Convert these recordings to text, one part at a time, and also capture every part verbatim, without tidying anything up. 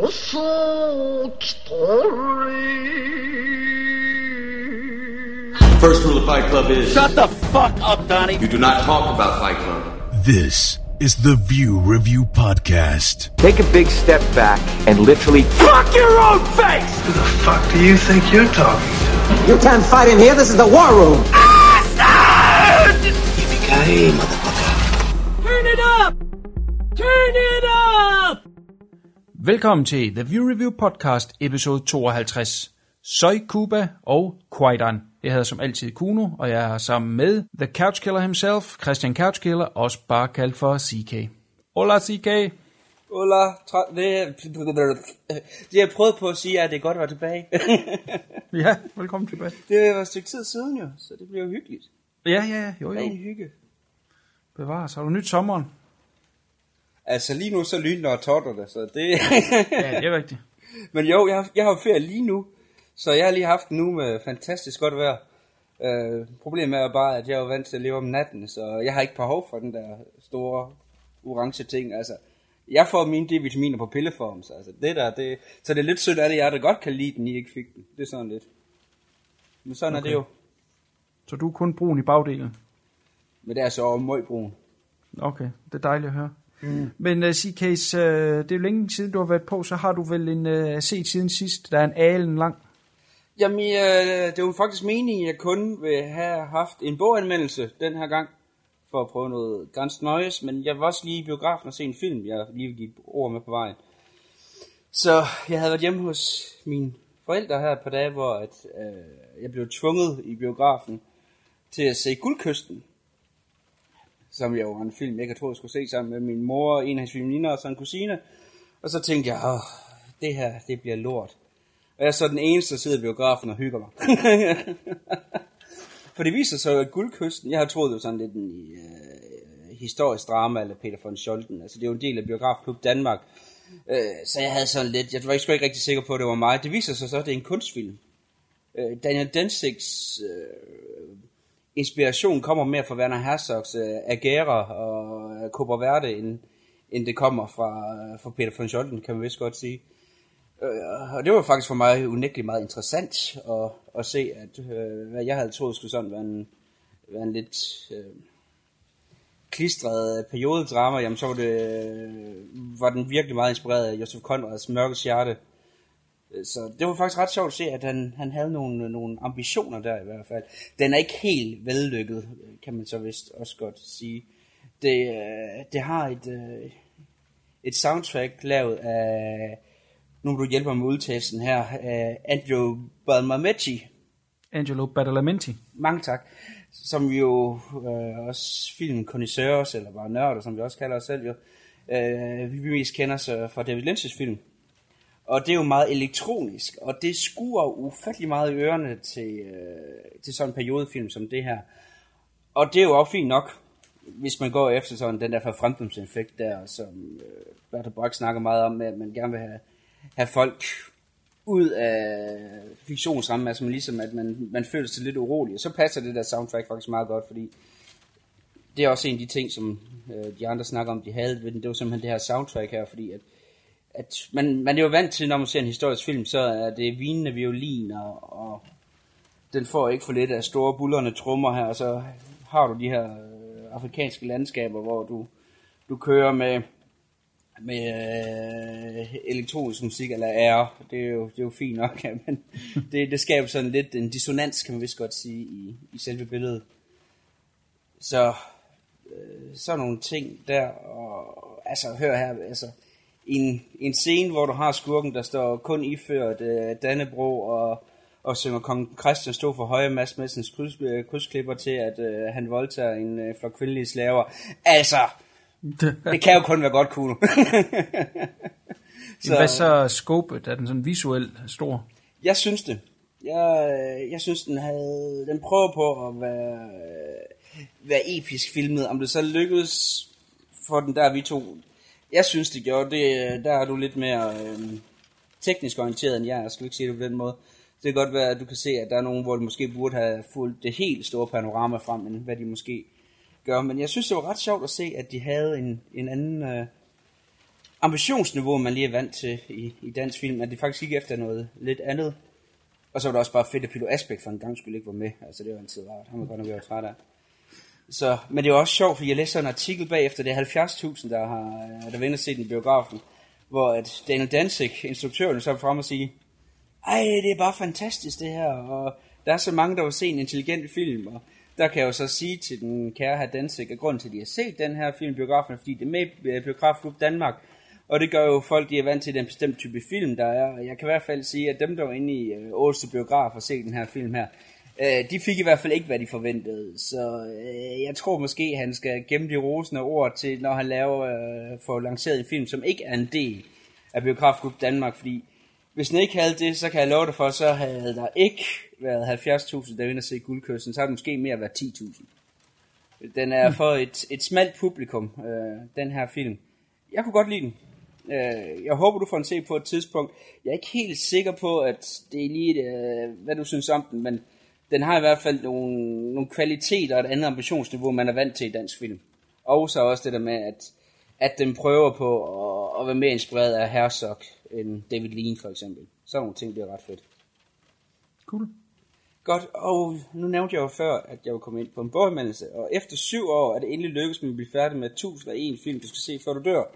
First rule of Fight Club is... Shut the fuck up, Donnie! You do not talk about Fight Club. This is the View Review Podcast. Take a big step back and literally fuck your own face! Who the fuck do you think you're talking to? You can't fight in here, this is the war room! Yippee-ki-yay, motherfucker. Turn it up! Turn it up! Velkommen til The View Review Podcast, episode tooghalvtreds. Soy Cuba og Kwaidan. Jeg hedder som altid Kuno, og jeg er sammen med The Couch Killer himself, Christian Couch Killer, også bare kaldt for C K. Hola C K. Hola, tra- det, det jeg prøvede på at sige, er, at det er godt at være tilbage. Ja, velkommen tilbage. Det var et stykke tid siden jo, så det bliver jo hyggeligt. Ja, ja, ja, jo jo. Ren hygge. Bevares, har du nyt sommeren? Altså lige nu så lyner og totter det, så det... Ja, det er rigtigt. Men jo, jeg har, jeg har ferie lige nu, så jeg har lige haft en uge med fantastisk godt vejr. Øh, problemet er bare, at jeg er vant til at leve om natten, så jeg har ikke behov for den der store orange ting. Altså, jeg får mine D-vitaminer på pilleform, så altså, det der, det, så det er lidt synd af det, jeg der godt kan lide den, I ikke fik den. Det er sådan lidt. Men sådan okay. Er det jo. Så du er kun brun i bagdelen? Men det er så møgbrun. Okay, det er dejligt at høre. Mm. Men uh, C K's, uh, det er jo længe siden du har været på, så har du vel en uh, set siden sidst, der er en alen lang. Jamen, øh, det var faktisk meningen, at jeg kun vil have haft en boganmeldelse den her gang, for at prøve noget ganske nøjes, men jeg var også lige i biografen og se en film, jeg lige vil give ord med på vejen. Så jeg havde været hjemme hos mine forældre her et par dage, hvor at, øh, jeg blev tvunget i biografen til at se Guldkysten, som jo var en film, jeg ikke troede, jeg skulle se sammen med min mor, en af hans veninder og så en kusine. Og så tænkte jeg, åh, det her, det bliver lort. Og jeg er så den eneste, der sidder i biografen og hygger mig. For det viser sig, at Guldkysten, jeg har troet det var sådan lidt en uh, historisk drama, eller Peter von Scholten. Altså det er jo en del af Biografklub Danmark. Uh, så jeg havde sådan lidt, jeg var ikke, ikke rigtig sikker på, at det var mig. Det viser sig så, at det er en kunstfilm. Uh, Daniel Danzigs uh, inspiration kommer mere fra Werner Herzogs uh, Agera og uh, Cooper Verde, end, end det kommer fra, uh, fra Peter von Scholten, kan man vist godt sige. Og det var faktisk for mig unægteligt meget interessant at, at se, at øh, hvad jeg havde troet skulle sådan være en, være en lidt øh, klistret periodedrama, jamen så var, det, øh, var den virkelig meget inspireret af Joseph Conrads Mørkets Hjerte. Så det var faktisk ret sjovt at se, at han, han havde nogle, nogle ambitioner der i hvert fald. Den er ikke helt vellykket, kan man så vist også godt sige. Det, øh, det har et, øh, et soundtrack lavet af... Nu må du hjælpe mig med udtalelsen her. Uh, Angelo Badalamenti. Angelo Badalamenti. Mange tak. Som jo uh, også filmkondisseurs, eller bare nørder, som vi også kalder os selv jo. Uh, vi mest kender os fra David Lynch's film. Og det er jo meget elektronisk, og det skuer ufattelig meget i ørerne til, uh, til sådan en periodefilm som det her. Og det er jo også fint nok, hvis man går efter sådan den der forfremdumseffekt der, som uh, Bertolt Brecht snakker meget om, at man gerne vil have have folk ud af fiktionsrammen, altså ligesom at man, man føler sig lidt urolig, og så passer det der soundtrack faktisk meget godt, fordi det er også en af de ting, som øh, de andre snakker om, de havde ved den, det var simpelthen det her soundtrack her, fordi at, at man, man er jo vant til, når man ser en historisk film, så er det vinende violiner, og den får ikke for lidt af store bullerne trommer her, og så har du de her øh, afrikanske landskaber, hvor du, du kører med med øh, elektronisk musik eller ære. Det er jo, det er jo fint nok, ja, men det, det skaber sådan lidt en dissonans, kan man vist godt sige, i, i selve billedet. Så øh, sådan nogle ting der, og altså hør her, altså en, en scene, hvor du har skurken, der står kun iført øh, Dannebrog og, og synger Kong Christian stå for højre mast med sin kryds, øh, krydsklipper til, at øh, han voldtager en øh, flok kvindelige slaver. Altså, det kan jo kun være godt, Kuno. Så hvad så scopet? Er den sådan visuelt stor? Jeg synes det. Jeg, jeg synes, den havde, den prøver på at være, være episk filmet. Om det så lykkedes for den der, vi to. Jeg synes, det gjorde det. Der er du lidt mere øh, teknisk orienteret end jeg. Jeg skal ikke sige det på den måde. Det kan godt være, at du kan se, at der er nogen, hvor de måske burde have fulgt det helt store panorama frem, end hvad de måske gør. Men jeg synes, det var ret sjovt at se, at de havde en, en anden øh, ambitionsniveau, man lige er vant til i, i dansk film, at det faktisk gik efter noget lidt andet. Og så var det også bare fedt, at Peter Asbæk for en gang skulle ikke være med. Altså det var altid rart. Han var godt nok været træt af. Så, men det er også sjovt, fordi jeg læste en artikel bagefter, det er halvfjerds tusind, der har der vender set den i biografen, hvor at Daniel Danzig, instruktøren, så er frem og sige, ej, det er bare fantastisk det her, og der er så mange, der vil se en intelligent film, og der kan jeg jo så sige til den kære herr Danzig, at grunden til, at de har set den her film i biografen, fordi det er med i Biografklub Danmark, og det gør jo folk, de er vant til den bestemte type film, der er, og jeg kan i hvert fald sige, at dem, der var inde i øh, Årets Biograf og se den her film her, øh, de fik i hvert fald ikke, hvad de forventede, så øh, jeg tror måske, han skal gemme de rosende ord til, når han laver, øh, får lanceret en film, som ikke er en del af Biografklub Danmark, fordi hvis den ikke havde det, så kan jeg love dig for, så havde der ikke været halvfjerds tusind, der ville se Guldkysten, så har det måske mere været ti tusind. Den er for et, et smalt publikum, øh, den her film. Jeg kunne godt lide den. Øh, jeg håber, du får den se på et tidspunkt. Jeg er ikke helt sikker på, at det er lige, øh, hvad du synes om den, men den har i hvert fald nogle, nogle kvaliteter og et andet ambitionsniveau, man er vant til i dansk film. Og så også det der med, at, at den prøver på at, at være mere inspireret af Herzog end David Lean for eksempel. Sådan nogle ting bliver ret fedt. Cool. Godt, og nu nævnte jeg jo før, at jeg ville komme ind på en boganmeldelse, og efter syv år er det endelig lykkedes med at blive færdig med tusind og en film, du skal se, før du dør.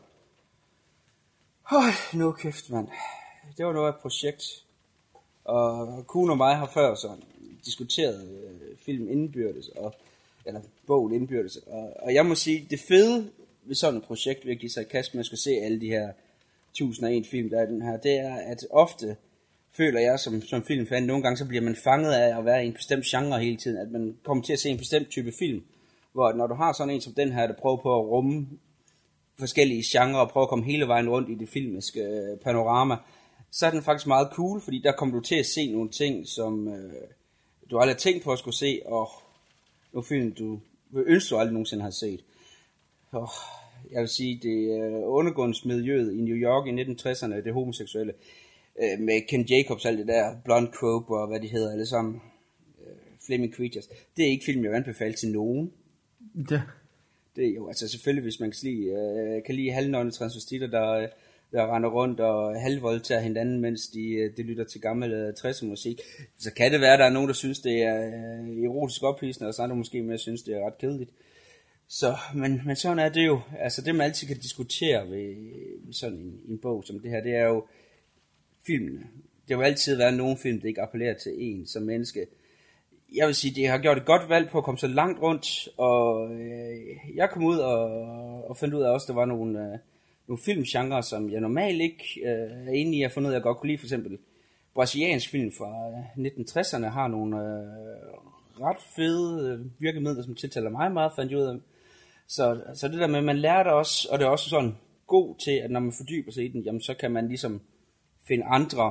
Hold nu kæft, mand. Det var noget af et projekt. Og Kuhn og mig har før sådan diskuteret øh, film indbyrdes, og, eller bogen indbyrdes, og, og jeg må sige, det fede ved sådan et projekt, ved at give sig et kast med at skulle se alle de her tusind og en film, der er den her, det er, at ofte føler jeg som, som filmfan, nogle gange så bliver man fanget af at være i en bestemt genre hele tiden, at man kommer til at se en bestemt type film, hvor når du har sådan en som den her, der prøver på at rumme forskellige genrer og prøver at komme hele vejen rundt i det filmiske panorama, så er den faktisk meget cool, fordi der kommer du til at se nogle ting, som øh, du aldrig har tænkt på at skulle se, og nogle film, du vil ønske, du aldrig nogensinde har set. Og jeg vil sige, det er undergrundsmiljøet i New York i nitten tresserne, det homoseksuelle, øh, med Ken Jacobs, alt det der, Blonde Cope og hvad de hedder alle sammen, øh, Flaming Creatures, det er ikke film, jeg vil anbefale til nogen. Ja. Det er jo, altså selvfølgelig, hvis man kan lide, øh, kan lide halvnøgne transvestitter, der, der render rundt og halvvoldtager hinanden, mens de, de lytter til gammel tresser musik, så kan det være, at der er nogen, der synes, det er øh, erotisk ophidsende, og så andre måske mere synes, det er ret kedeligt. Så, men, men sådan er det jo, altså det man altid kan diskutere ved, ved sådan en, en bog som det her, det er jo filmene. Det vil altid være nogen film, der ikke appellerer til en som menneske. Jeg vil sige, det har gjort et godt valg på at komme så langt rundt, og øh, jeg kom ud og, og fandt ud af også, at der var nogle, øh, nogle filmgenre, som jeg normalt ikke øh, er inde i. Jeg har fundet ud af, at jeg godt kunne lide for eksempel brasiliansk film fra øh, nitten tresserne, har nogle øh, ret fede øh, virkemidler, som tiltaler mig meget, fandt jeg ud af. Så, så det der med, at man lærer det også, og det er også sådan god til, at når man fordyber sig i den, jamen så kan man ligesom finde andre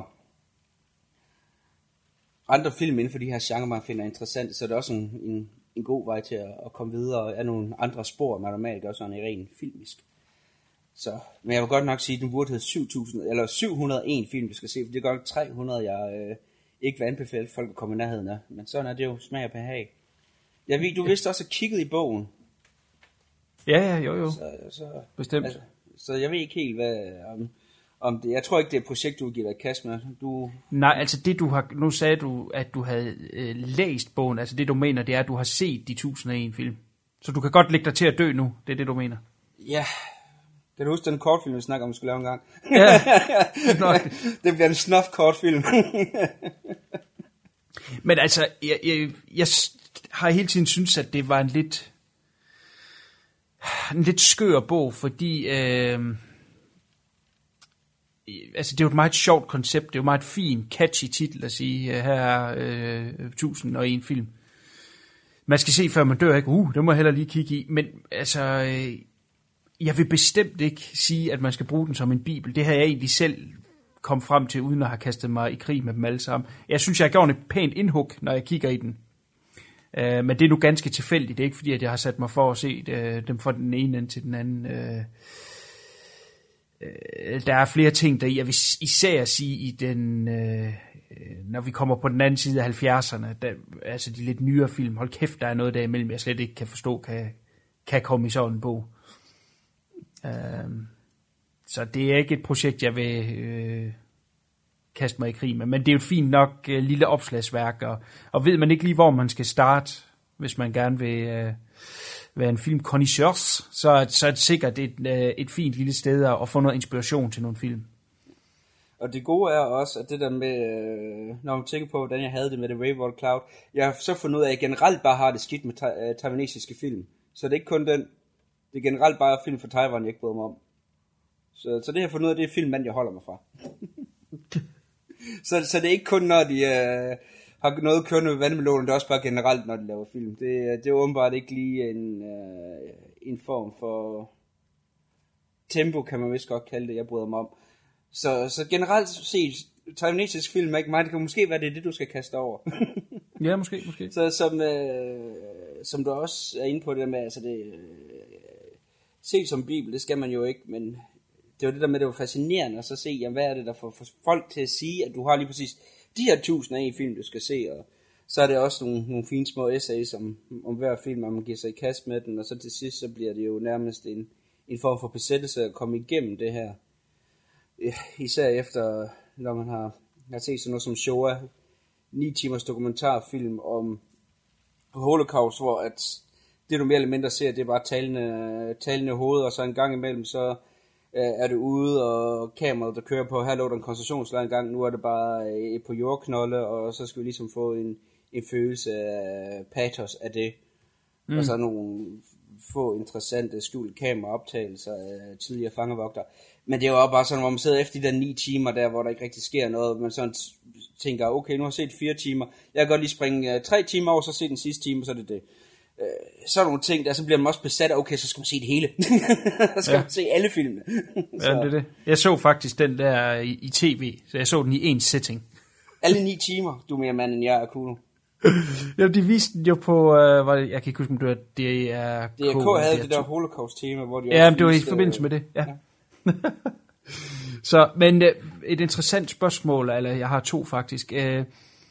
andre film inden for de her genre, man finder interessant, så er det også en, en, en god vej til at, at komme videre, og er nogle andre spor, man normalt gør sådan i ren filmisk. Så, men jeg vil godt nok sige, at den burde hedde syv tusind, eller syv hundrede og en film, du skal se, for det er godt tre hundrede, jeg øh, ikke vil anbefale folk at komme i nærheden af, men sådan er det jo smag og behag. Jeg ved, du vidste også at kigget i bogen. Ja, ja, jo, jo. Så, så, bestemt. Altså, så jeg ved ikke helt, hvad... Um, om det. Jeg tror ikke, det er et projekt, du giver dig kast med. Du... Nej, altså det du har... Nu sagde du, at du havde øh, læst bogen. Altså det du mener, det er, at du har set de tusind og en film. Så du kan godt lægge dig til at dø nu. Det er det, du mener. Ja. Kan du huske den kortfilm, vi snakker om, vi skulle lave en gang? Ja. Det bliver en snuff kortfilm. Men altså, jeg, jeg, jeg har hele tiden syntes, at det var en lidt... En lidt skør bog, fordi... Øh, altså det er jo et meget sjovt koncept, det er jo meget fint, catchy titel at sige, her er øh, tusind og en film. Man skal se, før man dør, ikke? Uh, det må jeg heller lige kigge i. Men altså, øh, jeg vil bestemt ikke sige, at man skal bruge den som en bibel. Det har jeg egentlig selv kom frem til, uden at have kastet mig i krig med dem alle sammen. Jeg synes, jeg har gjort et pænt indhug, når jeg kigger i den. Øh, men det er nu ganske tilfældigt. Det er ikke fordi, at jeg har sat mig for at se øh, dem fra den ene ende til den anden. Øh, Der er flere ting, der jeg vil især sige i den, øh, når vi kommer på den anden side af halvfjerdserne, der, altså de lidt nyere film, hold kæft, der er noget der imellem, jeg slet ikke kan forstå, kan, kan komme i sådan en bog. Øh, så det er ikke et projekt, jeg vil øh, kaste mig i krig med. Men det er jo et fint nok øh, lille opslagsværk, og, og ved man ikke lige, hvor man skal starte, hvis man gerne vil øh, være en filmkondisseur, så, så er det sikkert et, øh, et fint lille sted at få noget inspiration til nogle film. Og det gode er også, at det der med, øh, når man tænker på, hvordan jeg havde det med The Rainbow Cloud, jeg har så fundet ud af, at jeg generelt bare har det skidt med ta- taiwanesiske film. Så det er ikke kun den, det er generelt bare film fra Taiwan, jeg ikke bryder mig om. Så, så det jeg har fundet ud af, det er filmmand, jeg holder mig fra. så, så det er ikke kun, når de øh, har noget kørende med vandmelonen, det er også bare generelt, når de laver film. Det, det er åbenbart ikke lige en, øh, en form for tempo, kan man vist godt kalde det, jeg bryder mig om. Så, så generelt set, taiwanesisk film er ikke mig, det kan måske være det, det du skal kaste over. Ja, måske, måske. Så som, øh, som du også er inde på det der med, altså det, øh, set som bibel, det skal man jo ikke, men det var det der med, det var fascinerende at så se, jamen, hvad er det, der får, får folk til at sige, at du har lige præcis de her tusind af en film, du skal se, og så er det også nogle, nogle fine små essays om, om hver film, og man giver sig i kast med den, og så til sidst, så bliver det jo nærmest en, en form for besættelse at komme igennem det her. Især efter, når man har, har set sådan noget som Shoah, ni timers dokumentarfilm om Holocaust, hvor at det du mere eller mindre ser, det er bare talende, talende hoveder, og så en gang imellem, så øh, er det ude, og kameraet, der kører på, her lå der en koncentrationslejr en gang, nu er det bare øh, på jordknolde, og så skal vi ligesom få en, en følelse af pathos af det. Mm. Og så nogle få interessante skjulte kameraoptagelser af tidligere fangevogtere. Men det er jo også bare sådan, hvor man sidder efter de der ni timer der, hvor der ikke rigtig sker noget, man sådan tænker, okay, nu har jeg set fire timer, jeg kan godt lige springe uh, tre timer over, så se den sidste time, så er det det. Uh, så er nogle ting der, så bliver man også besat af, okay, så skal man se det hele. Så skal ja. man se alle filmene. Ja, det er det. Jeg så faktisk den der i, i tv, så jeg så den i en setting. Alle ni timer, du er mere mand end jeg er Kuno. Jamen, de viste den jo på, uh, var det, jeg kan ikke huske, om det var D R K. D R K havde det der Holocaust-tema, hvor de ja, også det var i viste, forbindelse med det, ja. ja. Så, men uh, et interessant spørgsmål, eller jeg har to faktisk. Uh,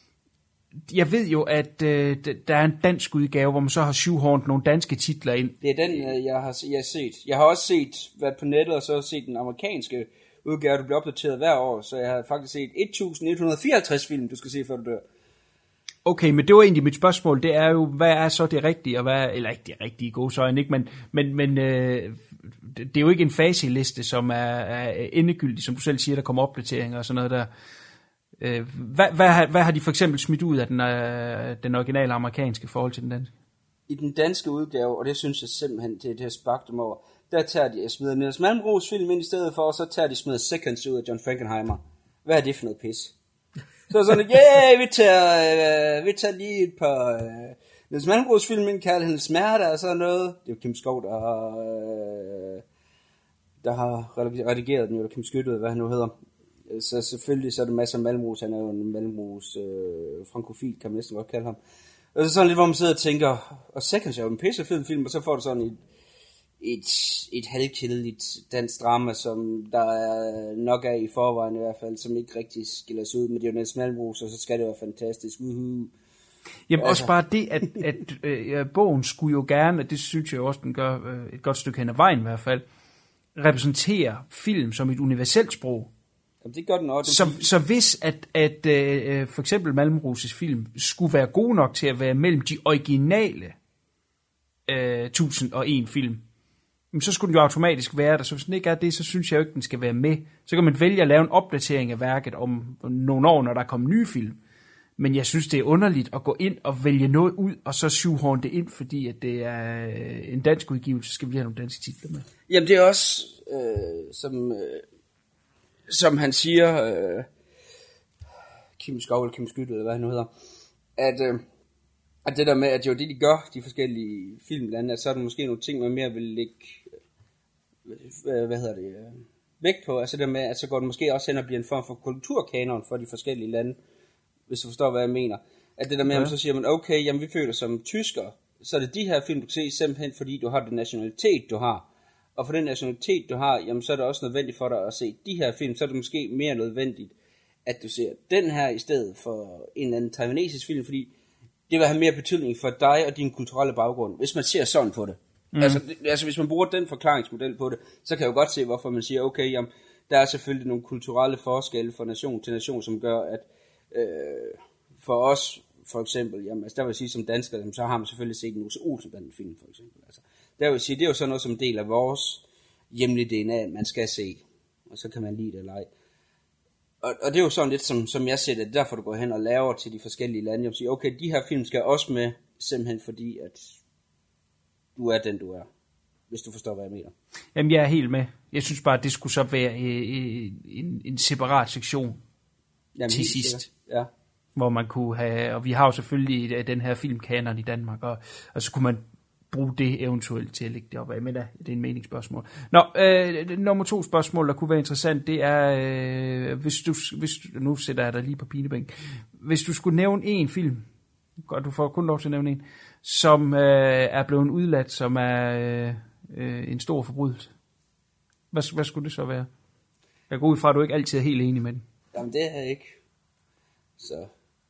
jeg ved jo, at uh, der er en dansk udgave, hvor man så har shoehornet nogle danske titler ind. Det er den, jeg har, jeg har set. Jeg har også set, været på nettet, og så set den amerikanske udgave, der bliver opdateret hver år, så jeg har faktisk set et hundrede og fireoghalvtreds film, du skal se, før du dør. Okay, men det var egentlig mit spørgsmål, det er jo, hvad er så det rigtige, og hvad, eller ikke det rigtige gode søjne, ikke, men, men, men øh, det er jo ikke en facitliste, som er, er endegyldig, som du selv siger, der kommer opdateringer og sådan noget der. Øh, hvad, hvad, har, hvad har de for eksempel smidt ud af den, øh, den originale amerikanske forhold til den danske? I den danske udgave, og det synes jeg simpelthen, det er det her sparktum over, der tager de, jeg smider Niels Malmros film ind i stedet for, og så tager de smider Seconds ud af John Frankenheimer. Hvad er det for noget pis? Så sådan, yeah, vi tager, øh, vi tager lige et par øh, Niels Malmros film ind, Kærlighedens Smerte og sådan noget. Det er jo Kim Skov, der har, øh, der har redigeret den, eller Kim Skytte, hvad han nu hedder. Så selvfølgelig så er det masser af Malmros, han er jo en Malmros øh, frankofil, kan man næsten godt kalde ham. Og så sådan lidt, hvor man sidder og tænker, og Seconds er jo en pissefed film, og så får du sådan et, et, et halvkedeligt dansk drama, som der er nok af i forvejen i hvert fald, som ikke rigtig skiller sig ud, men det er jo Niels Malmros, og så skal det være fantastisk. Uhuh. Jamen altså. Også bare det, at, at øh, bogen skulle jo gerne, og det synes jeg også, den gør øh, et godt stykke hen ad vejen i hvert fald, repræsentere film som et universelt sprog. Jamen, det gør den også. Så, så hvis at, at øh, for eksempel Malmros' film skulle være god nok til at være mellem de originale øh, tusind og en film, så skulle den jo automatisk være der. Så hvis den ikke er det, så synes jeg jo ikke, den skal være med. Så kan man vælge at lave en opdatering af værket om nogle år, når der kommer nye film. Men jeg synes, det er underligt at gå ind og vælge noget ud, og så shoehorne det ind, fordi at det er en dansk udgivelse, så skal vi have nogle danske titler med. Jamen det er også, øh, som, øh, som han siger, øh, Kim Skov eller Kim Skytte, eller hvad han nu hedder, at, øh, at det der med, at jo det de gør, de forskellige filmlande, at så er der måske nogle ting, man mere vil lægge, øh, hvad hedder det, øh, vægt på, altså det med, at så går det måske også hen og bliver en form for kulturkanon for de forskellige lande, hvis du forstår, hvad jeg mener. At det der med, ja. Så siger man, okay, jamen vi føler som tyskere, så er det de her film, du kan se, simpelthen fordi du har den nationalitet, du har. Og for den nationalitet, du har, jamen så er det også nødvendigt for dig at se de her film, så er det måske mere nødvendigt, at du ser den her i stedet for en eller anden taiwanesisk film, fordi det vil have mere betydning for dig og din kulturelle baggrund, hvis man ser sådan på det. Mm. Altså, altså hvis man bruger den forklaringsmodel på det, så kan jeg jo godt se, hvorfor man siger, okay, jamen, der er selvfølgelig nogle kulturelle forskelle fra nation til nation, som gør, at øh, for os, for eksempel, jamen, altså, der vil jeg sige som dansker, jamen, så har man selvfølgelig set en Ose Olsen-banden-film, for eksempel. Altså, der vil jeg sige, det er jo sådan noget som en del af vores hjemlige D N A, man skal se, og så kan man lide det eller ej. Og, og det er jo sådan lidt, som, som jeg ser det, derfor du går hen og laver til de forskellige lande, og siger, okay, de her film skal også med, simpelthen fordi, at du er den, du er. Hvis du forstår, hvad jeg mener. Jamen, jeg er helt med. Jeg synes bare, at det skulle så være øh, en, en separat sektion. Jamen, til sidst. Ja. Hvor man kunne have, og vi har jo selvfølgelig den her filmkanon i Danmark, og, og så kunne man bruge det eventuelt til at lægge det op af. Men da, det er en meningsspørgsmål. Nå, øh, nummer to spørgsmål, der kunne være interessant, det er, øh, hvis du, hvis, nu sætter jeg dig lige på pinebænk. Hvis du skulle nævne en film, godt, du får kun lov til at nævne en, som øh, er blevet udladt, som er øh, øh, en stor forbrydelse. Hvad, hvad skulle det så være? Jeg går ud fra, at du ikke altid er helt enig med den. Jamen, det er jeg ikke. Så...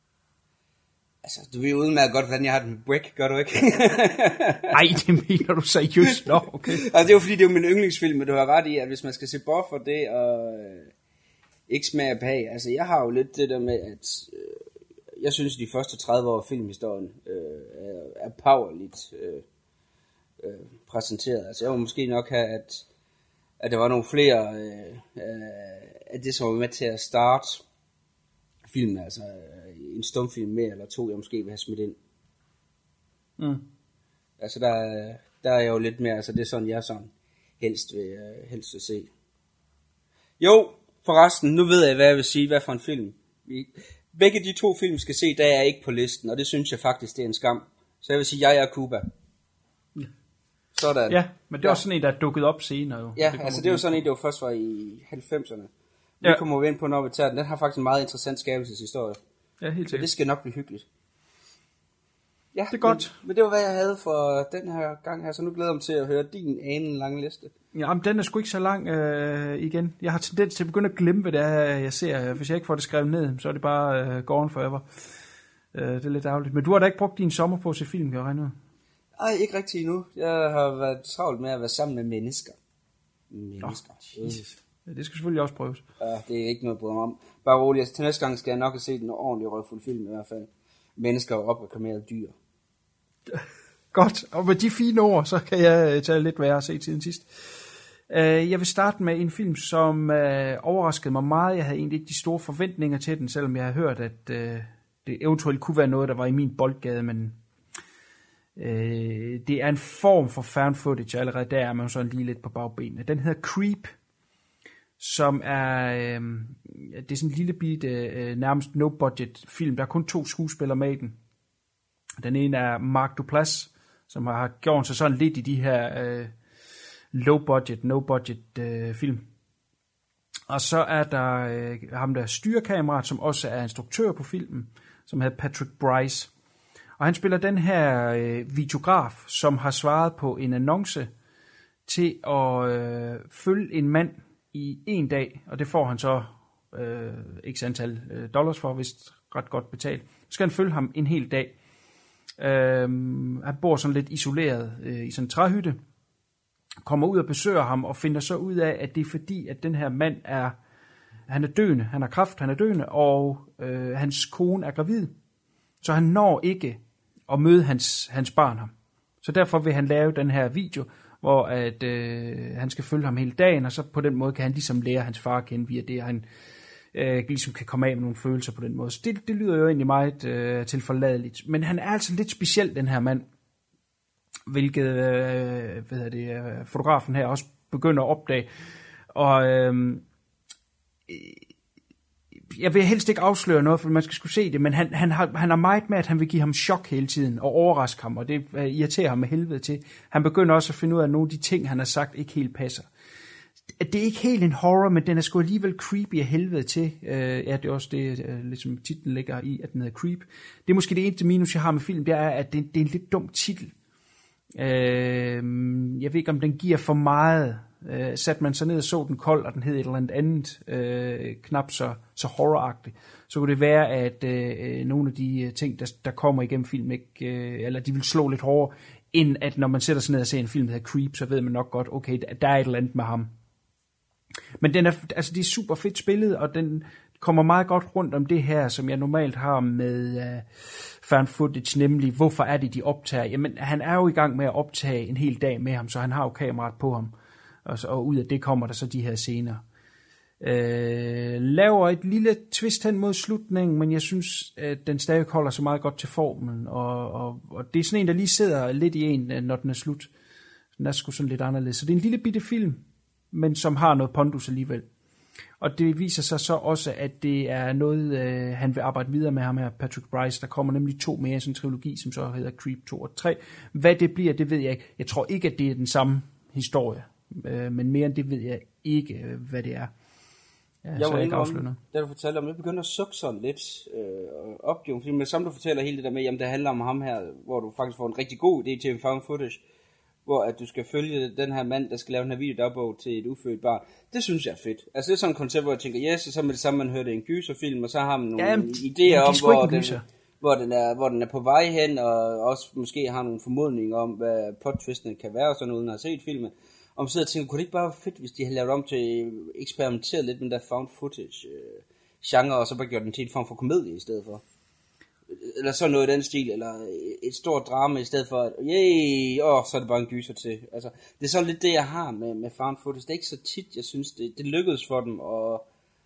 Altså, du ved jo udmærket godt, hvordan jeg har det med Brick, gør du ikke? Nej, det mener du seriøst. Nå, okay. Altså, det er jo fordi, det er jo min yndlingsfilm, men du har ret i, at hvis man skal se bort for det, og øh, ikke smage bag. Altså, jeg har jo lidt det der med, at øh, jeg synes, at de første tredive år af filmhistorien øh, er, er powerligt øh, øh, præsenteret. Altså, jeg må måske nok have, at, at der var nogle flere øh, øh, af det, som var med til at starte filmen, altså en stumfilm mere eller to, jeg måske vil have smidt ind. Mm. Altså der, der er jeg jo lidt mere, altså det er sådan, jeg sådan helst vil, helst vil se. Jo, forresten, nu ved jeg, hvad jeg vil sige, hvad for en film. Begge de to film skal se, der er jeg ikke på listen, og det synes jeg faktisk, det er en skam. Så jeg vil sige, jeg er Cuba. Ja. Sådan. Ja, men det er ja. Også sådan en, der er dukket op senere jo. Ja, det altså det er jo sådan en, der først var i halvfemserne. Vi ja. kommer vi ind på, når vi tager den. Den har faktisk en meget interessant skabelseshistorie. Ja, helt sikkert. Så det skal nok blive hyggeligt. Ja, det er godt. Men, men det var, hvad jeg havde for den her gang her, så nu glæder jeg mig til at høre din anen lange liste. Ja, men den er sgu ikke så lang øh, igen. Jeg har tendens til at begynde at glemme, hvad det er, jeg ser. Hvis jeg ikke får det skrevet ned, så er det bare øh, gone forever. Øh, det er lidt ærgerligt. Men du har da ikke brugt din sommer på at se film, kan jeg regne ud? Nej, ikke rigtig endnu. Jeg har været travlt med at være sammen med mennesker. Mennesker. Oh, ja, det skal selvfølgelig også prøves. Ja, det er ikke noget at bryde mig om. Bare roligt, altså, til næste gang skal jeg nok have set en ordentlig røvfuld film i hvert fald. Mennesker er opreklameret dyr. Godt, og med de fine ord, så kan jeg tage lidt værre at se tiden sidst. Jeg vil starte med en film, som overraskede mig meget. Jeg havde egentlig ikke de store forventninger til den, selvom jeg har hørt, at det eventuelt kunne være noget, der var i min boldgade, men det er en form for found footage, allerede der er man sådan lige lidt på bagbenene. Den hedder Creep, som er, øh, det er sådan en lille bit, øh, nærmest no-budget film. Der er kun to skuespillere med i den. Den ene er Mark Duplass, som har gjort sig sådan lidt i de her øh, low-budget, no-budget øh, film. Og så er der øh, ham, der styrer kameraet, som også er instruktør på filmen, som hedder Patrick Bryce. Og han spiller den her øh, videograf, som har svaret på en annonce til at øh, følge en mand i en dag, og det får han så øh, x antal øh, dollars for, vist ret godt betalt. Så skal han følge ham en hel dag. Øh, han bor sådan lidt isoleret øh, i sådan en træhytte, kommer ud og besøger ham, og finder så ud af, at det er fordi, at den her mand er, han er døende, han har kræft, han er døende, og øh, hans kone er gravid. Så han når ikke at møde hans, hans barn ham. Så derfor vil han lave den her video, hvor at, øh, han skal følge ham hele dagen, og så på den måde kan han ligesom lære hans far at kende via det, han øh, ligesom kan komme af med nogle følelser på den måde. Så det, det lyder jo egentlig meget øh, tilforladeligt. Men han er altså lidt speciel, den her mand, hvilket øh, hvad hedder det, øh, fotografen her også begynder at opdage. Og øh, jeg vil helst ikke afsløre noget, for man skal skulle se det, men han, han, har, han har meget med, at han vil give ham chok hele tiden, og overraske ham, og det irriterer ham med helvede til. Han begynder også at finde ud af, at nogle af de ting, han har sagt, ikke helt passer. Det er ikke helt en horror, men den er sgu alligevel creepy af helvede til. Uh, ja, det er også det, uh, ligesom titlen ligger i, at den hedder Creep. Det er måske det eneste minus, jeg har med film, det er, at det, det er en lidt dum titel. Uh, jeg ved ikke, om den giver for meget Øh, satte man sig ned og så den kold, og den hed et eller andet andet, øh, knap så, så horroragtigt, så kunne det være, at øh, nogle af de ting, der, der kommer igennem film, ikke, øh, eller de vil slå lidt hårdere, end at når man sætter sig ned og ser en film, der hedder Creep, så ved man nok godt, okay, der er et eller andet med ham. Men den er, altså, det er super fedt spillet, og den kommer meget godt rundt om det her, som jeg normalt har med uh, found footage, nemlig hvorfor er det, de optager? Jamen, han er jo i gang med at optage en hel dag med ham, så han har jo kameraet på ham, og, så, og ud af det kommer der så de her scener. Uh, laver et lille twist hen mod slutningen, men jeg synes, at den stadig holder så meget godt til formen, og, og, og det er sådan en, der lige sidder lidt i en, når den er slut. Den er sgu sådan lidt anderledes. Så det er en lille bitte film, men som har noget pondus alligevel. Og det viser sig så også, at det er noget, øh, han vil arbejde videre med ham her, Patrick Brice. Der kommer nemlig to mere i sådan en trilogi, som så hedder Creep to og tre. Hvad det bliver, det ved jeg ikke. Jeg tror ikke, at det er den samme historie, øh, men mere end det ved jeg ikke, hvad det er. Ja, jeg var inde om, da du fortalte om, jeg begyndte at sukke sådan lidt øh, opgive, fordi med som du fortæller hele det der med, jamen det handler om ham her, hvor du faktisk får en rigtig god idé til en found footage, hvor at du skal følge den her mand, der skal lave den her videodagbog til et ufødt barn. Det synes jeg er fedt. Altså det er sådan et koncept, hvor jeg tænker, yes, og så med det samme, man hørte en gyserfilm, og så har man nogle ja, jamen, idéer om, hvor den, hvor, den er, hvor den er på vej hen, og også måske har nogle formodninger om, hvad plot-twistene kan være, og sådan uden at have set filmen. Og man sidder og tænker, kunne det ikke bare være fedt, hvis de havde lavet om til eksperimenteret lidt med den der found footage øh, genre, og så bare gjort den til en form for komedie i stedet for. Eller sådan noget i den stil, eller et stort drama i stedet for, at yay, åh, så er det bare en gyser til. Altså, det er sådan lidt det, jeg har med, med found footage. Det er ikke så tit, jeg synes, det, det lykkedes for dem at,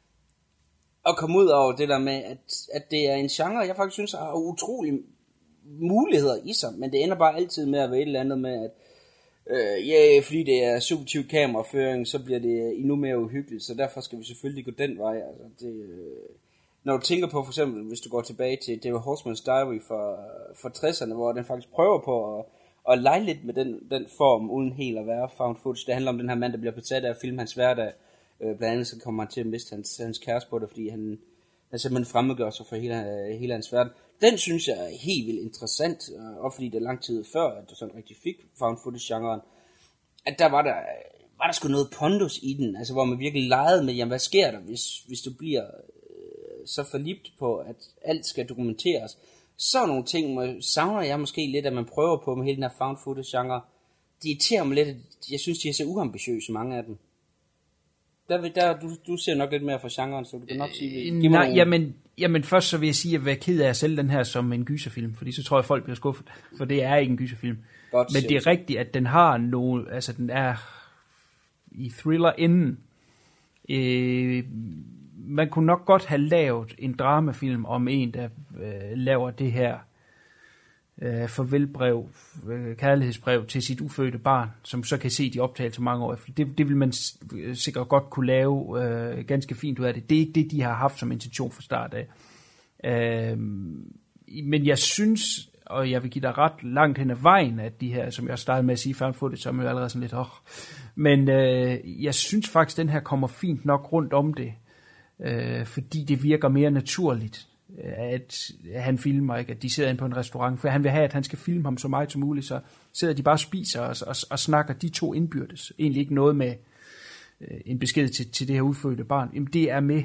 at komme ud over det der med, at, at det er en genre, jeg faktisk synes har utrolig muligheder i sig, men det ender bare altid med at være et eller andet med, at øh, ja, yeah, fordi det er subjektiv kameraføring, så bliver det endnu mere uhyggeligt, så derfor skal vi selvfølgelig gå den vej. Altså, det... Øh, Når du tænker på for eksempel, hvis du går tilbage til David Horseman's Diary fra, fra tresserne, hvor den faktisk prøver på at, at lege lidt med den, den form, uden helt at være found footage. Det handler om den her mand, der bliver besat af at filme hans hverdag. Øh, blandt andet så kommer han til at miste hans, hans kæreste på det, fordi han, han simpelthen fremmedgør sig for hele, hele hans verden. Den synes jeg er helt vildt interessant, og fordi det er lang tid før, at du sådan rigtig fik found footage-genren, at der var der, var der sgu noget pondus i den, altså hvor man virkelig legede med, jamen hvad sker der, hvis, hvis du bliver så forlibt på, at alt skal dokumenteres. Så nogle ting savner jeg måske lidt, at man prøver på med hele den her found footage genre. De irriterer mig lidt, jeg synes, de er så uambitiøse, mange af dem. Der, der, du, du ser nok lidt mere fra genren, så du kan nok sige... Øh, nej, nogle... jamen, jamen først så vil jeg sige, at jeg er ked af at sælge den her som en gyserfilm, fordi så tror jeg, folk bliver skuffet, for det er ikke en gyserfilm. Godt, men det er rigtigt, at den har nogle... Altså, den er i thriller-enden. Øh, man kunne nok godt have lavet en dramafilm om en, der øh, laver det her øh, farvelbrev, øh, kærlighedsbrev til sit ufødte barn, som så kan se de optagelser mange år. Det, det vil man sikkert godt kunne lave øh, ganske fint ud af det. Det er ikke det, de har haft som intention fra start af. Øh, men jeg synes, og jeg vil give dig ret langt hen ad vejen, at de her, som jeg startede med at sige, found footage, så er man jo allerede sådan lidt, åh. Men øh, jeg synes faktisk, den her kommer fint nok rundt om det. Øh, fordi det virker mere naturligt, at han filmer, ikke? At de sidder inde på en restaurant, for han vil have, at han skal filme ham så meget som muligt, så sidder de bare og spiser og, og, og snakker de to indbyrdes. Egentlig ikke noget med øh, en besked til, til det her udfødte barn. Jamen det er med.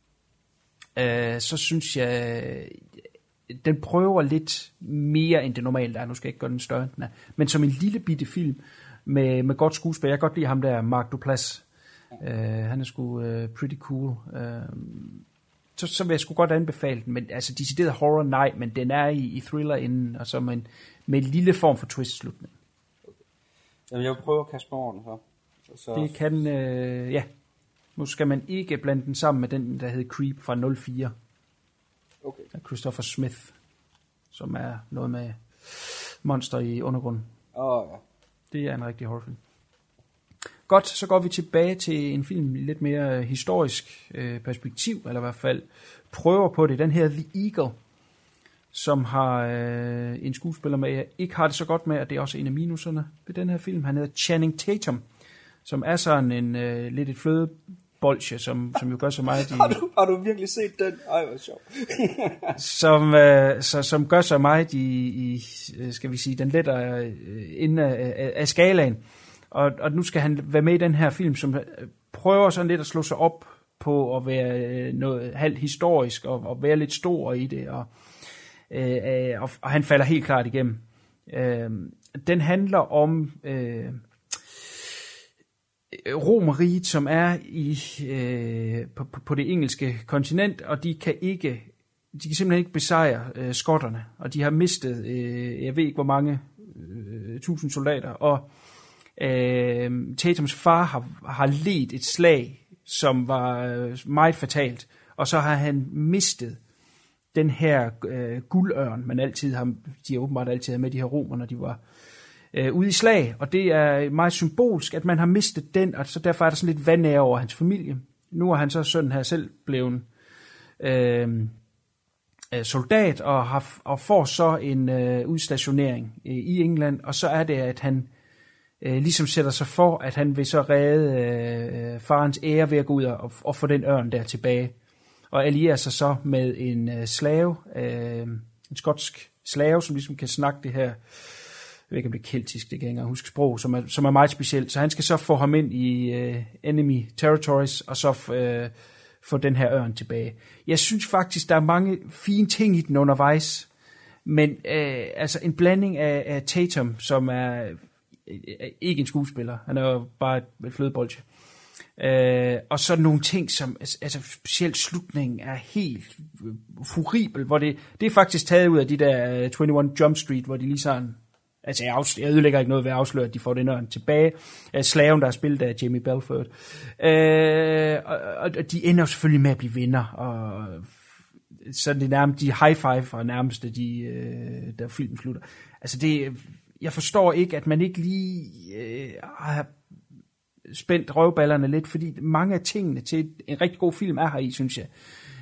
Øh, så synes jeg, den prøver lidt mere end det normale er. Nu skal jeg ikke gøre den større end den er. Men som en lille bitte film med, med godt skuespil. Jeg kan godt lide ham der, Mark Duplass. Uh, han er sgu uh, pretty cool. Uh, så, så vil jeg sgu godt anbefale den, men altså decideret horror, nej, men den er i, i thriller inden, og så med en, med en lille form for twist-slutning. Okay. Jamen jeg vil prøve at kaste mig over den så. så. Det kan, uh, ja. Nu skal man ikke blande den sammen med den, der hedder Creep fra nul fire. Okay. Af Christopher Smith, som er noget med monster i undergrunden. Åh oh, ja. Det er en rigtig horrorfilm. Godt, så går vi tilbage til en film i lidt mere historisk øh, perspektiv, eller i hvert fald prøver på det. Den her The Eagle, som har øh, en skuespiller med, jeg ikke har det så godt med, og det er også en af minuserne ved den her film. Han hedder Channing Tatum, som er sådan en øh, lidt et flødebolsje, som, som jo gør så meget... De, har, du, har du virkelig set den? Ej, hvor sjov. som, øh, så, som gør så meget i, i, skal vi sige, den lettere øh, ende af, af, af skalaen. Og, og nu skal han være med i den her film, som prøver sådan lidt at slå sig op på at være noget halvt historisk, og, og være lidt stor i det, og, øh, og, og han falder helt klart igennem. Øh, den handler om øh, Romerriget, som er i øh, på, på det engelske kontinent, og de kan ikke, de kan simpelthen ikke besejre øh, skotterne, og de har mistet, øh, jeg ved ikke hvor mange øh, tusind soldater, og øh, Tatums far har, har ledt et slag, som var øh, meget fatalt, og så har han mistet den her øh, guldørn, man altid har, de har åbenbart altid havde med de her romer, når de var øh, ude i slag, og det er meget symbolsk, at man har mistet den, og så derfor er der sådan lidt vandære over hans familie. Nu er han så sønnen her selv blevet øh, soldat, og, har, og får så en øh, udstationering øh, i England, og så er det, at han øh, ligesom sætter sig for, at han vil så redde øh, farens ære ved at gå ud og, og få den ørn der tilbage. Og allierer sig så med en øh, slave, øh, en skotsk slave, som ligesom kan snakke det her, jeg ved ikke om det er keltisk, det kan jeg ikke huske sprog, som er, som er meget specielt. Så han skal så få ham ind i øh, enemy territories, og så øh, få den her ørn tilbage. Jeg synes faktisk, der er mange fine ting i den undervejs, men øh, altså en blanding af, af Tatum, som er øh, ikke en skuespiller, han er jo bare et, et flødebolje. Øh, og så nogle ting som altså specielt slutningen er helt horribel, hvor det det er faktisk taget ud af de der enogtyve Jump Street, hvor de lige sådan, altså jeg, afslører, jeg ødelægger ikke noget ved at afsløre, at de får den ørn tilbage. Øh, slaven, der er spillet af Jamie Belfort, øh, og, og de ender selvfølgelig med at blive vinder, og så det nærmest de high five og nærmest de øh, der filmen slutter. Altså det, jeg forstår ikke, at man ikke lige øh, har spændt røvballerne lidt, fordi mange af tingene til en rigtig god film er her i, synes jeg.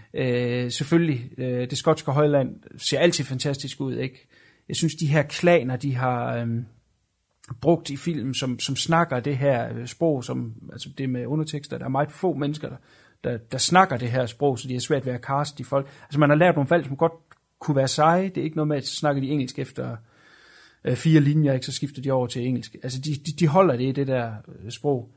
Øh, selvfølgelig, øh, det skotske højland ser altid fantastisk ud, ikke? Jeg synes, de her klaner, de har øh, brugt i filmen, som, som snakker det her sprog, som, altså det med undertekster, der er meget få mennesker, der, der, der snakker det her sprog, så de er svært ved at kaste de folk. Altså man har lavet nogle valg, som godt kunne være seje. Det er ikke noget med, at snakke de engelsk efter øh, fire linjer, ikke? Så skifter de over til engelsk. Altså de, de, de holder det i det der øh, sprog.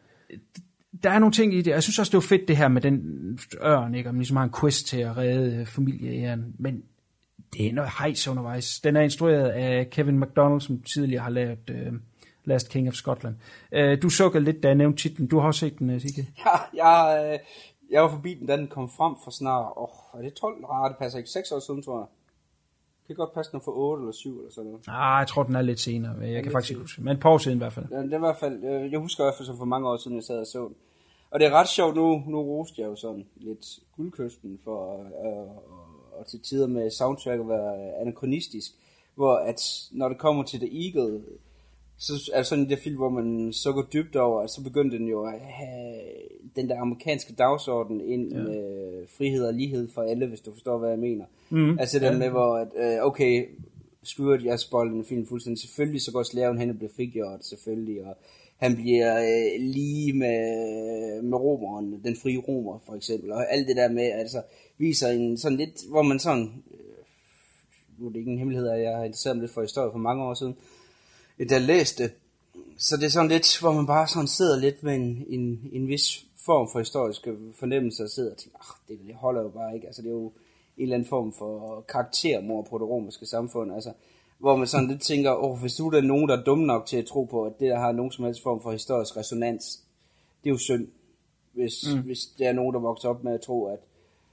Der er nogle ting i det. Jeg synes også, det var fedt det her med den ørn, ikke? Om ligesom har en quest til at redde familieæren, men det er noget hejs undervejs. Den er instrueret af Kevin MacDonald, som tidligere har lavet uh, Last King of Scotland. Uh, du sukkede lidt, da jeg nævnte titlen. Du har også set den, Sigge? Ja, jeg, jeg var forbi den, da den kom frem for snart, åh, er det tolv? Nej, det passer ikke. seks år siden, tror jeg. Det kan godt passe, den for otte eller syv eller sådan noget. Ah, jeg tror, den er lidt senere. Jeg kan lidt faktisk ikke huske. Men et par år siden i hvert fald. Ja, det er i hvert fald, jeg husker i hvert fald så for mange år siden, jeg sad og så den. Og det er ret sjovt, nu, nu roste jeg jo sådan lidt Guldkysten for øh, og til tider med soundtrack at være anachronistisk, hvor at når det kommer til The Eagle, så er det sådan en der film, hvor man sukker dybt over, og så begyndte den jo at have den der amerikanske dagsorden ind ja. Med frihed og lighed for alle, hvis du forstår, hvad jeg mener. Mm. Altså den ja. Med, hvor at, øh, okay, Stuart, jeg spoiler den film fuldstændig, selvfølgelig så går slaven hen og bliver frigjort, selvfølgelig, og han bliver øh, lige med, med romeren, den frie romer for eksempel, og alt det der med, altså viser en sådan lidt, hvor man sådan, øh, nu er det ikke en hemmelighed, at jeg har interesseret mig lidt for historie for mange år siden, da jeg læste det, så det er sådan lidt, hvor man bare sådan sidder lidt med en, en, en vis form for historiske fornemmelse, og sidder og tænker, ah, det, det holder jo bare ikke, altså det er jo en eller anden form for karaktermord på det romerske samfund, altså, hvor man sådan lidt tænker, åh, oh, hvis du er nogen, der er dumme nok til at tro på, at det der har nogen som helst form for historisk resonans, det er jo synd, hvis, mm. hvis der er nogen, der vokser op med at tro, at,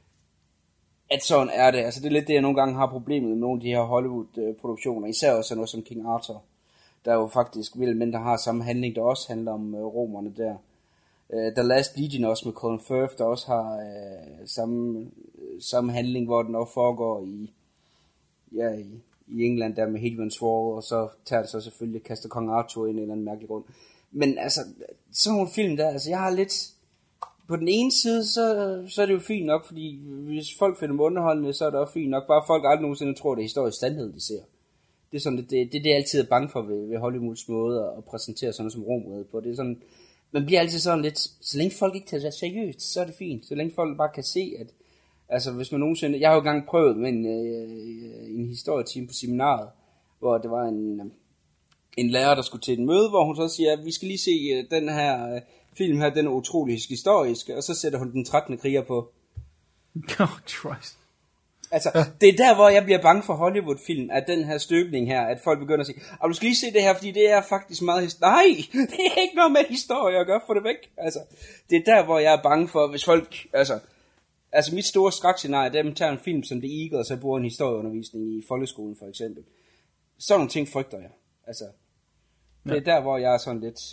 at sådan er det. Altså det er lidt det, jeg nogle gange har problemet med nogle af de her Hollywood-produktioner, især også sådan noget som King Arthur, der jo faktisk vil, men der har samme handling, der også handler om uh, romerne der. Uh, The Last Legion også med Colin Firth, der også har uh, samme, samme handling, hvor den også foregår i, ja, i i England der med Hadrian's Wall, og så tager det så selvfølgelig kaster kong Arthur ind i en eller anden mærkelig grund. Men altså, sådan nogle film der, altså jeg har lidt, på den ene side, så, så er det jo fint nok, fordi hvis folk finder dem underholdende, så er det også fint nok, bare folk aldrig nogensinde tror, det er historisk sandhed, de ser. Det er sådan, det, det, det er det, jeg altid er bange for ved, ved Hollywoods måde at præsentere sådan noget som Romriget på. Det er sådan, man bliver altid sådan lidt, så længe folk ikke tager sig seriøst, så er det fint. Så længe folk bare kan se, at altså hvis man nogensinde, jeg har jo engang prøvet med en, øh, en historietime på seminaret, hvor det var en øh, en lærer, der skulle til et møde, hvor hun så siger, at vi skal lige se uh, den her uh, film her, den er utrolig historisk, og så sætter hun den trettende kriger på. God Christ. Altså, ja. Det er der, hvor jeg bliver bange for Hollywood-film, at den her støbning her, at folk begynder at sige, og du skal lige se det her, fordi det er faktisk meget historie. Nej, det er ikke noget med historie at gøre, for det væk. Altså, det er der, hvor jeg er bange for, hvis folk, altså, altså mit store skrækscenarie, dem tager en film som The Eagle, og så bruger en historieundervisning i folkeskolen, for eksempel. Sådan nogle ting frygter jeg. Altså, det er ja. der, hvor jeg er sådan lidt,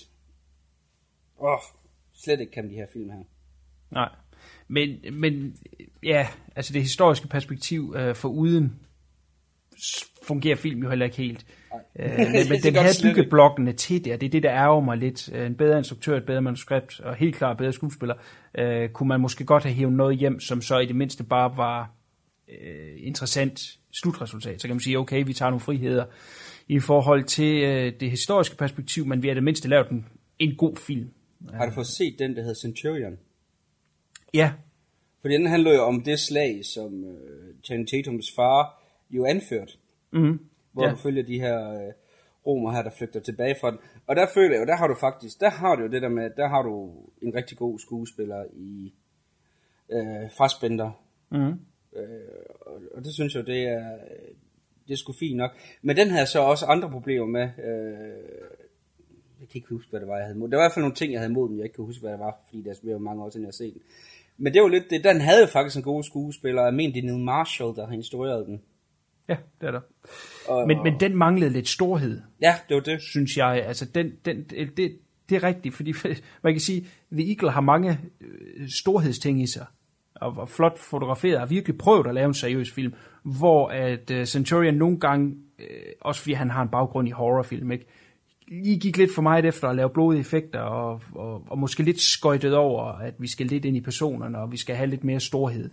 åh, slet ikke kan de her film her. Nej. Men, men ja, altså det historiske perspektiv øh, for uden fungerer film jo heller ikke helt. Øh, men men den havde bygget blokkene til det, og det er det, der ærger mig lidt. En bedre instruktør, et bedre manuskript, og helt klart bedre skuespiller, øh, kunne man måske godt have hævet noget hjem, som så i det mindste bare var øh, interessant slutresultat. Så kan man sige, okay, vi tager nogle friheder i forhold til øh, det historiske perspektiv, men vi har det mindste lavet en, en god film. Har du fået set den, der hedder Centurion? Ja. Fordi den handler jo om det slag, som uh, Channing Tatums far jo anført. Mm-hmm. Hvor ja. du følger de her uh, romer her, der flygter tilbage fra den. Og der føler jeg jo, der har du faktisk, der har du jo det der med, der har du en rigtig god skuespiller i uh, Fassbender. Mm-hmm. Uh, og, og det synes jeg jo, det er, det er sgu fint nok. Men den havde så også andre problemer med. Uh, jeg kan ikke huske, hvad det var, jeg havde mod. Der var i hvert fald nogle ting, jeg havde mod den, jeg ikke kan huske, hvad det var, fordi det er mange år siden, jeg har set den. Men det var lidt, det, den havde jo faktisk en god skuespiller. Jeg mener, det er Neil Marshall, der har instrueret den. Ja, det er der. Og, men, men den manglede lidt storhed. Ja, det var det. Synes jeg. Altså, den, den, det, det er rigtigt, fordi man kan sige, The Eagle har mange storhedsting i sig. Og, og flot fotograferet, og virkelig prøvet at lave en seriøs film. Hvor at uh, Centurion nogle gange, uh, også fordi han har en baggrund i horrorfilm, ikke? Lige gik lidt for meget efter at lave blodige effekter, og, og, og måske lidt skøjtet over, at vi skal lidt ind i personerne, og vi skal have lidt mere storhed.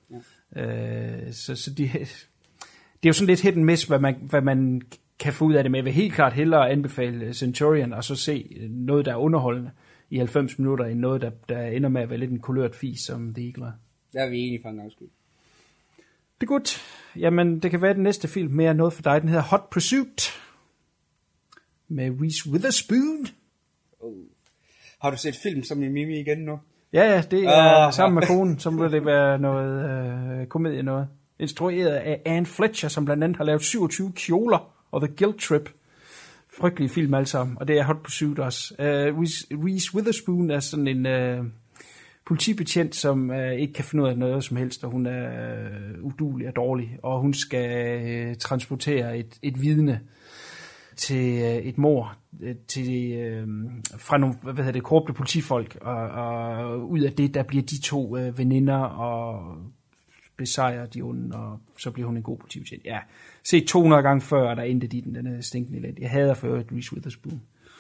Ja. Øh, så så det, det er jo sådan lidt hit and miss, hvad man, hvad man kan få ud af det med. Jeg vil helt klart hellere anbefale Centurion, og så se noget, der er underholdende i halvfems minutter, end noget, der, der ender med at være lidt en kulørt fis, som The Eagle er. Der er vi enige for en gang skyld. Det er godt. Jamen, det kan være den næste film mere noget for dig. Den hedder Hot Pursuit. Med Reese Witherspoon. Oh. Har du set film som i Mimi igen nu? Ja, ja, det er uh, sammen med konen, så må det være noget øh, komedie noget. Instrueret af Anne Fletcher, som blandt andet har lavet syvogtyve kjoler og The Guilt Trip. Frygtelige film alle sammen, og det er Hot Pursuit også. Uh, Reese, Reese Witherspoon er sådan en uh, politibetjent, som uh, ikke kan finde ud af noget som helst, og hun er uh, uduelig og dårlig, og hun skal uh, transportere et, et vidne til et mord til øh, fra nogle hvad hedder det korrupte politifolk, og, og ud af det der bliver de to øh, veninder og besejrer de onde, og så bliver hun en god politibetjent. Ja, set to hundrede gange før, og der endte de den, den er stinkende elendig. Jeg hader for øvrigt Reese Witherspoon.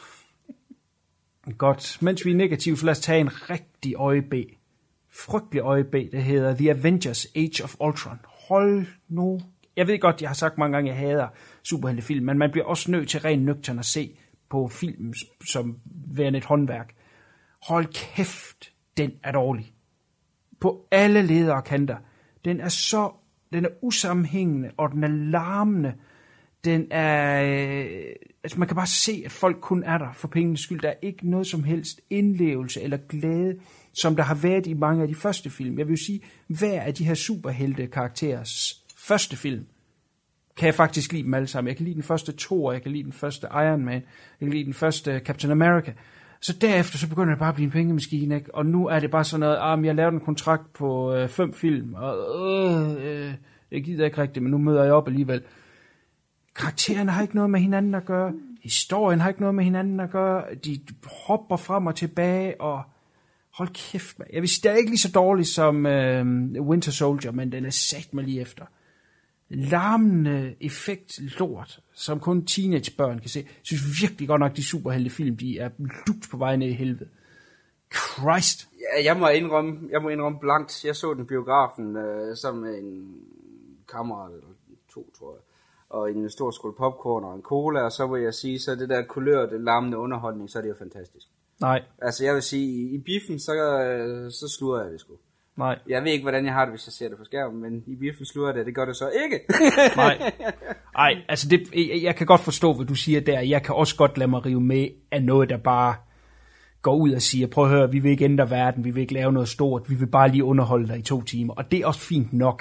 Godt. Mens vi er negative, så lad os tage en rigtig øje-B. Frygtelig øje-B. Det hedder The Avengers Age of Ultron. Hold nu. Jeg ved godt, jeg har sagt mange gange, at jeg hader superheltefilm, men man bliver også nødt til ren nøgtern at se på film som værende et håndværk. Hold kæft, den er dårlig. På alle ledere og kanter. Den er så, den er usammenhængende, og den er larmende. Den er, øh, altså man kan bare se, at folk kun er der for pengenes skyld. Der er ikke noget som helst indlevelse eller glæde, som der har været i mange af de første film. Jeg vil jo sige, hver af de her superhelte karakterers første film, kan jeg faktisk lide dem alle sammen. Jeg kan lide den første Thor, jeg kan lide den første Iron Man, jeg kan lide den første Captain America. Så derefter, så begynder det bare at blive en pengemaskine, ikke? Og nu er det bare sådan noget, ah, jeg lavede en kontrakt på øh, fem film, og øh, øh, jeg gider ikke rigtigt, men nu møder jeg op alligevel. Karaktererne har ikke noget med hinanden at gøre, historien har ikke noget med hinanden at gøre, de hopper frem og tilbage, og hold kæft, man. Jeg vil sige, det er ikke lige så dårligt som øh, Winter Soldier, men den er sat mig lige efter. Larmende effekt lort, som kun teenagebørn kan se. Jeg synes virkelig godt nok, de superheltefilm, de er lugt på vej ned i helvede. Christ. Ja, jeg må indrømme, jeg må indrømme blankt. Jeg så den biografen øh, sammen med en kammerat eller to, tror jeg, og en stor skål popcorn og en cola, og så vil jeg sige, så det der kulørte, larmende underholdning, så er det jo fantastisk. Nej. Altså jeg vil sige, i biffen, så, så sluger jeg det sgu. Nej. Jeg ved ikke, hvordan jeg har det, hvis jeg ser det på skærmen, men i virkeligheden slutter det, det gør det så ikke. Nej, Ej, altså det, jeg kan godt forstå, hvad du siger der. Jeg kan også godt lade mig rive med af noget, der bare går ud og siger, prøv at høre, vi vil ikke ændre verden, vi vil ikke lave noget stort, vi vil bare lige underholde dig i to timer. Og det er også fint nok.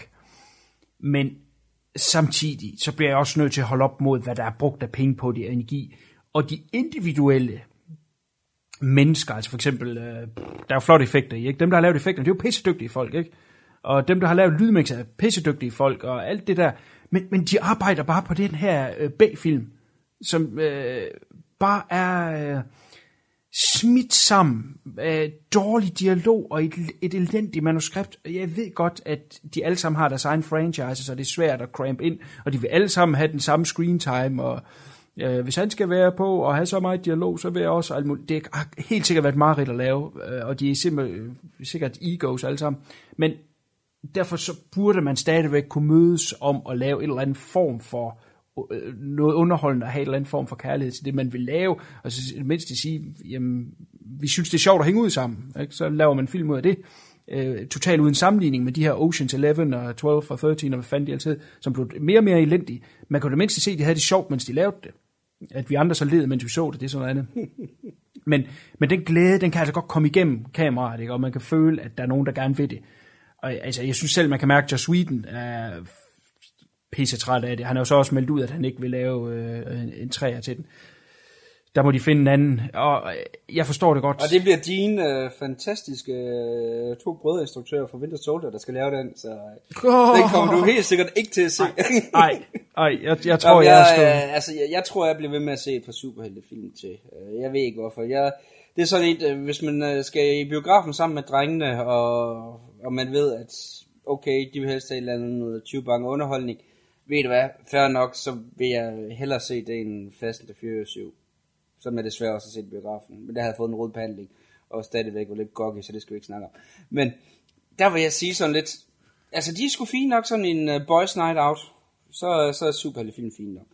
Men samtidig, så bliver jeg også nødt til at holde op mod, hvad der er brugt af penge på det energi. Og de individuelle mennesker, altså for eksempel, øh, der er jo flotte effekter i, ikke? Dem, der har lavet effekter, det er jo pissedygtige folk, ikke? Og dem, der har lavet lydmixer, er pissedygtige folk, og alt det der. Men, men de arbejder bare på den her øh, B-film, som øh, bare er øh, smidt sammen, øh, dårlig dialog og et, et elendigt manuskript. Jeg ved godt, at de alle sammen har deres egen franchise, så det er svært at cramp ind, og de vil alle sammen have den samme screen time, og øh, hvis han skal være på og have så meget dialog, så vil jeg også alt muligt. Det har helt sikkert været mareridt at lave, øh, og de er simpelthen sikkert egos alle sammen. Men derfor så burde man stadigvæk kunne mødes om at lave en eller anden form for øh, noget underholdende, og have en eller anden form for kærlighed til det, man vil lave, og så mindst de sige, jamen, vi synes, det er sjovt at hænge ud sammen, ikke? Så laver man film ud af det, øh, totalt uden sammenligning med de her Ocean's eleven og tolv og tretten, og hvad fanden de altid, som blev mere og mere elendige. Man kunne det mindst se, at de havde det sjovt, mens de lavede det. At vi andre så led, mens vi så det, det er sådan noget andet. Men, men den glæde, den kan altså godt komme igennem kameraet, ikke? Og man kan føle, at der er nogen, der gerne vil det. Og altså, jeg synes selv, man kan mærke, at Joss Whedon er pissetræt af det. Han har jo så også meldt ud, at han ikke vil lave øh, en, en træer til den. Der må de finde en anden, og jeg forstår det godt. Og det bliver dine øh, fantastiske øh, to brødreinstruktører fra Winter Soldier, der skal lave den, så oh. Den kommer du helt sikkert ikke til at se. Nej, nej, jeg, jeg tror, jeg, jeg er øh, altså, jeg, jeg tror, jeg bliver ved med at se et par superheltefilm til. Jeg ved ikke hvorfor. Jeg, det er sådan et, hvis man skal i biografen sammen med drengene, og, og man ved, at okay, de vil helst have et eller andet noget tyve bange underholdning. Ved du hvad, fair nok, så vil jeg hellere se det end Fast and the Furious syv. Som er det svært også at se i biografen. Men der havde jeg fået en rød behandling, og stadigvæk var lidt goggy, så det skal vi ikke snakke om. Men der vil jeg sige sådan lidt, altså de er sgu fine nok, sådan en uh, boys night out, så, så er superheltefilm fint nok.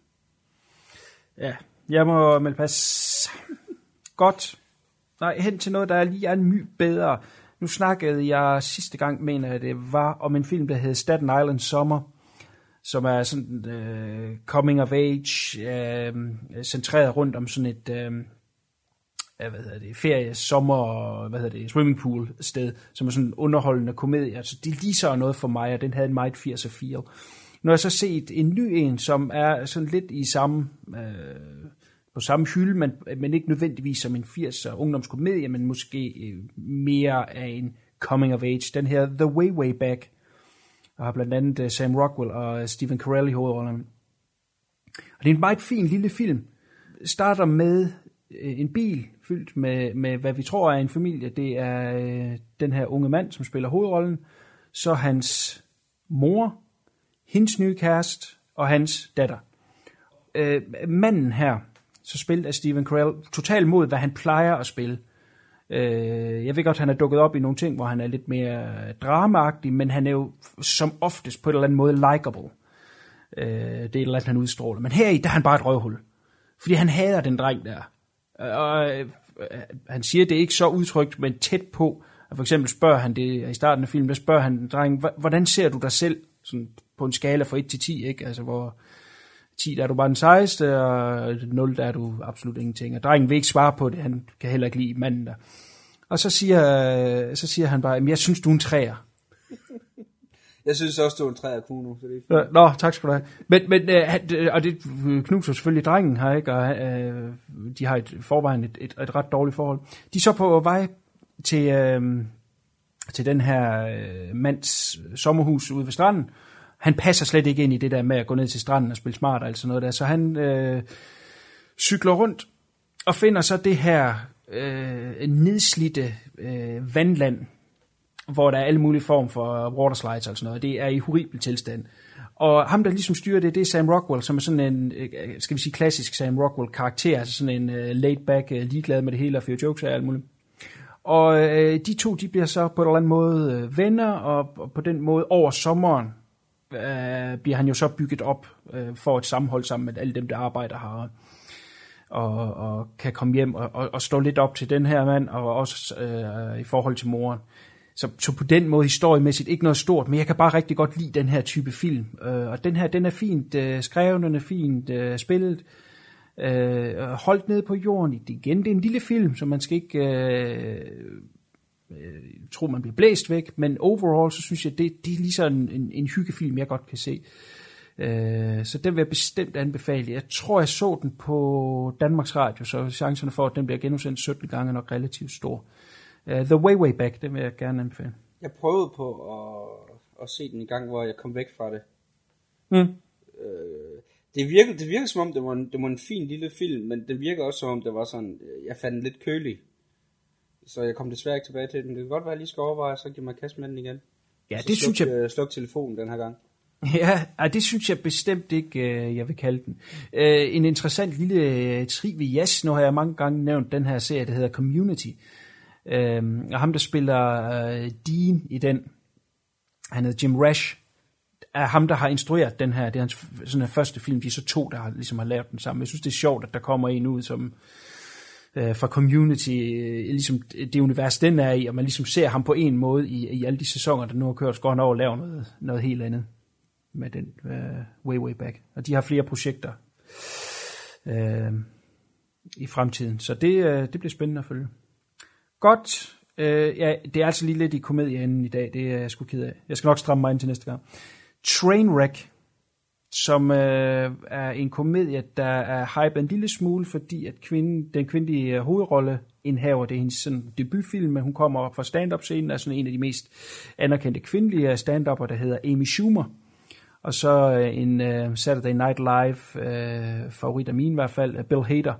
Ja, jeg må melde pas. Godt. Nej, hen til noget, der lige er en my bedre. Nu snakkede jeg sidste gang, mener jeg, det var om en film, der hed Staten Island Summer, som er sådan øh, coming of age, øh, centreret rundt om sådan et øh, hvad hedder det, ferie, sommer, hvad hedder det, swimmingpool sted, som er sådan en underholdende komedie. Altså det lige så er noget for mig, og den havde en meget firs og fire. Nu har jeg så set en ny en, som er sådan lidt i samme, øh, på samme hylde, men, men ikke nødvendigvis som en firser ungdomskomedie, men måske øh, mere af en coming of age. Den her The Way Way Back, og har blandt andet uh, Sam Rockwell og Stephen Carell i hovedrollerne. Og det er en meget fin lille film. Starter med uh, en bil fyldt med, med, hvad vi tror er en familie. Det er uh, den her unge mand, som spiller hovedrollen. Så hans mor, hendes nye kæreste og hans datter. Uh, manden her, så spillet af Stephen Carell, totalt mod, hvad han plejer at spille. Jeg ved godt, han er dukket op i nogle ting, hvor han er lidt mere dramaagtig, men han er jo som oftest på en eller anden måde likable. Det er et eller andet, han udstråler. Men heri, der er han bare et røvhul. Fordi han hader den dreng der. Og han siger, det er ikke så udtrykt, men tæt på. For eksempel spørger han det i starten af filmen, der spørger han drengen, hvordan ser du dig selv sådan på en skala fra et til ti, ikke? Altså hvor ti der er du bare den sejeste, og nul der er du absolut ingenting. Og drengen vil ikke svare på det, han kan heller ikke lide manden der. Og så siger, så siger han bare, jeg synes du er en træer. Jeg synes også du er en træer, Kuno. Så det er Nå, tak skal du have. Men, men øh, og det knuser selvfølgelig drengen her, ikke? Og øh, de har et forvejen et, et, et ret dårligt forhold. De er så på vej til, øh, til den her øh, mands sommerhus ude ved stranden. Han passer slet ikke ind i det der med at gå ned til stranden og spille smart og alt sådan noget der. Så han øh, cykler rundt og finder så det her øh, nedslidte øh, vandland, hvor der er alle mulige form for waterslides og sådan noget. Det er i horribel tilstand. Og ham, der ligesom styrer det, det er Sam Rockwell, som er sådan en, skal vi sige, klassisk Sam Rockwell-karakter, altså sådan en uh, laid-back, uh, ligeglad med det hele og fyrer jokes og alt muligt. Og uh, de to, de bliver så på en eller anden måde uh, venner, og, og på den måde over sommeren uh, bliver han jo så bygget op uh, for et sammenhold sammen med alle dem, der arbejder her, og, og kan komme hjem og, og, og stå lidt op til den her mand, og også uh, i forhold til moren. så, så på den måde historiemæssigt ikke noget stort, men jeg kan bare rigtig godt lide den her type film. Øh, og den her, den er fint øh, skrevet, den er fint øh, spillet, øh, holdt nede på jorden. Igen, det er en lille film, så man skal ikke øh, øh, tro, man bliver blæst væk, men overall, så synes jeg, det, det er lige sådan en, en hyggefilm, jeg godt kan se. Øh, så den vil jeg bestemt anbefale. Jeg tror, jeg så den på Danmarks Radio, så chancerne for, at den bliver genudsendt sytten gange, er nok relativt stor. Uh, The Way Way Back, den vil jeg gerne anbefale. Jeg prøvede på at, at se den i gang, hvor jeg kom væk fra det. Mm. Øh, det, virker, det virker som om, det var, en, det var en fin lille film, men det virker også som om, det var sådan, jeg fandt den lidt kølig. Så jeg kom desværre ikke tilbage til den. Det kan godt være, at jeg lige skal overveje, så give mig kast med den igen. Ja, så det sluk, synes jeg... Sluk telefonen den her gang. Ja, det synes jeg bestemt ikke, jeg vil kalde den. En interessant lille trivias, nu har jeg mange gange nævnt den her serie, der hedder Community. Og ham, der spiller Dean i den, han hedder Jim Rash, er ham, der har instrueret den her. Det er hans sådan her første film, de er så to, der har, ligesom har lavet den sammen. Jeg synes, det er sjovt, at der kommer en ud, som fra Community, ligesom det univers, den er i, og man ligesom ser ham på en måde i, i alle de sæsoner, der nu har kørt, så går han over og laver noget, noget helt andet med den uh, Way Way Back. Og de har flere projekter uh, i fremtiden. Så det, uh, det bliver spændende at følge. Godt. Uh, ja, det er altså lige lidt i komedieenden i dag. Det er jeg sgu ked af. Jeg skal nok stramme mig ind til næste gang. Trainwreck, som uh, er en komedie, der er hypet en lille smule, fordi at kvinden, den kvindelige hovedrolle indhaver, det er hendes sådan, debutfilm, men hun kommer op fra stand-up-scenen, er sådan en af de mest anerkendte kvindelige stand-upper, der hedder Amy Schumer. Og så en uh, Saturday Night Live uh, favorit af min i hvert fald, uh, Bill Hader.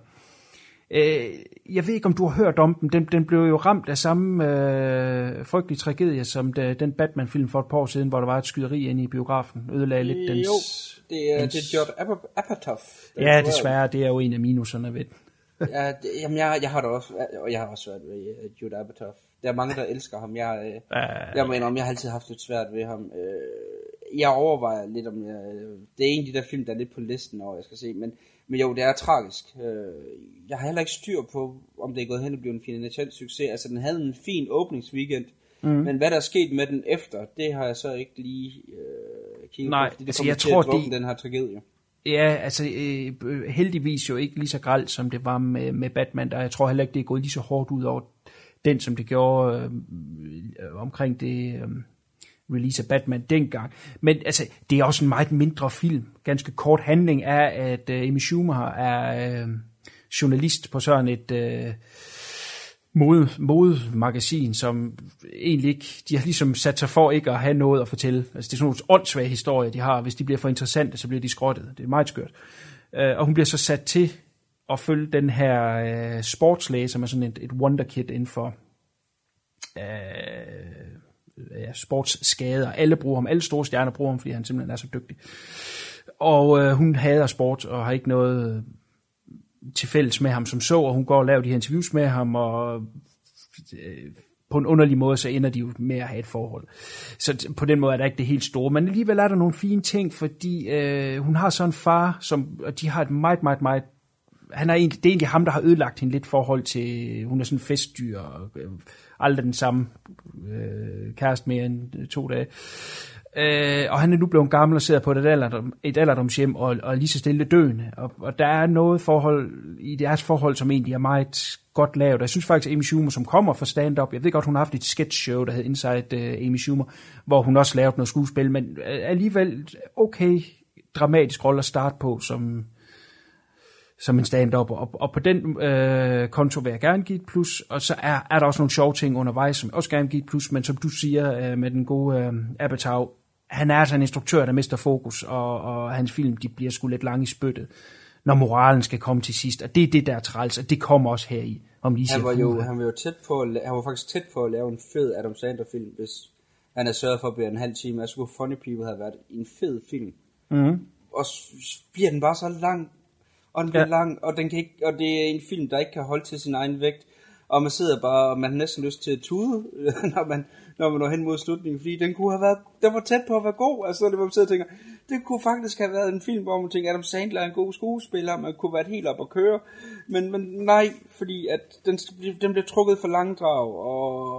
Uh, jeg ved ikke, om du har hørt om den. Den, den blev jo ramt af samme uh, frygtelige tragedie, som de, den Batman-film for et par år siden, hvor der var et skyderi inde i biografen. Ødelagde lidt dens... Jo, det er, dens... det er Judd Apatow. Ja, desværre, det er jo en af minuserne ved det. Ja, det, jamen jeg, jeg har da også, og jeg har også været ved uh, Judd Apatow. Der er mange, der elsker ham. Jeg, uh, uh, jeg mener, om jeg har altid haft lidt svært ved ham. Uh, jeg overvejer lidt om jeg, det er en af de der film, der er lidt på listen over, jeg skal se, men, men jo, det er tragisk. Jeg har heller ikke styr på, om det er gået hen og blive en finansiel succes. Altså, den havde en fin åbningsweekend, mm. men hvad der er sket med den efter, det har jeg så ikke lige øh, kigget Nej, på, fordi det altså, kommer jeg til tror, at drukne de... den her tragedie. Ja, altså øh, heldigvis jo ikke lige så grelt, som det var med, med Batman, der jeg tror heller ikke, det er gået lige så hårdt ud over den, som det gjorde øh, omkring det... Øh, release af Batman dengang. Men altså, det er også en meget mindre film. Ganske kort handling er, at uh, Amy Schumer er uh, journalist på sådan et uh, mode, modemagasin, som egentlig ikke, de har ligesom sat sig for ikke at have noget at fortælle. Altså, det er sådan nogle åndssvage historier, de har. Hvis de bliver for interessante, så bliver de skrottet. Det er meget skørt. Uh, og hun bliver så sat til at følge den her uh, sportslæge, som er sådan et, et wonderkid inden for uh, ja, sportsskader. Alle bruger ham. Alle store stjerner bruger ham, fordi han simpelthen er så dygtig. Og øh, hun hader sport, og har ikke noget til fælles med ham som så, og hun går og laver de her interviews med ham, og øh, på en underlig måde, så ender de jo med at have et forhold. Så på den måde er der ikke det helt store. Men alligevel er der nogle fine ting, fordi øh, hun har sådan en far, som, og de har et meget, meget, meget han er egentlig, det er egentlig ham, der har ødelagt hende lidt forhold til, hun er sådan en festdyr, og øh, aldrig den samme øh, kæreste mere end to dage. Øh, og han er nu blevet gammel og sidder på et, alderdom, et alderdomshjem og, og lige så stille døende. Og, og der er noget forhold i deres forhold, som egentlig er meget godt lavet. Jeg synes faktisk, at Amy Schumer, som kommer fra stand-up, jeg ved godt, hun har haft et sketch-show, der hed Inside uh, Amy Schumer, hvor hun også lavede noget skuespil, men alligevel okay dramatisk rolle at starte på, som... som en stand-up, og, og på den øh, konto vil jeg gerne give et plus, og så er, er der også nogle sjove ting undervejs, som jeg også gerne give et plus, men som du siger øh, med den gode øh, Apatow, han er altså en instruktør, der mister fokus, og, og hans film, de bliver sgu lidt lange i spyttet, når moralen skal komme til sidst, og det er det, der er træls, og det kommer også her i. Om lige han, var jo, han var jo tæt på, han var faktisk tæt på at lave en fed Adam Sandler-film, hvis han havde sørget for at blive en halv time, altså Funny People havde været en fed film, mm. og bliver den bare så lang, og den bliver ja. lang, og, den kan ikke, og det er en film, der ikke kan holde til sin egen vægt, og man sidder bare, og man har næsten lyst til at tude, når man, når man når hen mod slutningen, fordi den kunne have været, den var tæt på at være god, altså det var man sidder og tænker, det kunne faktisk have været en film, hvor man tænker, Adam Sandler er en god skuespiller, man kunne være helt op at køre, men, men nej, fordi at den, den blev trukket for langdrag, og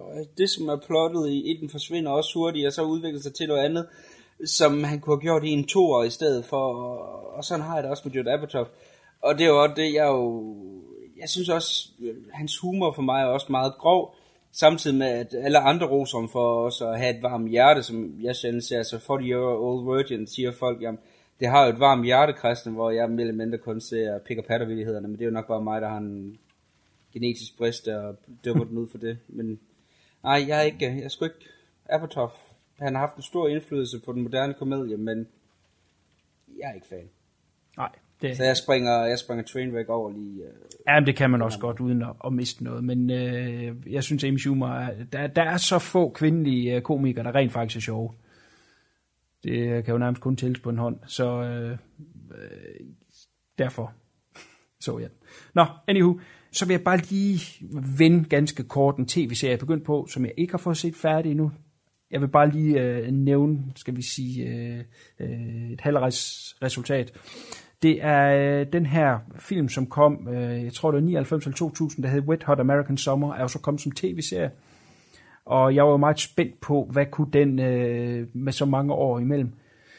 det, som er plottet i, i den forsvinder også hurtigt, og så udvikler sig til noget andet, som han kunne have gjort i en toer i stedet for, og, og sådan har jeg det også med Judd Apatow. Og det er jo også det, jeg jo, jeg synes også, hans humor for mig er også meget grov, samtidig med, at alle andre roser om for os at have et varmt hjerte, som jeg sjældent ser, så fyrre year old virgin, siger folk, jamen, det har jo et varmt hjerte, Christian, hvor jeg mere eller mindre kun ser pick- og pattervillighederne, men det er jo nok bare mig, der har en genetisk brist, og dømmer den ud for det. Men nej, jeg er ikke, jeg er sgu ikke Apatow. Han har haft en stor indflydelse på den moderne komedie, men jeg er ikke fan. Nej. Det... Så jeg springer, jeg springer Trainwreck over lige... Øh... Ja, det kan man også godt, uden at, at miste noget. Men øh, jeg synes, Amy Schumer, er, der, der er så få kvindelige komikere, der rent faktisk er sjove. Det kan jo nærmest kun tælles på en hånd. Så øh, øh, derfor så jeg den. Nå, anywho, så vil jeg bare lige vende ganske kort en tv-serie, jeg er begyndt på, som jeg ikke har fået set færdig endnu. Jeg vil bare lige øh, nævne, skal vi sige, øh, øh, et halvvejs resultat. Det er øh, den her film, som kom, øh, jeg tror det var nioghalvfems eller to tusind, der hed Wet Hot American Summer, er jo så kommet som tv-serie. Og jeg var jo meget spændt på, hvad kunne den øh, med så mange år imellem,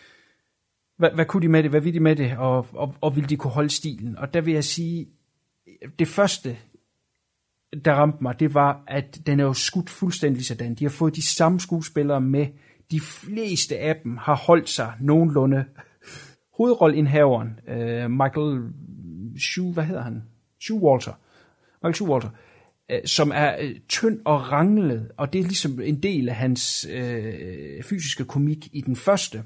hvad, hvad kunne de med det, hvad ville de med det, og, og, og ville de kunne holde stilen? Og der vil jeg sige, det første, der ramte mig, det var, at den er jo skudt fuldstændig sådan. De har fået de samme skuespillere med. De fleste af dem har holdt sig nogenlunde. Hovedrolleindhaveren, øh, Michael Shue, hvad hedder han? Showalter. Michael Showalter, øh, som er øh, tynd og ranglet, og det er ligesom en del af hans øh, fysiske komik i den første.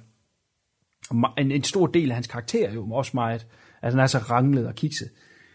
En, en stor del af hans karakter jo også meget. Altså han er så ranglet og kikset.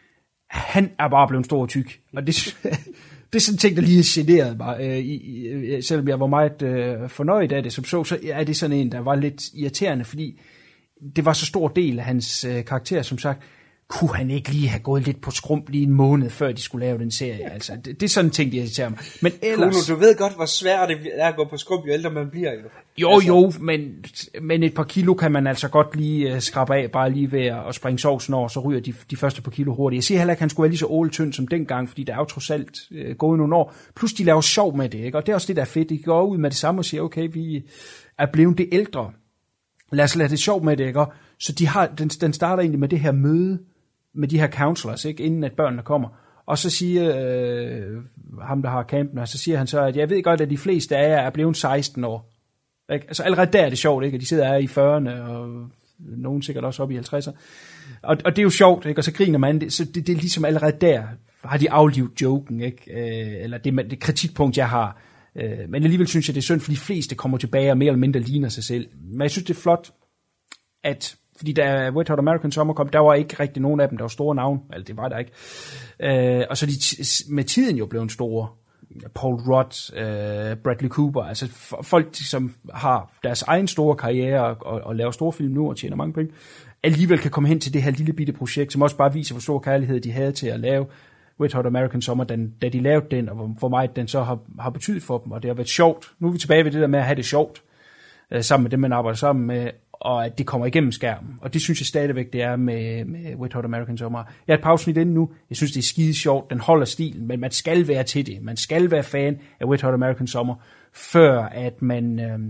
Han er bare blevet stor og tyk, og det, det er sådan en ting, der lige generede mig. Øh, i, i, selvom jeg var meget øh, fornøjet af det som så, så er det sådan en, der var lidt irriterende, fordi det var så stor del af hans øh, karakter, som sagt, kunne han ikke lige have gået lidt på skrump lige en måned, før de skulle lave den serie? Altså, det, det er sådan en ting, der irriterer mig. Men ellers... Kuno, du ved godt, hvor svært det er at gå på skrump, jo ældre man bliver. Jo, jo, altså... jo men, men et par kilo kan man altså godt lige uh, skrabe af, bare lige ved at springe sovsen over, så ryger de, de første par kilo hurtigt. Jeg siger heller ikke, at han skulle være lige så åletynd som dengang, fordi der er jo trods alt uh, gået nogle år. Plus de laver sjov med det, ikke? Og det er også det, der er fedt. De går ud med det samme og siger, okay, vi er blevet det ældre. Lad os lade det sjov med det, ikke? Så de har, den, den starter egentlig med det her møde, med de her counselors, ikke, inden at børnene kommer. Og så siger øh, ham, der har campen, og så siger han så, at jeg ved godt, at de fleste af jer er blevet seksten år. Ikke? Altså allerede der er det sjovt, ikke? At de sidder her i fyrrerne, og nogen sikkert også op i halvtredserne. Og, og det er jo sjovt, ikke? Og så griner man. Så det, det er ligesom allerede der, har de aflivet joken, ikke? Øh, eller det, det kritikpunkt, jeg har. Øh, men alligevel synes jeg, det er synd, for de fleste kommer tilbage og mere eller mindre ligner sig selv. Men jeg synes, det er flot, at... Fordi da Wet Hot American Summer kom, der var ikke rigtig nogen af dem, der var store navn. Altså, det var der ikke. Øh, og så de t- med tiden jo blev en store. Paul Rudd, øh, Bradley Cooper, altså f- folk, som har deres egen store karriere og, og, og laver store film nu og tjener mange penge, alligevel kan komme hen til det her lille bitte projekt, som også bare viser, hvor stor kærlighed de havde til at lave Wet Hot American Summer, den, da de lavede den, og hvor, hvor meget den så har, har betydet for dem. Og det har været sjovt. Nu er vi tilbage ved det der med at have det sjovt, øh, sammen med dem, man arbejder sammen med, og at det kommer igennem skærmen. Og det synes jeg stadigvæk, det er med, med Wet Hot American Summer. Jeg har et pause i den nu. Jeg synes, det er skide sjovt. Den holder stilen, men man skal være til det. Man skal være fan af Wet Hot American Summer, før at man øh,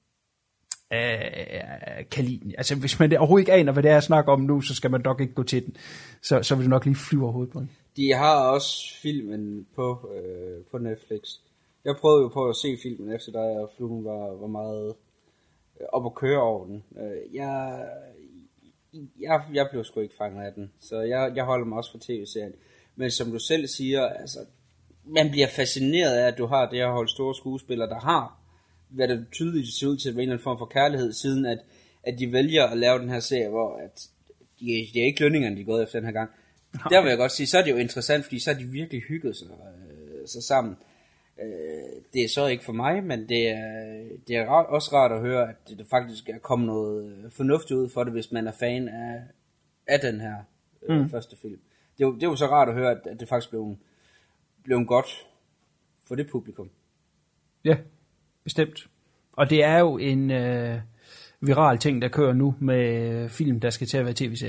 øh, kan lide den. Altså, hvis man overhovedet ikke aner, hvad det er, jeg snakker om nu, så skal man nok ikke gå til den. Så, så vil det nok lige flyve over hovedet på den. De har også filmen på, øh, på Netflix. Jeg prøvede jo på at se filmen efter dig, og fluen var, var meget... op og køre over den. Jeg, jeg, jeg blev sgu ikke fanget af den, så jeg, jeg holder mig også for tv-serien. Men som du selv siger, altså, man bliver fascineret af, at du har det her hold store skuespillere, der har, hvad det tydeligt ser ud til, en eller anden form for kærlighed, siden at, at de vælger at lave den her serie, hvor at de, de er ikke lønningerne, de er gået efter den her gang. Okay. Der vil jeg godt sige, så er det jo interessant, fordi så er de virkelig hygget sig, øh, sig sammen. Det er så ikke for mig, men det er, det er rart, også rart at høre, at det faktisk er kommet noget fornuftigt ud for det, hvis man er fan af, af den her øh, mm. første film. Det er, jo, det er jo så rart at høre, at, at det faktisk blev, blev godt for det publikum. Ja, bestemt. Og det er jo en øh, viral ting, der kører nu med film, der skal til at være tv-serie.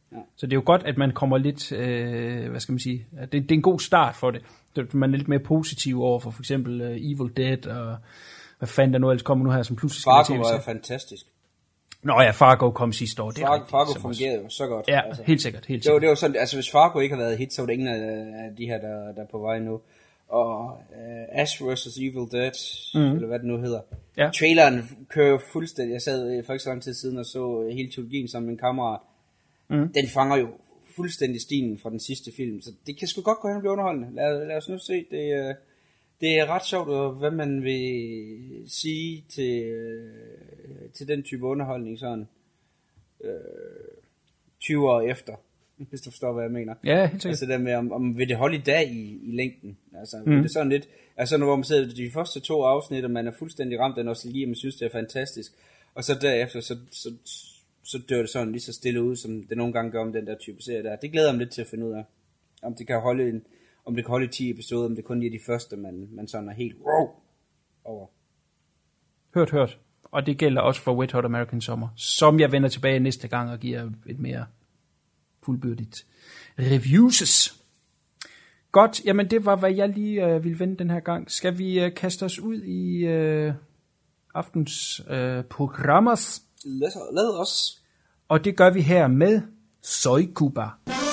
Ja. Så det er jo godt, at man kommer lidt, øh, hvad skal man sige, det, det er en god start for det. Man er lidt mere positiv over for for eksempel uh, Evil Dead, og hvad fanden der nu ellers kommer nu her, som pludselig skal Fargo var jo fantastisk. Nå ja, Fargo kom sidste år. Det er Fargo, rigtigt, Fargo fungerede jo så godt. Ja, altså. helt sikkert. Helt det, var, sikkert. det var sådan, altså hvis Fargo ikke havde været hit, så var det ingen af de her, der, der er på vej nu. Og uh, Ash versus. Evil Dead, mm. eller hvad det nu hedder. Ja. Traileren kører fuldstændig. Jeg sad for ikke så lang tid siden og så hele trilogien sammen med en kammerat. Mm. Den fanger jo fuldstændig stilen fra den sidste film, så det kan sgu godt gå hen og blive underholdende. Lad, lad os nu se. Det, uh, det er ret sjovt, og hvad man vil sige til, uh, til den type underholdning sådan uh, tyve år efter. Hvis du forstår, hvad jeg mener. Ja, helt sikkert. Altså det med, om, om vil det holde i dag i, i længden. Altså, mm. det er sådan lidt, altså hvor man sidder de første to afsnit, og man er fuldstændig ramt af nostalgi, og man synes, det er fantastisk. Og så derefter, så, så, så dør det sådan lige så stille ud, som det nogle gange gør om den der type serie der. Det glæder mig lidt til at finde ud af. Om det kan holde en, om det kan holde i ti episoder, om det kun er de første, man, man sådan er helt wow over. Hørt, hørt. Og det gælder også for Wet Hot American Summer, som jeg vender tilbage næste gang og giver et mere fuldbyrdigt reviews. Godt, jamen det var, hvad jeg lige øh, ville vende den her gang. Skal vi øh, kaste os ud i øh, aftens øh, programmer? Lad, lad os. Og det gør vi her med Soy Cuba.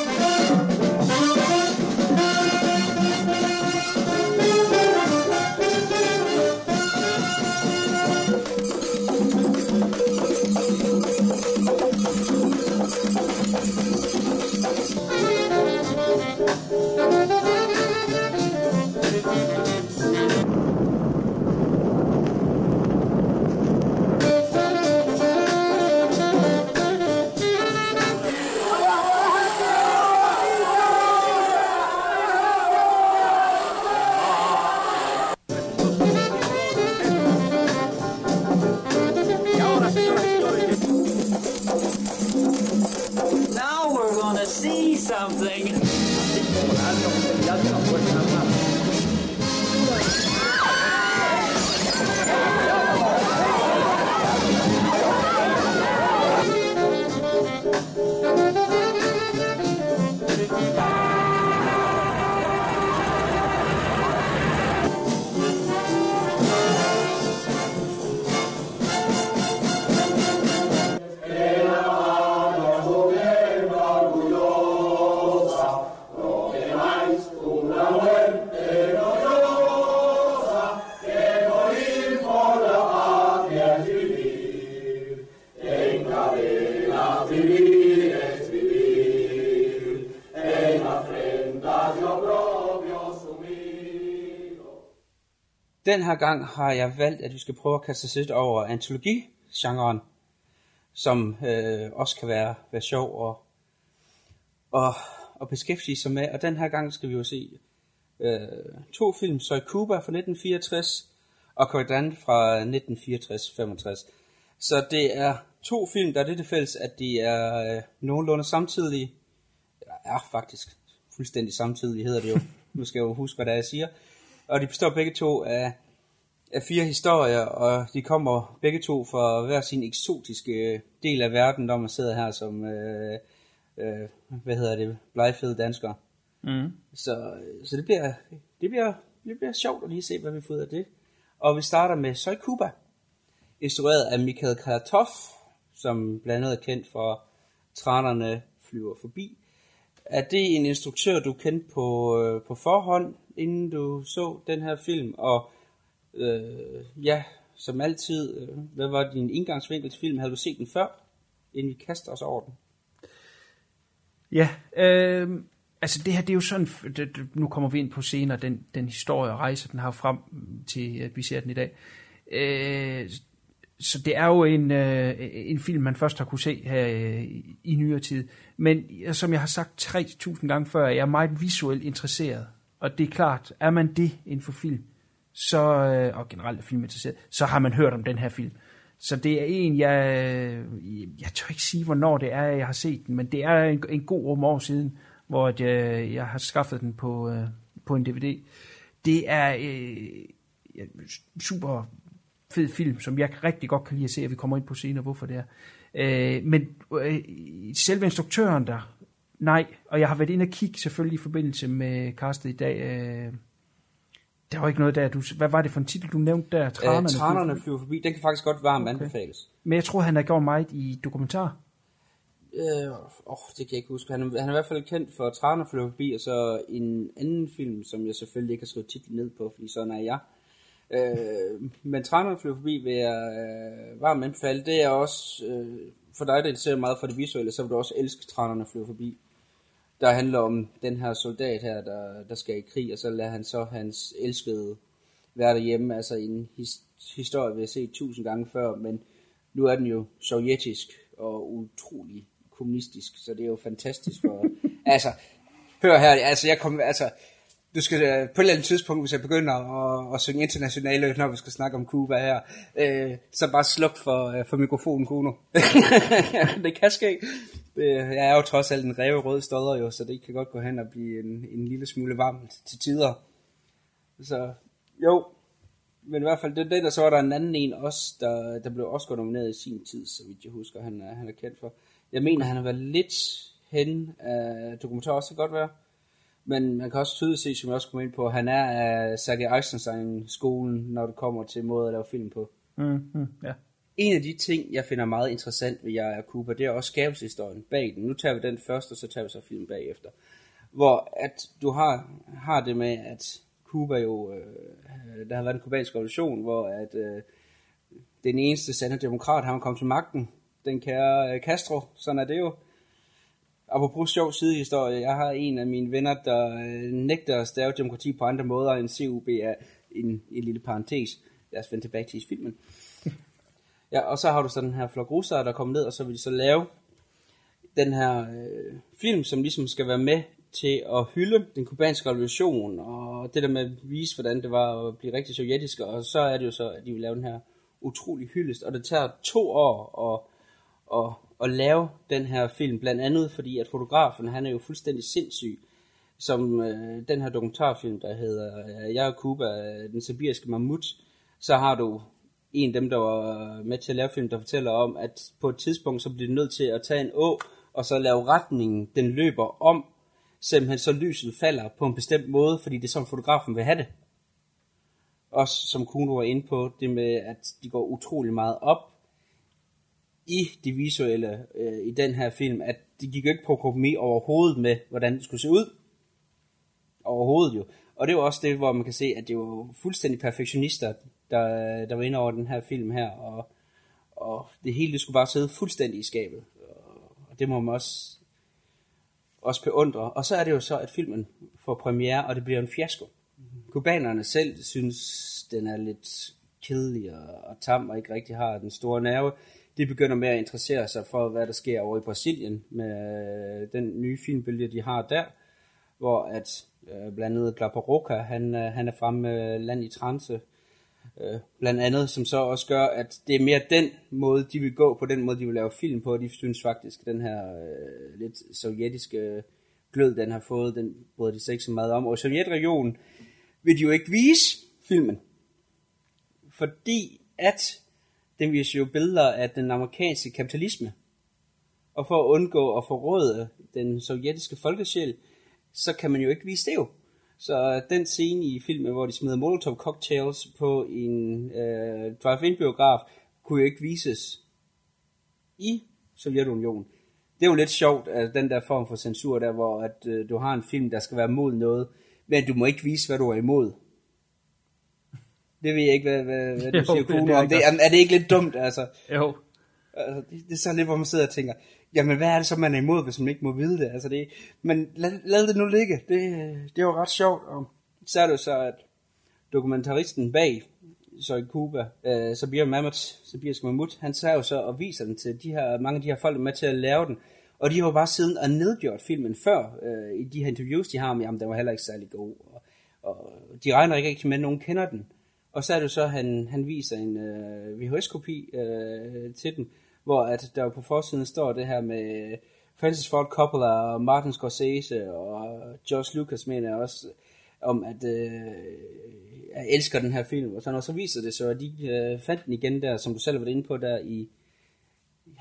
Den her gang har jeg valgt, at vi skal prøve at kaste os lidt over antologi-genren, som øh, også kan være, være sjov og, og, og beskæftige sig med. Og den her gang skal vi jo se øh, to film, Soy Cuba fra nitten fireogtres og Coidan fra nitten fireogtres til femogtres. Så det er to film, der er det til fælles, at de er øh, nogenlunde samtidige. Ja, faktisk fuldstændig samtidige hedder det jo. Nu skal jeg jo huske, hvad det er, jeg siger. Og de består begge to af, af fire historier, og de kommer begge to fra hver sin eksotiske del af verden, når man sidder her som, øh, øh, hvad hedder det, blegfede danskere. Mm. Så, så det, bliver, det, bliver, det bliver sjovt at lige se, hvad vi får ud af det. Og vi starter med Soy Cuba, instrueret af Mikhail Kharlamov, som blandt andet er kendt for Tranerne flyver forbi. Er det en instruktør, du kendte på, øh, på forhånd, inden du så den her film? Og øh, ja, som altid, øh, hvad var din indgangsvinkel til filmen? Havde du set den før, inden vi kaster os over den? Ja, øh, altså det her, det er jo sådan, det, nu kommer vi ind på senere, den, den historie og rejse, den har frem til, at vi ser den i dag. Øh, Så det er jo en, øh, en film, man først har kunne se her øh, i, i nyere tid. Men som jeg har sagt tre tusind gange før, jeg er meget visuelt interesseret. Og det er klart, er man det inden for film, så, øh, og generelt er filminteresseret, så har man hørt om den her film. Så det er en, jeg, jeg tør ikke sige, hvornår det er, jeg har set den, men det er en, en god rum år siden, hvor jeg, jeg har skaffet den på, øh, på en D V D. Det er øh, super fed film, som jeg rigtig godt kan lide at se, og vi kommer ind på senere, hvorfor det er. Øh, men øh, selve instruktøren der, nej, og jeg har været inde og kigge selvfølgelig i forbindelse med castet i dag. Øh, der var ikke noget der. Du, hvad var det for en titel, du nævnte der? Tranerne, øh, Tranerne flyver forbi. Den kan faktisk godt varmt okay. anbefales. Men jeg tror, han har gjort meget i dokumentar. Øh, åh, det kan jeg ikke huske. Han er, han er i hvert fald kendt for Tranerne flyver forbi, og så en anden film, som jeg selvfølgelig ikke har skrevet titlen ned på, fordi sådan er jeg. Øh, men Tranerne flyver forbi vil jeg øh, varmt anbefale. Det er også, øh, for dig, der ser meget for det visuelle, så vil du også elske Tranerne flyver forbi. Der handler om den her soldat her, der, der skal i krig, og så lader han så hans elskede være derhjemme. Altså en his, historie, vi har set tusind gange før, men nu er den jo sovjetisk og utrolig kommunistisk, så det er jo fantastisk for... altså, hør her, altså jeg kommer... Altså, du skal på et eller andet tidspunkt, hvis jeg begynder at, at synge internationale, når vi skal snakke om Cuba her, øh, så bare sluk for, for mikrofonen, Kuno. Det kan ske. Jeg er jo trods alt en ræve rød stodder jo, så det kan godt gå hen og blive en, en lille smule varmt til tider. Så jo, men i hvert fald det er den, og så var der en anden en også, der, der blev også nomineret i sin tid, så vidt jeg husker, han er, han er kendt for. Jeg mener, han har været lidt hen af dokumentar også, det kan godt være. Men man kan også tydeligt se, som jeg også kom ind på, han er af Sergei Eisenstein-skolen, når det kommer til måde at lave film på. Mm, mm, ja. En af de ting, jeg finder meget interessant ved Jeg er Cuba, det er også skabelseshistorien bag den. Nu tager vi den først, og så tager vi så filmen bagefter. Hvor at du har, har det med, at Cuba jo, øh, der har været en kubansk revolution, hvor at øh, den eneste sande demokrat, han kom til magten, den kære øh, Castro, sådan er det jo. Apropos sjov sidehistorie, jeg har en af mine venner, der øh, nægter at stave demokrati på andre måder end C U B A, en, en lille parentes. Lad os vende tilbage til filmen. Ja, og så har du så den her flok russere, der kommer ned, og så vil de så lave den her øh, film, som ligesom skal være med til at hylde den kubanske revolution, og det der med at vise, hvordan det var at blive rigtig sovjetisk, og så er det jo så, at de vil lave den her utrolig hyldest, og det tager to år at, at, at lave den her film, blandt andet fordi, at fotografen, han er jo fuldstændig sindssyg, som øh, den her dokumentarfilm, der hedder Jeg er Cuba, den sibiriske mammut, så har du en af dem, der var med til at lave film, der fortæller om, at på et tidspunkt, så bliver de nødt til at tage en å, og så lave retningen, den løber om, simpelthen så lyset falder på en bestemt måde, fordi det er sådan, fotografen vil have det. Også som Kuno var inde på, det med, at de går utrolig meget op i det visuelle øh, i den her film, at de gik jo ikke på kompromis overhovedet med, hvordan det skulle se ud. Overhovedet jo. Og det er jo også det, hvor man kan se, at det var fuldstændig perfektionister, der, der var inde over den her film her, og, og det hele det skulle bare sidde fuldstændig i skabet. Og det må man også, også beundre. Og så er det jo så, at filmen får premiere, og det bliver en fiasko. Kubanerne selv synes, den er lidt kedelig og, og tam, og ikke rigtig har den store nerve. De begynder med at interessere sig for, hvad der sker over i Brasilien, med den nye filmbølge, de har der, hvor at øh, blandt andet Glaparoca, han, øh, han er fremme med Land i Trance, øh, blandt andet, som så også gør, at det er mere den måde, de vil gå på, den måde, de vil lave film på, og de synes faktisk, den her øh, lidt sovjetiske glød, den har fået, den bryder de sig ikke så meget om, og i Sovjetregionen vil de jo ikke vise filmen, fordi at den viser jo billeder af den amerikanske kapitalisme, og for at undgå at forråde den sovjetiske folkesjæl, så kan man jo ikke vise det jo. Så den scene i filmen, hvor de smider Molotov cocktails på en øh, drive-in biograf, kunne jo ikke vises i Sovjetunionen. Det er jo lidt sjovt, at den der form for censur der, hvor at, øh, du har en film, der skal være mod noget, men du må ikke vise, hvad du er imod. Det ved jeg ikke, hvad, hvad, hvad du jo, siger, Kuno, om det. Er, er det ikke lidt dumt, altså? Jo. Altså, det, det er så lidt, hvor man sidder og tænker, jamen hvad er det så, man er imod, hvis man ikke må vide det? Altså, det men lad, lad det nu ligge. Det, det er jo ret sjovt. Og så er det jo så, at dokumentaristen bag, så i Cuba, øh, Sabir Mammut, Sibirisk Mammut, han sagde jo så og viser den til de her, mange af de her folk, der er med til at lave den. Og de har jo bare siden og nedgjort filmen før, øh, i de her interviews, de har med ham, den var heller ikke særlig god. Og, og de regner ikke rigtig med, at nogen kender den. Og så er det jo så, at han, han viser en øh, V H S-kopi øh, til den, hvor at der på forsiden står det her med Francis Ford Coppola og Martin Scorsese og George Lucas, mener jeg også, om at øh, jeg elsker den her film. Og så, og så viser det så, at de øh, fandt den igen der, som du selv var inde på, der i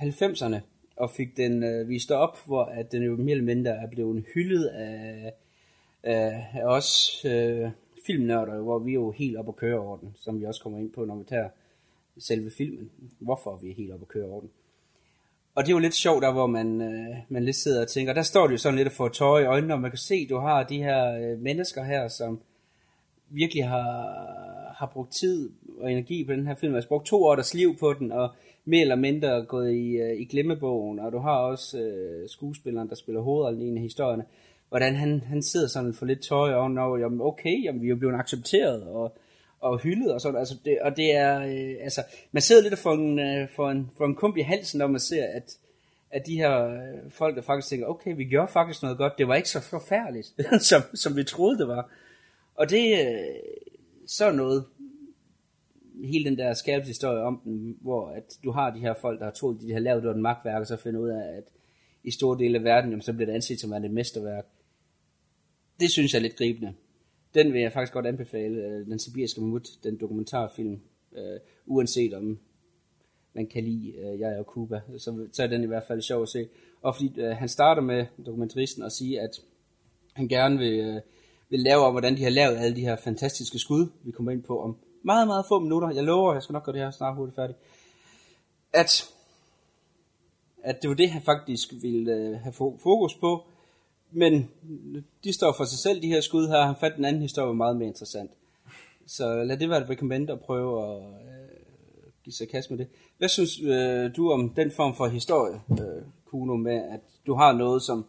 halvfemserne og fik den øh, vist op, hvor at den jo mere eller mindre er blevet hyldet af, af, af os øh, filmnørder, hvor vi er jo helt op at køre over den, som vi også kommer ind på, når vi tager selve filmen, hvorfor vi er helt op at køre over den. Og det er jo lidt sjovt der, hvor man, øh, man lidt sidder og tænker, der står det jo sådan lidt at få tøj i øjnene, og man kan se, du har de her øh, mennesker her, som virkelig har, har brugt tid og energi på den her film. Altså brugt to år deres liv på den, og mere eller mindre gået i, øh, i glemmebogen. Og du har også øh, skuespilleren, der spiller hovedrollen i historierne. Hvordan han, han sidder sådan for lidt tøj og når, jamen okay, jamen, vi er jo blevet accepteret og, og hyldet og sådan. Altså det, og det er, øh, altså, man sidder lidt og får en, øh, for en, for en kump i halsen, når man ser, at, at de her øh, folk, der faktisk tænker, okay, vi gjorde faktisk noget godt. Det var ikke så forfærdeligt, som, som vi troede, det var. Og det er øh, så noget, hele den der skabelseshistorie om den, hvor at du har de her folk, der har troet, de har lavet et magtværk, og så finder ud af, at i store dele af verden, jamen, så bliver det anset som et mesterværk. Det synes jeg er lidt gribende. Den vil jeg faktisk godt anbefale, Den Sibiriske Mammut, den dokumentarfilm, øh, uanset om man kan lide øh, Jeg og Cuba, så, så er den i hvert fald sjov at se. Og fordi øh, han starter med dokumentaristen og sige, at han gerne vil, øh, vil lave om, hvordan de har lavet alle de her fantastiske skud, vi kommer ind på om meget, meget få minutter. Jeg lover, jeg skal nok gøre det her snart hurtigt færdigt. At, at det var det, han faktisk ville øh, have fokus på. Men de står for sig selv, de her skud her. Han fandt en anden historie, var meget mere interessant. Så lad det være et recommend at prøve at øh, give sig kast med det. Hvad synes øh, du om den form for historie, øh, Kuno, med at du har noget, som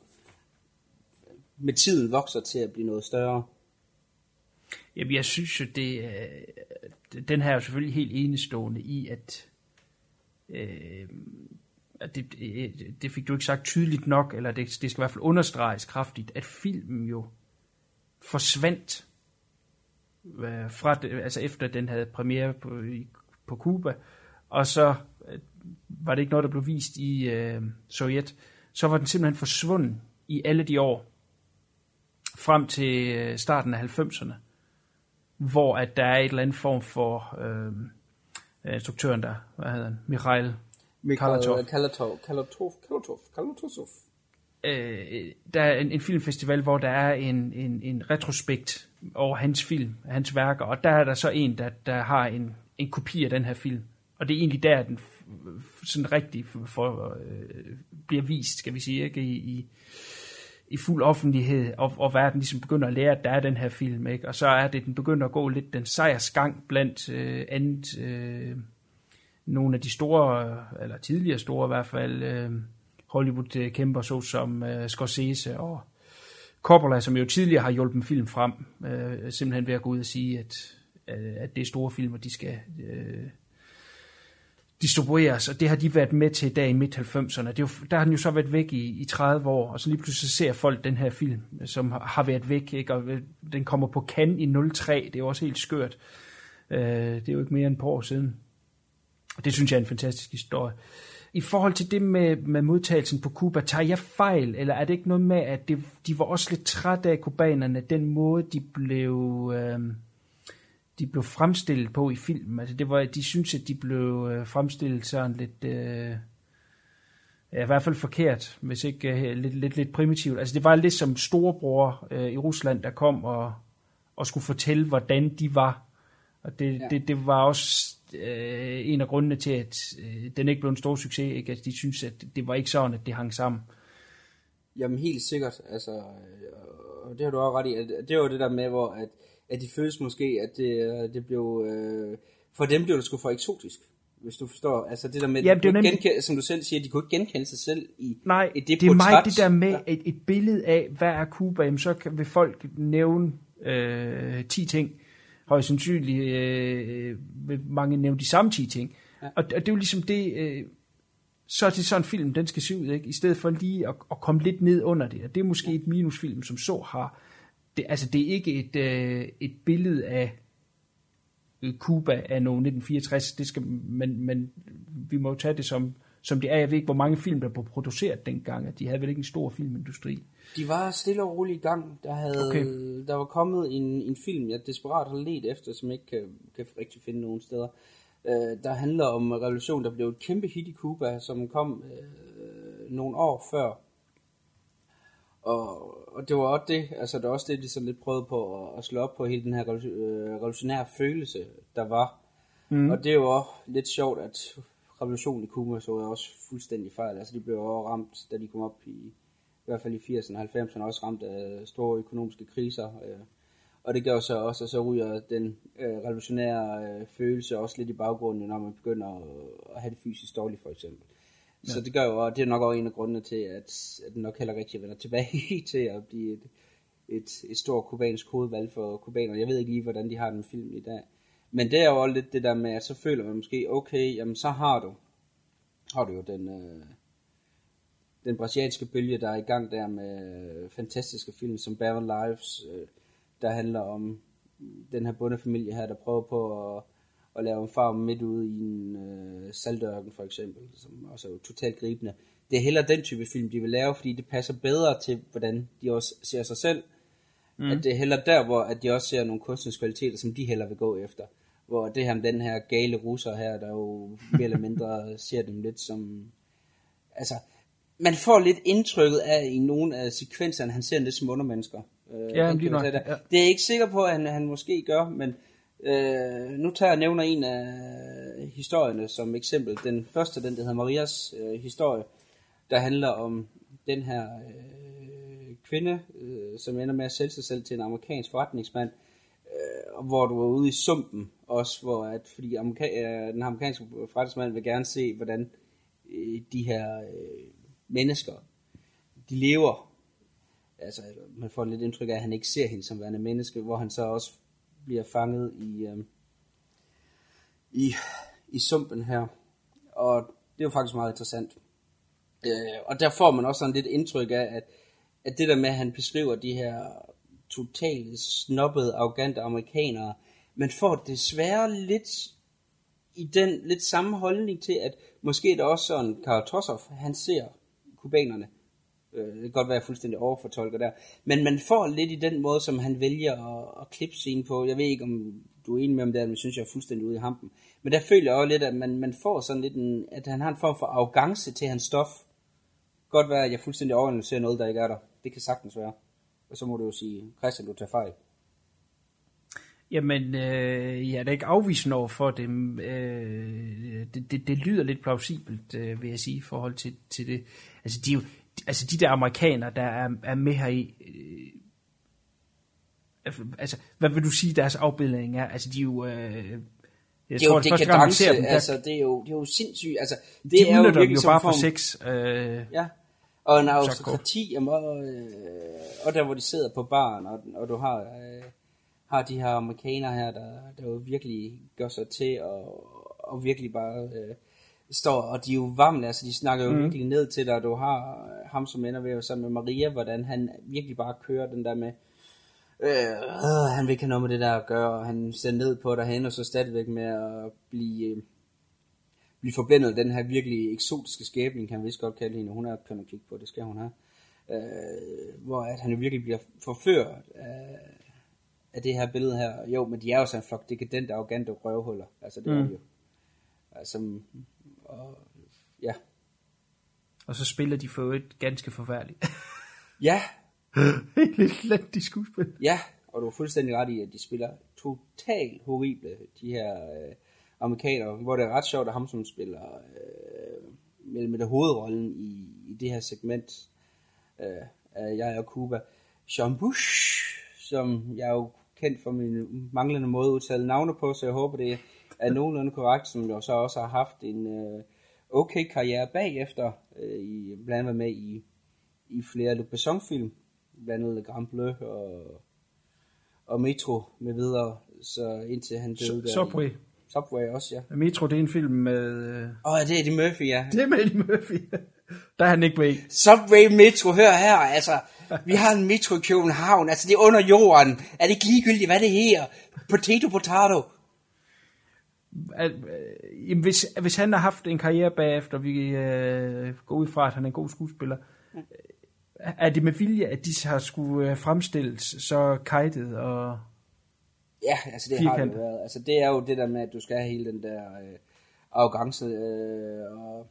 med tiden vokser til at blive noget større? Jamen, jeg synes jo, det, den her er jo selvfølgelig helt enestående i, at, øh, at det, det fik du ikke sagt tydeligt nok, eller det, det skal i hvert fald understreges kraftigt, at filmen jo forsvandt øh, fra det, altså efter den havde premiere på, i, på Cuba, og så øh, var det ikke noget, der blev vist i øh, Sovjet, så var den simpelthen forsvundet i alle de år, frem til starten af halvfemserne, hvor at der er et eller andet form for øh, instruktøren der, hvad hedder han, Mikhail Kalatov. Kalatov, Kalatov, Kalatov, Kalatov. Øh, der er en, en filmfestival, hvor der er en, en, en retrospekt over hans film, hans værker, og der er der så en, der, der har en, en kopi af den her film. Og det er egentlig der, den sådan rigtig for, øh, bliver vist, skal vi sige, ikke, i, i i fuld offentlighed, og, og verden ligesom begynder at lære, at der er den her film, ikke? Og så er det, den begynder at gå lidt den sejrsgang blandt øh, andet, øh, nogle af de store, eller tidligere store i hvert fald, øh, Hollywood-kæmper, så som øh, Scorsese og Coppola, som jo tidligere har hjulpet film frem, øh, simpelthen ved at gå ud og sige, at, øh, at det er store film, og de skal øh, distribueres, og det har de været med til der i midt halvfemserne. Det er jo, der har den jo så været væk i, i tredive år, og så lige pludselig ser folk den her film, som har været væk, ikke? Og den kommer på Cannes i nul tre, det er jo også helt skørt. Uh, det er jo ikke mere end et par år siden. Det synes jeg er en fantastisk historie. I forhold til det med, med modtagelsen på Cuba, tager jeg fejl, eller er det ikke noget med, at det, de var også lidt trætte af kubanerne, den måde, de blev... Uh, de blev fremstillet på i filmen. Altså det var, de synes, at de blev øh, fremstillet sådan lidt, øh, ja, i hvert fald forkert, hvis ikke øh, lidt, lidt, lidt primitivt. Altså det var lidt som storebror øh, i Rusland, der kom og, og skulle fortælle, hvordan de var. Og det, ja. det, det var også øh, en af grundene til, at øh, den ikke blev en stor succes. Ikke? Altså de synes, at det var ikke sådan, at det hang sammen. Jamen helt sikkert. Altså, og det har du også ret i. Det var det der med, hvor at at de føles måske, at det, det blev, øh, for dem blev det sgu for eksotisk, hvis du forstår. Altså det der med, Jamen, det nemlig... genkende, som du selv siger, de kunne ikke genkende sig selv i, nej, i det det er portræt. meget det der med et, et billede af, hvad er Cuba, jamen, så vil folk nævne øh, ti ting. Højst sandsynligt øh, vil mange nævne de samme ti ting. Ja. Og, og det er jo ligesom det, øh, så er det sådan en film, den skal se ud, ikke? I stedet for lige at, at komme lidt ned under det. Og det er måske ja. et minusfilm, som så har... Det, altså det er ikke et, øh, et billede af Cuba af nitten fireogtres, det skal, men, men vi må jo tage det som, som det er. Jeg ved ikke, hvor mange film der blev produceret dengang, de havde vel ikke en stor filmindustri. De var stille og roligt i gang. Der, havde, okay. der var kommet en, en film, jeg desperat har let efter, som ikke kan, kan rigtig finde nogen steder. øh, der handler om revolution, der blev et kæmpe hit i Cuba, som kom øh, nogle år før. Og, og det var også det, altså det var også det, de sådan lidt prøvede på at, at slå op på hele den her revolutionære følelse, der var. Mm. Og det er jo også lidt sjovt, at revolutionen i Cuba så er også fuldstændig fejl. Altså de blev også ramt, da de kom op i, i hvert fald i firserne og halvfemserne, også ramt af store økonomiske kriser. Og det gør så også, at så ryger den øh, revolutionære øh, følelse også lidt i baggrunden, når man begynder at, at have det fysisk dårligt, for eksempel. Ja. Så det gør jo, og det er nok også en af grundene til, at, at den nok heller rigtig vender tilbage til at blive et, et, et stort kubansk hovedvalg for kubanerne. Jeg ved ikke lige, hvordan de har den film i dag. Men det er jo også lidt det der med, at så føler man måske, okay, jamen så har du, har du jo den, øh, den brasilianske bølge, der er i gang der med fantastiske film som Barren Lives, øh, der handler om den her bondefamilie her, der prøver på at, at lave en farm midt ude i en øh, saltørken for eksempel, som også er jo totalt gribende. Det er heller den type film, de vil lave, fordi det passer bedre til, hvordan de også ser sig selv. Mm. At det er heller der, hvor at de også ser nogle kunstneriske kvaliteter, som de heller vil gå efter. Hvor det her med den her gale russer her, der jo mere eller mindre ser dem lidt som... Altså, man får lidt indtrykket af i nogle af sekvenserne, han ser lidt som undermennesker. Ja, det, nok, ja. Det er jeg ikke sikker på, at han, han måske gør, men øh, nu tager jeg nævner en af historierne som eksempel. Den første, den der hedder Marias øh, historie, der handler om den her øh, kvinde, øh, som ender med at sælge sig selv til en amerikansk forretningsmand, øh, hvor du er ude i sumpen også, hvor at, fordi amerika- øh, den amerikanske forretningsmand vil gerne se, hvordan øh, de her øh, mennesker, de lever. Altså, man får lidt indtryk af, at han ikke ser hende som værende menneske, hvor han så også bliver fanget i, øh, i, i sumpen her. Og det er jo faktisk meget interessant. Øh, og der får man også sådan lidt indtryk af, at, at det der med, at han beskriver de her totalt snobbede, arrogante amerikanere, man får desværre lidt i den lidt samme holdning til, at måske er det også sådan, Karl Toshoff, han ser kubanerne. Det kan godt være, jeg fuldstændig overfortolker der. Men man får lidt i den måde, som han vælger at, at klippe scenen på. Jeg ved ikke, om du er enig med om det, men jeg synes, jeg er fuldstændig ude i hampen. Men der føler jeg også lidt, at man, man får sådan lidt en, at han har en form for arrogance til hans stof. Godt være, at jeg fuldstændig overanalyserer noget, der ikke er der. Det kan sagtens være. Og så må du jo sige, Christian, du tager fejl. Jamen, øh, jeg er da ikke afvisende over for dem. Øh, det, det, det lyder lidt plausibelt, øh, vil jeg sige, i forhold til, til det. Altså, de er jo... Altså de der amerikanere, der er, er med her i, øh, altså hvad vil du sige deres afbildning er? Altså de er jo, øh, jeg det tror jo det første gang vi ser dem, der, altså det er jo det er jo sindssygt, altså det de er jo virkelig jo bare form, for sex, øh, ja, og en aristokrati, og, øh, og der hvor de sidder på baren, og, og du har øh, har de her amerikanere her, der der jo virkelig gør sig til og og virkelig bare øh, står, og de er jo varme, altså de snakker jo mm. virkelig ned til dig, og du har ham som ender ved sammen med Maria, hvordan han virkelig bare kører den der med, øh, han vil ikke have noget med det der at gøre, og han ser ned på dig hen, og så stadigvæk med at blive, øh, blive forblændet af den her virkelig eksotiske skæbning, kan han vist godt kalde hende, hun er køn at kigge på, det skal hun have, øh, hvor at han jo virkelig bliver forført af, af det her billede her. Jo, men de er jo sådan en flok dekadente, arrogante røvhuller, altså det mm. er jo, altså, og ja. Og så spiller de for et ganske forfærdeligt. Ja. Lidt let de skuespil. Ja, og du er fuldstændig ret i, at de spiller totalt horrible, de her øh, amerikanere, hvor det er ret sjovt, at ham som spiller øh, med, med det hovedrollen i, i det her segment øh, af Jeg og Cuba, Jean Bush, som jeg er jo kendt for min manglende måde at udtale navne på, så jeg håber det er nogenlunde korrekt, som jo så også har haft en øh, okay karriere bagefter, øh, i, blandt andet med i, i flere Luc Besson-film, blandt andet Grand Bleu og, og Metro med videre, så indtil han døde der. Subway. I, Subway også, ja. Metro, det er en film med... Åh, oh, det er Eddie Murphy, ja. Det er med Eddie Murphy, der er han ikke med. Subway Metro, hør her, altså, vi har en Metro i København, altså det er under jorden, er det ikke ligegyldigt, hvad det her? Potato, potato. At, øh, hvis, hvis han har haft en karriere bagefter, vi øh, går ud fra, at han er en god skuespiller, øh, er det med vilje, at de har skulle øh, fremstilles så kajtet og... Ja, altså det firkant. har det været. Altså det er jo det der med, at du skal have hele den der øh, arrogance, øh, og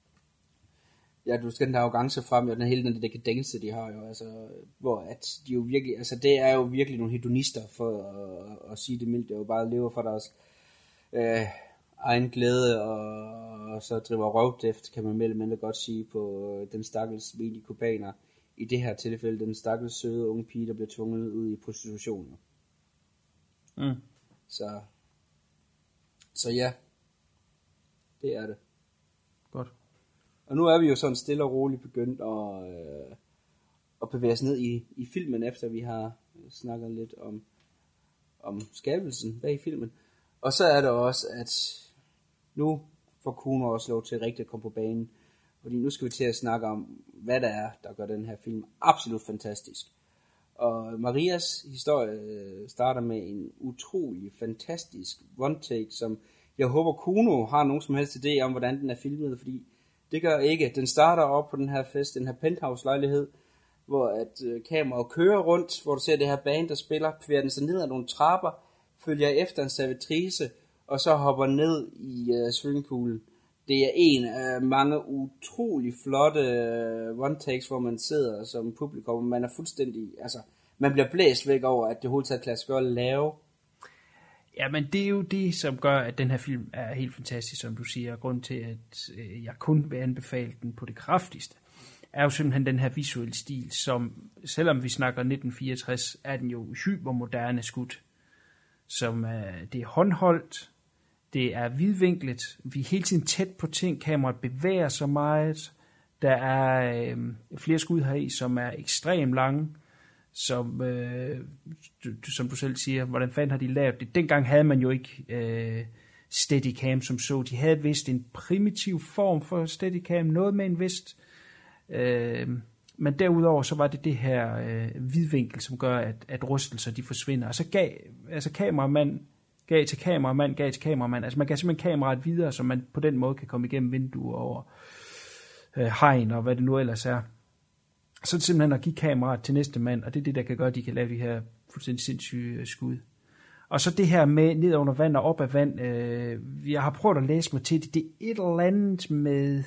ja, du skal den der arrogance frem, og den hele den dekadence, de har jo, altså, hvor at de jo virkelig, altså det er jo virkelig nogle hedonister, for at, at sige det mildt, det er jo bare lever for deres øh, egen glæde, og, og så driver røvdæft, kan man mellem mindre godt sige, på den stakkels medikubaner, i det her tilfælde, den stakkels søde unge pige, der bliver tvunget ud i prostitution. Mm. Så, så ja, det er det. Godt. Og nu er vi jo sådan stille og roligt begyndt at, øh, at bevæge os ned i, i filmen, efter vi har snakket lidt om, om skabelsen bag filmen. Og så er det også, at nu får Kuno også lov til rigtig at komme på banen. Fordi nu skal vi til at snakke om, hvad der er, der gør den her film absolut fantastisk. Og Marias historie starter med en utrolig fantastisk one-take, som jeg håber Kuno har nogen som helst idé om, hvordan den er filmet, fordi det gør ikke. Den starter op på den her fest, den her penthouse-lejlighed, hvor at øh, kameraet kører rundt, hvor du ser det her band, der spiller, bevæger den sig ned ad nogle trapper, følger efter en servitrice, og så hopper ned i øh, swimmingpoolen. Det er en af mange utrolig flotte øh, one-takes, hvor man sidder som publikum, og man er fuldstændig, altså, man bliver blæst væk over, at det overhovedet taget kan lade sig gøre at lave. Ja, men det er jo det, som gør, at den her film er helt fantastisk, som du siger. Grund til, at øh, jeg kun vil anbefale den på det kraftigste, er jo simpelthen den her visuelle stil, som, selvom vi snakker nitten fireogtres, er den jo hypermoderne skudt. Som øh, det er håndholdt, det er vidvinklet, vi er hele tiden tæt på ting, kameraet bevæger sig meget, der er øh, flere skud heri, som er ekstremt lange, som, øh, du, som du selv siger, hvordan fanden har de lavet det? Dengang havde man jo ikke øh, Steadicam som så. De havde vist en primitiv form for Steadicam, noget med en vist. Øh, men derudover så var det det her øh, vidvinkel, som gør, at, at rystelser de forsvinder. Og så gav, altså kameramand, gav til kameramand, gav til kameramand. Altså man gav simpelthen kameraet videre, så man på den måde kan komme igennem vinduer over øh, hegn og hvad det nu ellers er. Så er det simpelthen at give kameraet til næste mand, og det er det, der kan gøre, at de kan lave de her fuldstændig sindssyge skud. Og så det her med ned under vand og op af vand, øh, jeg har prøvet at læse mig til det, det er et eller andet med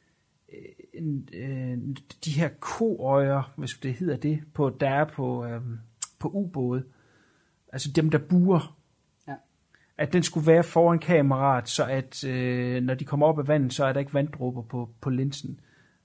øh, øh, de her koøjer, hvis det hedder det, på, der er på, øh, på ubåde, altså dem, der buer, ja. At den skulle være foran kameraet, så at øh, når de kommer op af vandet, så er der ikke vanddråber på, på linsen.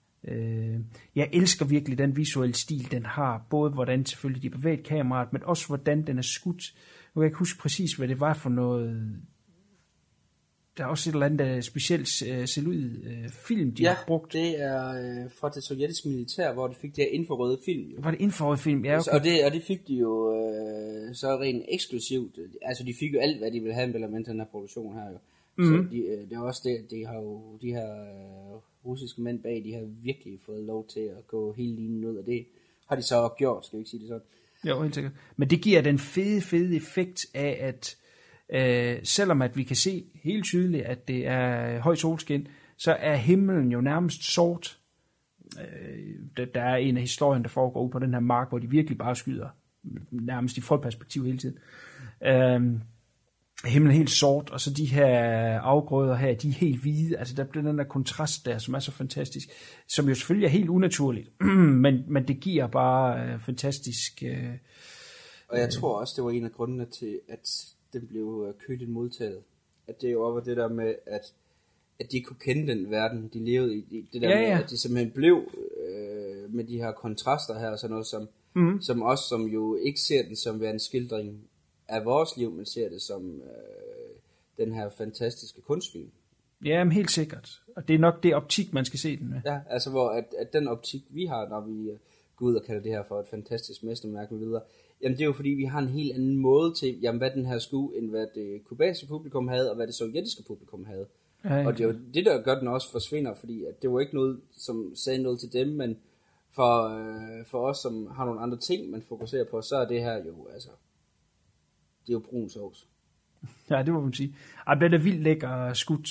Jeg elsker virkelig den visuelle stil, den har. Både hvordan selvfølgelig de bevæger kameraet, men også hvordan den er skudt. Nu kan jeg ikke huske præcis, hvad det var for noget. Der er også et eller andet specielt celluloid-film, de ja, har brugt. Ja, det er øh, fra det sovjetiske militær, hvor de fik det her infrarøde film. Jo. Var det infrarøde film? Ja, okay. og, det, og det fik de jo øh, så rent eksklusivt. Altså de fik jo alt, hvad de ville have med den her produktion her jo. Mm-hmm. Så de, det er også det, de har jo de her øh, russiske mænd bag, de har virkelig fået lov til at gå hele linjen ud, og det har de så gjort, skal vi ikke sige det sådan? Jo, helt sikkert. Men det giver den fede, fede effekt af, at øh, selvom at vi kan se helt tydeligt, at det er høj solskin, så er himlen jo nærmest sort. Øh, der, der er en af historien, der foregår ud på den her mark, hvor de virkelig bare skyder, nærmest i frontperspektiv hele tiden. Øh, Himlen er helt sort, og så de her afgrøder her, de er helt hvide. Altså der bliver den der kontrast der, som er så fantastisk, som jo selvfølgelig er helt unaturligt, men, men det giver bare øh, fantastisk. Øh, og jeg tror også, det var en af grundene til, at den blev køligt modtaget. At det jo var det der med, at, at de kunne kende den verden, de levede i. Det der ja, ja. Med, at de simpelthen blev øh, med de her kontraster her, og sådan noget, som, mm. som os, som jo ikke ser den som være en skildring af vores liv, men ser det som øh, den her fantastiske kunstfilm. Ja, men helt sikkert. Og det er nok det optik, man skal se den med. Ja, altså hvor at, at den optik, vi har, når vi uh, går ud og kalder det her for et fantastisk mestermærke og videre, jamen det er jo fordi, vi har en helt anden måde til, jamen hvad den her skulle, end hvad det kubanske publikum havde, og hvad det sovjetiske publikum havde. Ja, ja. Og det er jo det, der gør den også forsvinder, fordi at det var ikke noget, som sagde noget til dem, men for, øh, for os, som har nogle andre ting, man fokuserer på, så er det her jo, altså, det er jo brun sovs. Ja, det må man sige. Ej, det er vildt lækker skudt.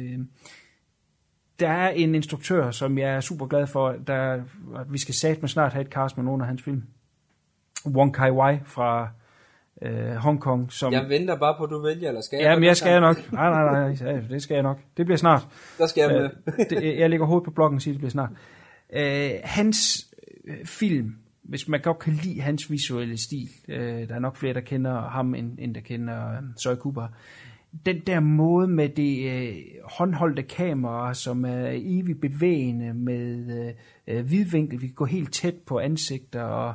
Der er en instruktør, som jeg er super glad for, der, vi skal satme snart have et cast med nogle af hans film. Wong Kar-wai fra øh, Hongkong. Som... Jeg venter bare på, at du vælger, eller skal jeg? Ja, men jeg skal nok. Nej, nej, nej, ja, det skal jeg nok. Det bliver snart. Der skal jeg med. øh, det, jeg lægger hovedet på blokken og siger, det bliver snart. Øh, hans øh, film, hvis man godt kan lide hans visuelle stil, øh, der er nok flere, der kender ham, end, end der kender øh, Soy Cooper. Den der måde med det øh, håndholdte kamera, som er evigt bevægende med øh, vidvinkel, vi kan gå helt tæt på ansigter, og,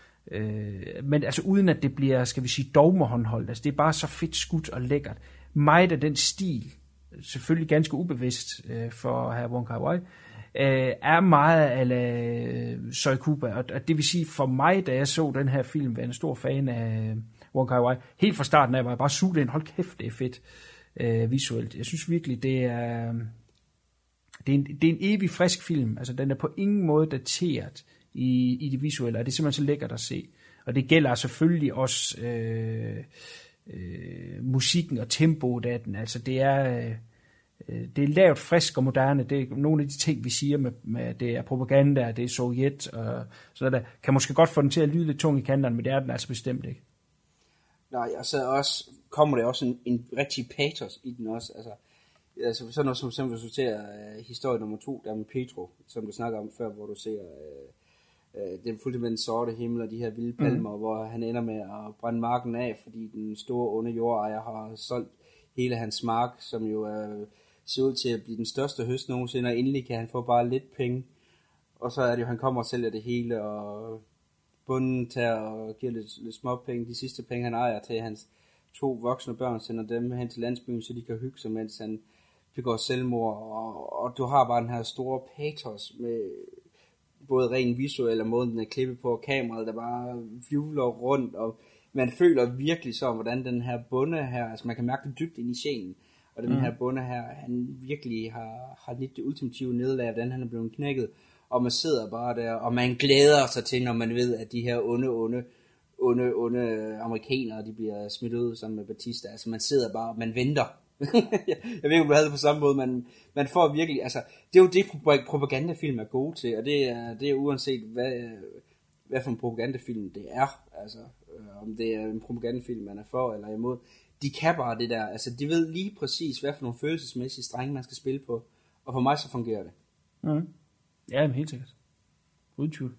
øh, men altså uden at det bliver, skal vi sige, dogmehåndholdt. Altså det er bare så fedt skudt og lækkert. Meget af den stil, selvfølgelig ganske ubevidst øh, for hr. Wong Kar-wai, øh, er meget ala Soy Cooper, og, og det vil sige for mig, da jeg så den her film, var jeg en stor fan af Wong Kar-wai. Helt fra starten af var jeg bare suget ind. Hold kæft, det er fedt øh, visuelt. Jeg synes virkelig, det er, det er, en, det er en evig frisk film. Altså, den er på ingen måde dateret i, i det visuelle, og det er simpelthen så lækkert at se. Og det gælder selvfølgelig også øh, øh, musikken og tempoet af den. Altså, det er, øh, det er lavet frisk og moderne. Det er nogle af de ting, vi siger med, med det er propaganda, det er Sovjet, og sådan der. Kan måske godt få den til at lyde lidt tung i kanterne, men det er den altså bestemt ikke. Nej, og så også, kommer der også en, en rigtig patos i den også, altså, altså sådan noget som simpelthen, hvis du ser uh, historie nummer to, der med Petro, som du snakker om før, hvor du ser uh, uh, den fulde med den sorte himmel og de her vilde palmer, mm. hvor han ender med at brænde marken af, fordi den store onde jordejer har solgt hele hans mark, som jo uh, ser ud til at blive den største høst nogensinde, og endelig kan han få bare lidt penge, og så er det jo, han kommer og sælger det hele, og bunden tager og giver lidt, lidt småpenge. De sidste penge, han ejer til hans to voksne børn, sender dem hen til landsbyen, så de kan hygge sig, mens han begår selvmord. Og, og du har bare den her store patos med både ren visuel og måden, den er klippet på, og kameraet, der bare flyver rundt. Og man føler virkelig så, hvordan den her bonde her, altså man kan mærke det dybt ind i sjælen. Og den mm. her bonde her, han virkelig har, har lidt det ultimative nederlag, hvordan han er blevet knækket. Og man sidder bare der, og man glæder sig til, når man ved, at de her onde, onde, onde, onde amerikanere, de bliver smidt ud sammen med Batista. Altså man sidder bare, man venter. Jeg ved ikke, om du havde det på samme måde, men man får virkelig, altså det er jo det, propagandafilm er gode til, og det er, det er uanset, hvad, hvad for en propagandafilm det er. Altså om det er en propagandafilm, man er for eller imod. De kan bare det der, altså de ved lige præcis, hvad for nogle følelsesmæssige strenge, man skal spille på. Og for mig så fungerer det. Mm. Ja, men helt sikkert. Uden tvivl.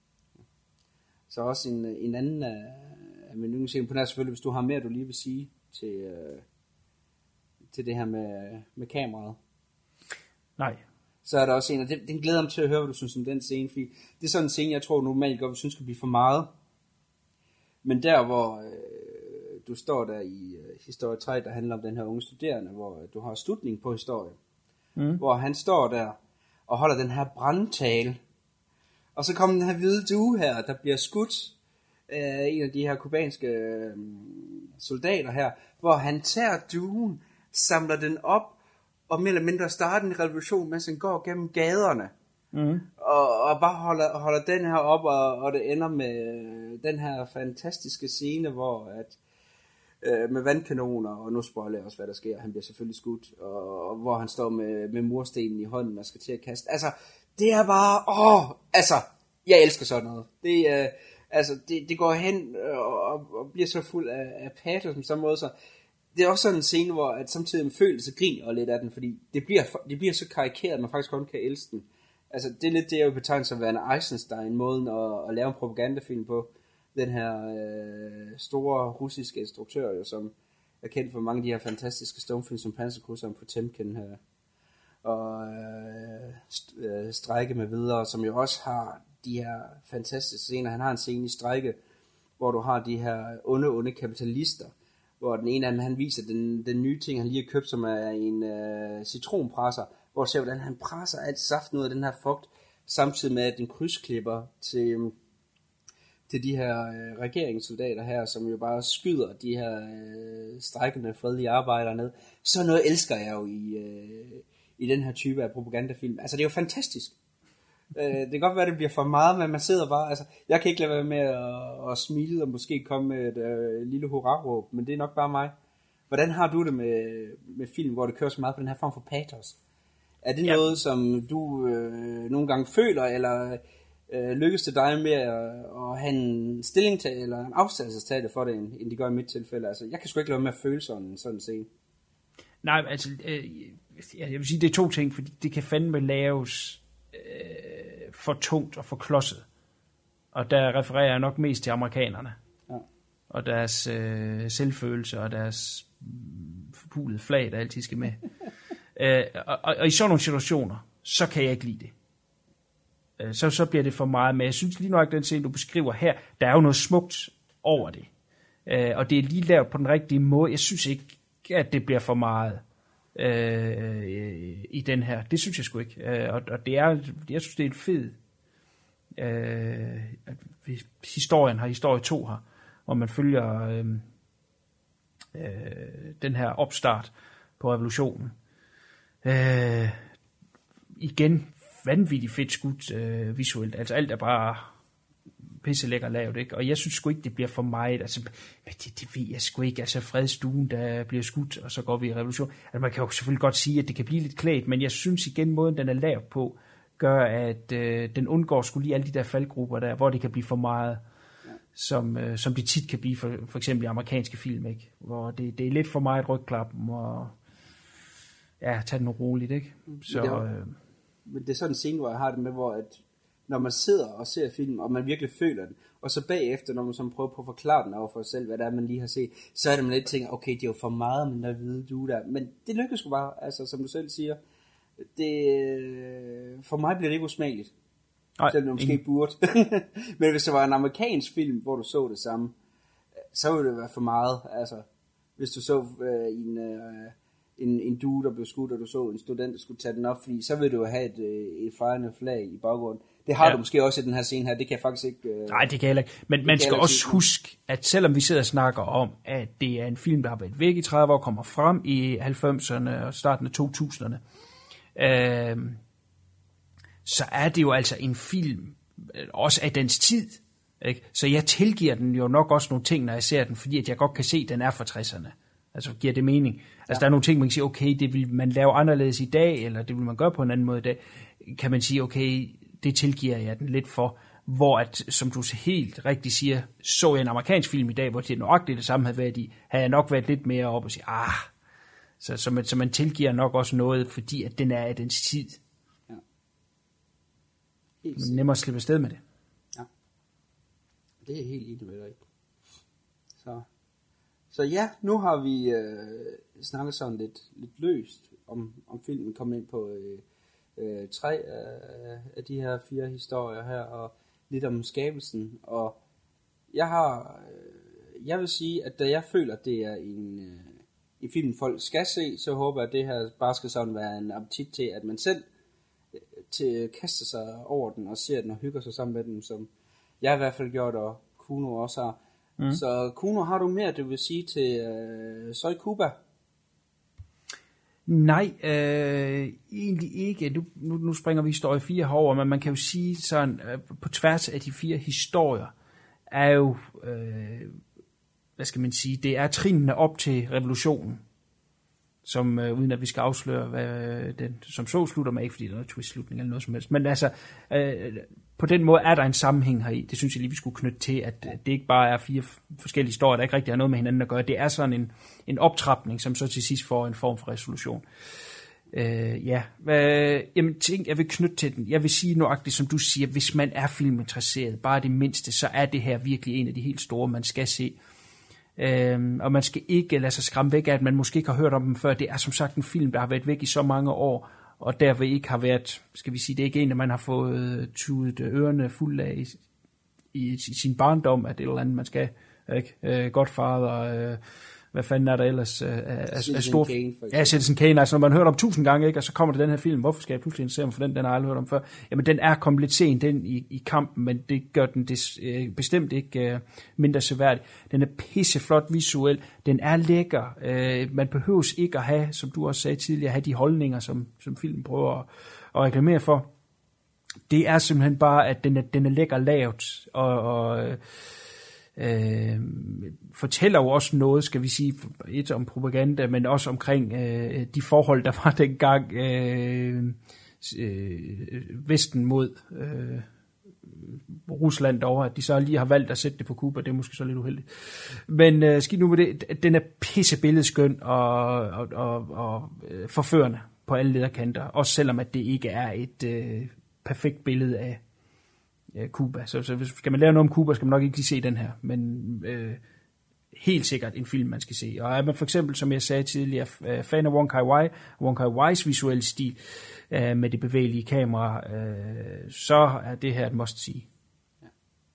Så også en, en anden af uh, min yndlingsfilm på den her, selvfølgelig, hvis du har mere, du lige vil sige til, uh, til det her med, med kameraet. Nej. Så er der også en, og den, den glæder mig til at høre, hvad du synes om den scene, fordi det er sådan en scene, jeg tror normalt godt, vi synes skal blive for meget. Men der, hvor uh, du står der i uh, historie tre, der handler om den her unge studerende, hvor uh, du har slutning på historie, mm. hvor han står der, og holder den her brandtale. Og så kommer den her hvide due her, der bliver skudt af en af de her kubanske øh, soldater her, hvor han tager duen, samler den op, og mere eller mindre starter en revolution, mens han går gennem gaderne. Mm. Og, og bare holder, holder den her op, og, og det ender med den her fantastiske scene, hvor at øh, med vandkanoner, og nu spoiler jeg også, hvad der sker. Han bliver selvfølgelig skudt, og, og hvor han står med, med murstenen i hånden og skal til at kaste. Altså, det er bare, åh, altså, jeg elsker sådan noget. Det, øh, altså, det, det går hen og, og, og bliver så fuld af, af patos på samme måde, så det er også sådan en scene, hvor at samtidig man føler sig griner lidt af den, fordi det bliver, det bliver så karikeret, at man faktisk kun kan elske den. Altså, det er lidt det, jeg vil betegne som værende Eisenstein-måden at, at lave en propagandafilm på. Den her øh, store russiske instruktør, jo, som er kendt for mange af de her fantastiske stumfilm, som Panserkrydseren Potemkin her, og øh, st- øh, Strejke med videre, som jo også har de her fantastiske scener. Han har en scene i Strejke, hvor du har de her onde, onde kapitalister, hvor den ene af dem, han viser den, den nye ting, han lige har købt, som er en øh, citronpresser, hvor du ser, hvordan han presser alt saften ud af den her frugt, samtidig med, at den krydsklipper til, til de her øh, regeringssoldater her, som jo bare skyder de her øh, strejkende, fredelige arbejdere ned. Så noget elsker jeg jo i, øh, i den her type af propagandafilm. Altså, det er jo fantastisk. øh, det kan godt være, det bliver for meget, men man sidder bare, altså, jeg kan ikke lade være med at, at smile og måske komme med et øh, lille hurra-råb, men det er nok bare mig. Hvordan har du det med, med film, hvor det kører så meget på den her form for patos? Er det ja. noget, som du øh, nogle gange føler, eller øh, lykkes det dig med at, at have en stillingtag eller en afstandelsestagelse for det, end, end de gør i mit tilfælde? Altså, jeg kan sgu ikke lade med at føle sådan, sådan en scene. Nej, altså, øh, jeg vil sige, det er to ting, fordi det kan fandme laves øh, for tungt og for klodset. Og der refererer jeg nok mest til amerikanerne. Ja. Og deres øh, selvfølelse og deres forpulede flag, der altid skal med. øh, og, og, og i sådan nogle situationer, så kan jeg ikke lide det. Øh, så, så bliver det for meget. Men jeg synes lige nok, den scene, du beskriver her, der er jo noget smukt over det. Øh, og det er lige lavet på den rigtige måde. Jeg synes ikke, at det bliver for meget øh, i den her. Det synes jeg sgu ikke. Øh, og, og det er, jeg synes, det er en fed øh, historien har historie to her, hvor man følger øh, øh, den her opstart på revolutionen. Øh, igen, vanvittigt fedt skudt øh, visuelt. Altså alt er bare pisse lækker lavet, ikke? Og jeg synes sgu ikke, det bliver for meget. Altså, det, det ved jeg sgu ikke. Altså, fredsstuen, der bliver skudt, og så går vi i revolution. Altså, man kan jo selvfølgelig godt sige, at det kan blive lidt klædt, men jeg synes igen, måden den er lavet på, gør, at øh, den undgår sgu lige alle de der faldgrupper der, hvor det kan blive for meget, ja. som, øh, som det tit kan blive for, for eksempel i amerikanske film, ikke? Hvor det, det er lidt for meget rygklappen, og ja, tage den roligt, ikke? Så, men, det er, øh, men det er sådan en scene, hvor jeg har det med, hvor at når man sidder og ser film, og man virkelig føler den, og så bagefter, når man så prøver på at forklare den over for sig selv, hvad det er, man lige har set, så er det, man lidt tænker, okay, det er jo for meget, men der ved du der. Men det lykkes sgu bare, altså som du selv siger, det, for mig bliver det ikke usmageligt. Selvom det måske burde. Men hvis det var en amerikansk film, hvor du så det samme, så ville det være for meget. Altså, hvis du så øh, en, øh, en, en due, der blev skudt, og du så en student, der skulle tage den op, fordi så vil du jo have et, et fejrende flag i baggrunden. Det har ja. du måske også i den her scene her, det kan jeg faktisk ikke... Øh, Nej, det kan jeg heller ikke. Men man skal også huske, at selvom vi sidder og snakker om, at det er en film, der har været væk i tredive år, kommer frem i halvfemserne og starten af to tusinderne, øh, så er det jo altså en film, også af dens tid. Ikke? Så jeg tilgiver den jo nok også nogle ting, når jeg ser den, fordi at jeg godt kan se, at den er fra tresserne. Altså giver det mening. Altså ja. Der er nogle ting, man kan sige, okay, det vil man lave anderledes i dag, eller det vil man gøre på en anden måde i dag. Kan man sige, okay, det tilgiver jeg den lidt for, hvor at, som du helt rigtigt siger, så jeg en amerikansk film i dag, hvor det nøjagtigt det samme havde været i, havde jeg nok været lidt mere op og sige, ah, så, så, man, så man tilgiver nok også noget, fordi at den er af dens tid. Ja. Men nemmere at slippe afsted med det. Ja, det er helt enig med dig. Så, så ja, nu har vi øh, snakket sådan lidt, lidt løst om, om filmen, kom ind på øh, øh, tre af, af de her fire historier her, og lidt om skabelsen, og jeg har, øh, jeg vil sige, at da jeg føler, at det er en, øh, en film, folk skal se, så håber jeg, at det her bare skal sådan være en appetit til, at man selv øh, til kaster sig over den, og ser den, og hygger sig sammen med den, som jeg i hvert fald gjort, og Kuno også har. Mm. Så Kuno, har du mere, du vil sige til øh, Soy Cuba? Nej, øh, egentlig ikke. Nu, nu, nu springer vi historie fire herover, men man kan jo sige sådan, øh, på tværs af de fire historier, er jo, øh, hvad skal man sige, det er trinene op til revolutionen, som øh, uden at vi skal afsløre, hvad den som så slutter med, ikke fordi der er noget twist-slutning eller noget som helst, men altså, øh, på den måde er der en sammenhæng heri. Det synes jeg lige, vi skulle knytte til, at det ikke bare er fire forskellige historier, der ikke rigtig har noget med hinanden at gøre. Det er sådan en, en optrapning, som så til sidst får en form for resolution. Øh, ja, øh, jamen ting, jeg vil knytte til den. Jeg vil sige nøjagtigt, som du siger, hvis man er filminteresseret, bare det mindste, så er det her virkelig en af de helt store, man skal se. Øh, og man skal ikke lade sig skræmme væk af, at man måske ikke har hørt om dem før. Det er som sagt en film, der har været væk i så mange år, og derved ikke har været, skal vi sige, det er ikke en, at man har fået tudet ørerne fulde af i, i, i sin barndom, at det er et eller andet, man skal, ikke? Uh, Godfather, uh, hvad fanden er der ellers? Uh, er stor... Ja, Citizen Kane, altså når man har hørt om tusind gange, ikke? Og så kommer der den her film, hvorfor skal jeg pludselig interessere mig for den, den har jeg aldrig hørt om før? Jamen, den er kommet lidt sent den i, i kampen, men det gør den des, øh, bestemt ikke øh, mindre seværdig. Den er pisseflot visuel, den er lækker, øh, man behøves ikke at have, som du også sagde tidligere, have de holdninger, som, som filmen prøver at, at reklamere for. Det er simpelthen bare, at den er, den er lækker lavet, og, og øh, Øh, fortæller jo også noget, skal vi sige, et om propaganda, men også omkring øh, de forhold, der var dengang øh, øh, Vesten mod øh, Rusland derovre, at de så lige har valgt at sætte det på Cuba, det er måske så lidt uheldigt. Men øh, skidt nu med det, den er pisse billedskøn og, og, og, og øh, forførende på alle lederkanter, også selvom at det ikke er et øh, perfekt billede af øh, Cuba. Så, så hvis skal man lave noget om Cuba, skal man nok ikke lige se den her, men øh, helt sikkert en film, man skal se. Og er man for eksempel, som jeg sagde tidligere, fan af Wong Kar-wai, Wong Kar-wais visuelle stil øh, med det bevægelige kamera, øh, så er det her et must-see. Ja.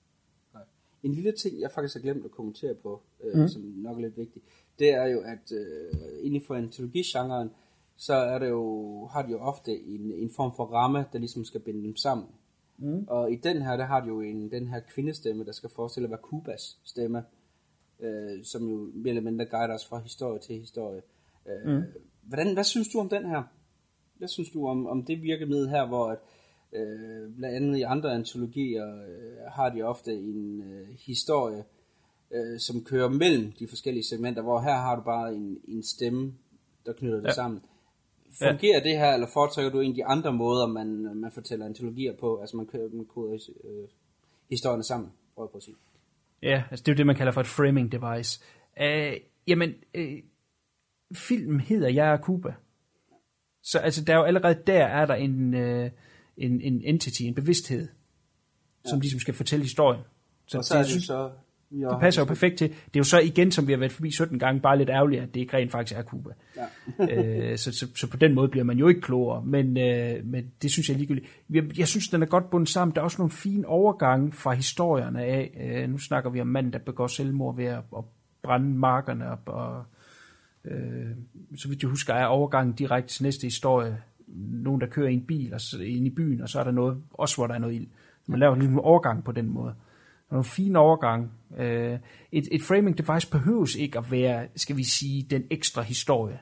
En lille ting, jeg faktisk har glemt at kommentere på, øh, mm. som nok er lidt vigtigt, det er jo, at øh, inden for antologigenren, så er det jo, har de jo ofte en, en form for ramme, der ligesom skal binde dem sammen. Mm. Og i den her, der har de jo en, den her kvindestemme, der skal forestille at være Cubas stemme, øh, som jo mere eller mindre guider os fra historie til historie. Øh, mm. hvordan, hvad synes du om den her? Hvad synes du om, om det virkemiddel her, hvor at, øh, blandt andet i andre antologier øh, har de ofte en øh, historie, øh, som kører mellem de forskellige segmenter, hvor her har du bare en, en stemme, der knytter det ja. sammen. Fungerer ja. det her, eller foretrækker du egentlig andre måder, man, man fortæller antologier på, altså man kører man koder øh, historierne sammen, prøver på at sige. Ja, altså det er jo det, man kalder for et framing device. Uh, jamen, uh, filmen hedder Jeg er Cuba. Så altså, der er jo allerede der, er der en, uh, en, en entity, en bevidsthed, ja. som ligesom skal fortælle historien. Så, og så er det, det så... Jo, det passer jo perfekt til. Det er jo så igen, som vi har været forbi sytten gange, bare lidt ærgerligt, at det ikke rent faktisk er Cuba. Ja. uh, så, så, så på den måde bliver man jo ikke klogere, men, uh, men det synes jeg er ligegyldigt. Jeg, jeg synes, den er godt bundet sammen. Der er også nogle fine overgange fra historierne af. Uh, nu snakker vi om manden, der begår selvmord ved at, at brænde markerne op, og uh, så vidt jeg husker, er overgangen direkte til næste historie. Nogen, der kører i en bil og så, ind i byen, og så er der noget, også hvor der er noget ild. Man laver ligesom en overgang på den måde. Nogle fine overgang. Et, et framing device behøves ikke at være, skal vi sige, den ekstra historie.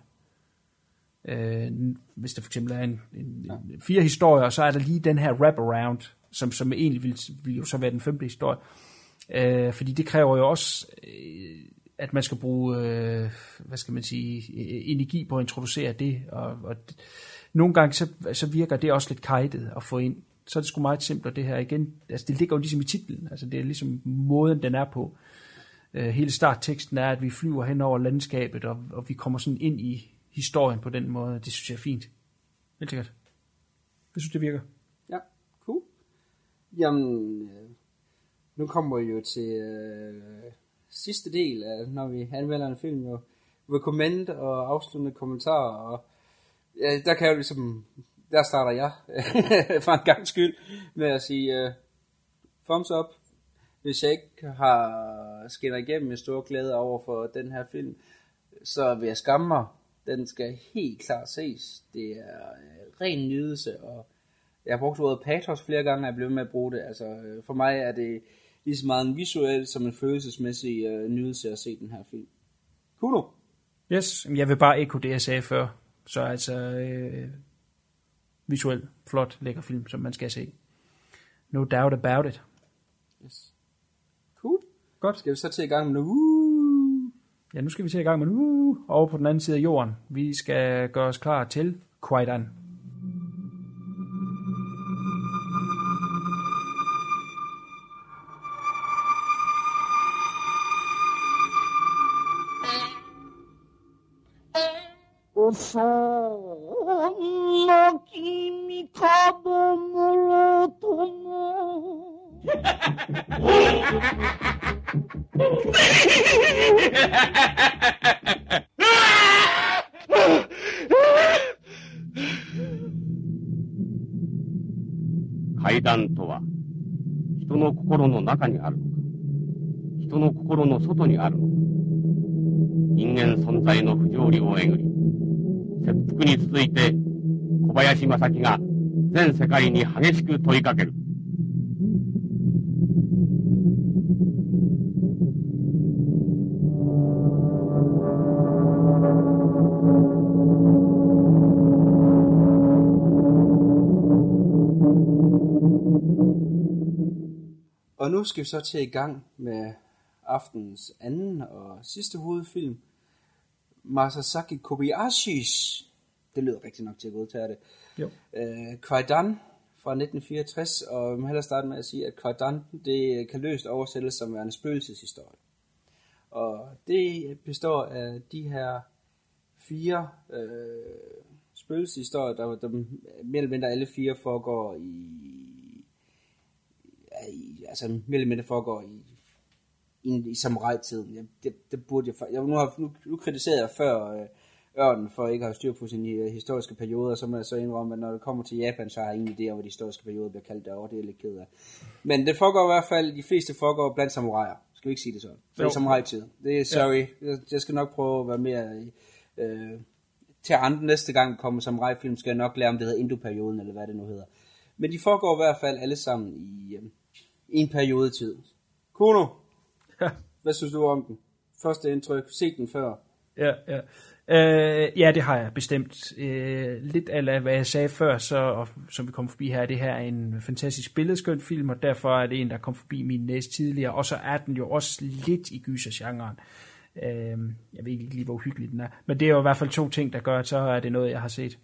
Hvis der for eksempel er en, en, en fire historier, så er der lige den her wraparound, som, som egentlig vil, vil jo så være den femte historie. Fordi det kræver jo også, at man skal bruge, hvad skal man sige, energi på at introducere det. Og, og nogle gange så, så virker det også lidt kajtet at få ind. Så er det sgu meget simpelt, det her igen. Altså, det ligger jo ligesom i titlen. Altså, det er ligesom måden, den er på. Uh, hele startteksten er, at vi flyver hen over landskabet, og, og vi kommer sådan ind i historien på den måde. Det synes jeg er fint. Helt sikkert. Jeg synes, det virker. Ja, cool. Jamen, nu kommer vi jo til øh, sidste del af, når vi anmelder en film, jo recommend og afsluttende kommentarer. Og ja, der kan jeg jo ligesom... Der starter jeg for en gang skyld med at sige uh, thumbs up. Hvis jeg ikke har skinnet igennem med stor glæde over for den her film, så vil jeg skamme mig. Den skal helt klart ses. Det er uh, ren nydelse, og jeg har brugt ordet pathos flere gange, og jeg blev med at bruge det. Altså, uh, for mig er det lige så meget en visuel som en følelsesmæssig uh, nydelse at se den her film. Kuno? Yes, jeg vil bare ekko det, jeg sagde før. Så altså... Øh visuelt, flot, lækker film, som man skal se. No doubt about it. Yes. Cool. Godt. Skal vi så til i gang med nu? Uh. Ja, nu skal vi til i gang med nu. Uh. Over på den anden side af jorden. Vi skal gøre os klar til Kwaidan. Kwaidan とは人の心の中にあるのか、人の心の外にあるのか、人間存在の不条理をえぐり、切腹に続いて小林正樹が全世界に激しく問いかける。 Og nu skal vi så til i gang med aftenens anden og sidste hovedfilm. Masasaki Kobayashis, det lyder rigtig nok til at godtage det. Jo. Uh, Kwaidan fra nitten fireogtres, og jeg må hellere starte med at sige, at Kwaidan, det kan løst oversættes som værende spøgelseshistorie. Og det består af de her fire øh, spøgelseshistorier, der, der mere eller mindre alle fire foregår i, i altså mere eller mindre foregår i, i, i samurai-tiden. Jeg, det, det burde jeg, jeg nu, har, nu, nu kritiserede jeg før øh, Ørnen for ikke at have styr på sine historiske perioder, så må jeg så indrømme, at når det kommer til Japan, så har jeg ingen idé om, hvad de historiske perioder bliver kaldt derovre. Det er lidt ked af. Men det foregår i hvert fald, de fleste foregår blandt samuraier. Skal vi ikke sige det sådan? Det er samurai-tid. Det er sorry. Ja. Jeg skal nok prøve at være mere øh, til andre næste gang kommer samurai-film, skal jeg nok lære, om det hedder Indo-perioden, eller hvad det nu hedder. Men de foregår i hvert fald alle sammen i, øh, i en periodetid. Kuno, ja. Hvad synes du om den? Første indtryk, set den før. Ja, ja. Øh, ja, det har jeg bestemt. Øh, lidt af hvad jeg sagde før, så, og, som vi kom forbi her, det her er en fantastisk billedskøn film, og derfor er det en, der kom forbi min næse tidligere, og så er den jo også lidt i gysergenren. Øh, jeg ved ikke lige, hvor uhyggelig den er, men det er jo i hvert fald to ting, der gør, at så er det noget, jeg har set.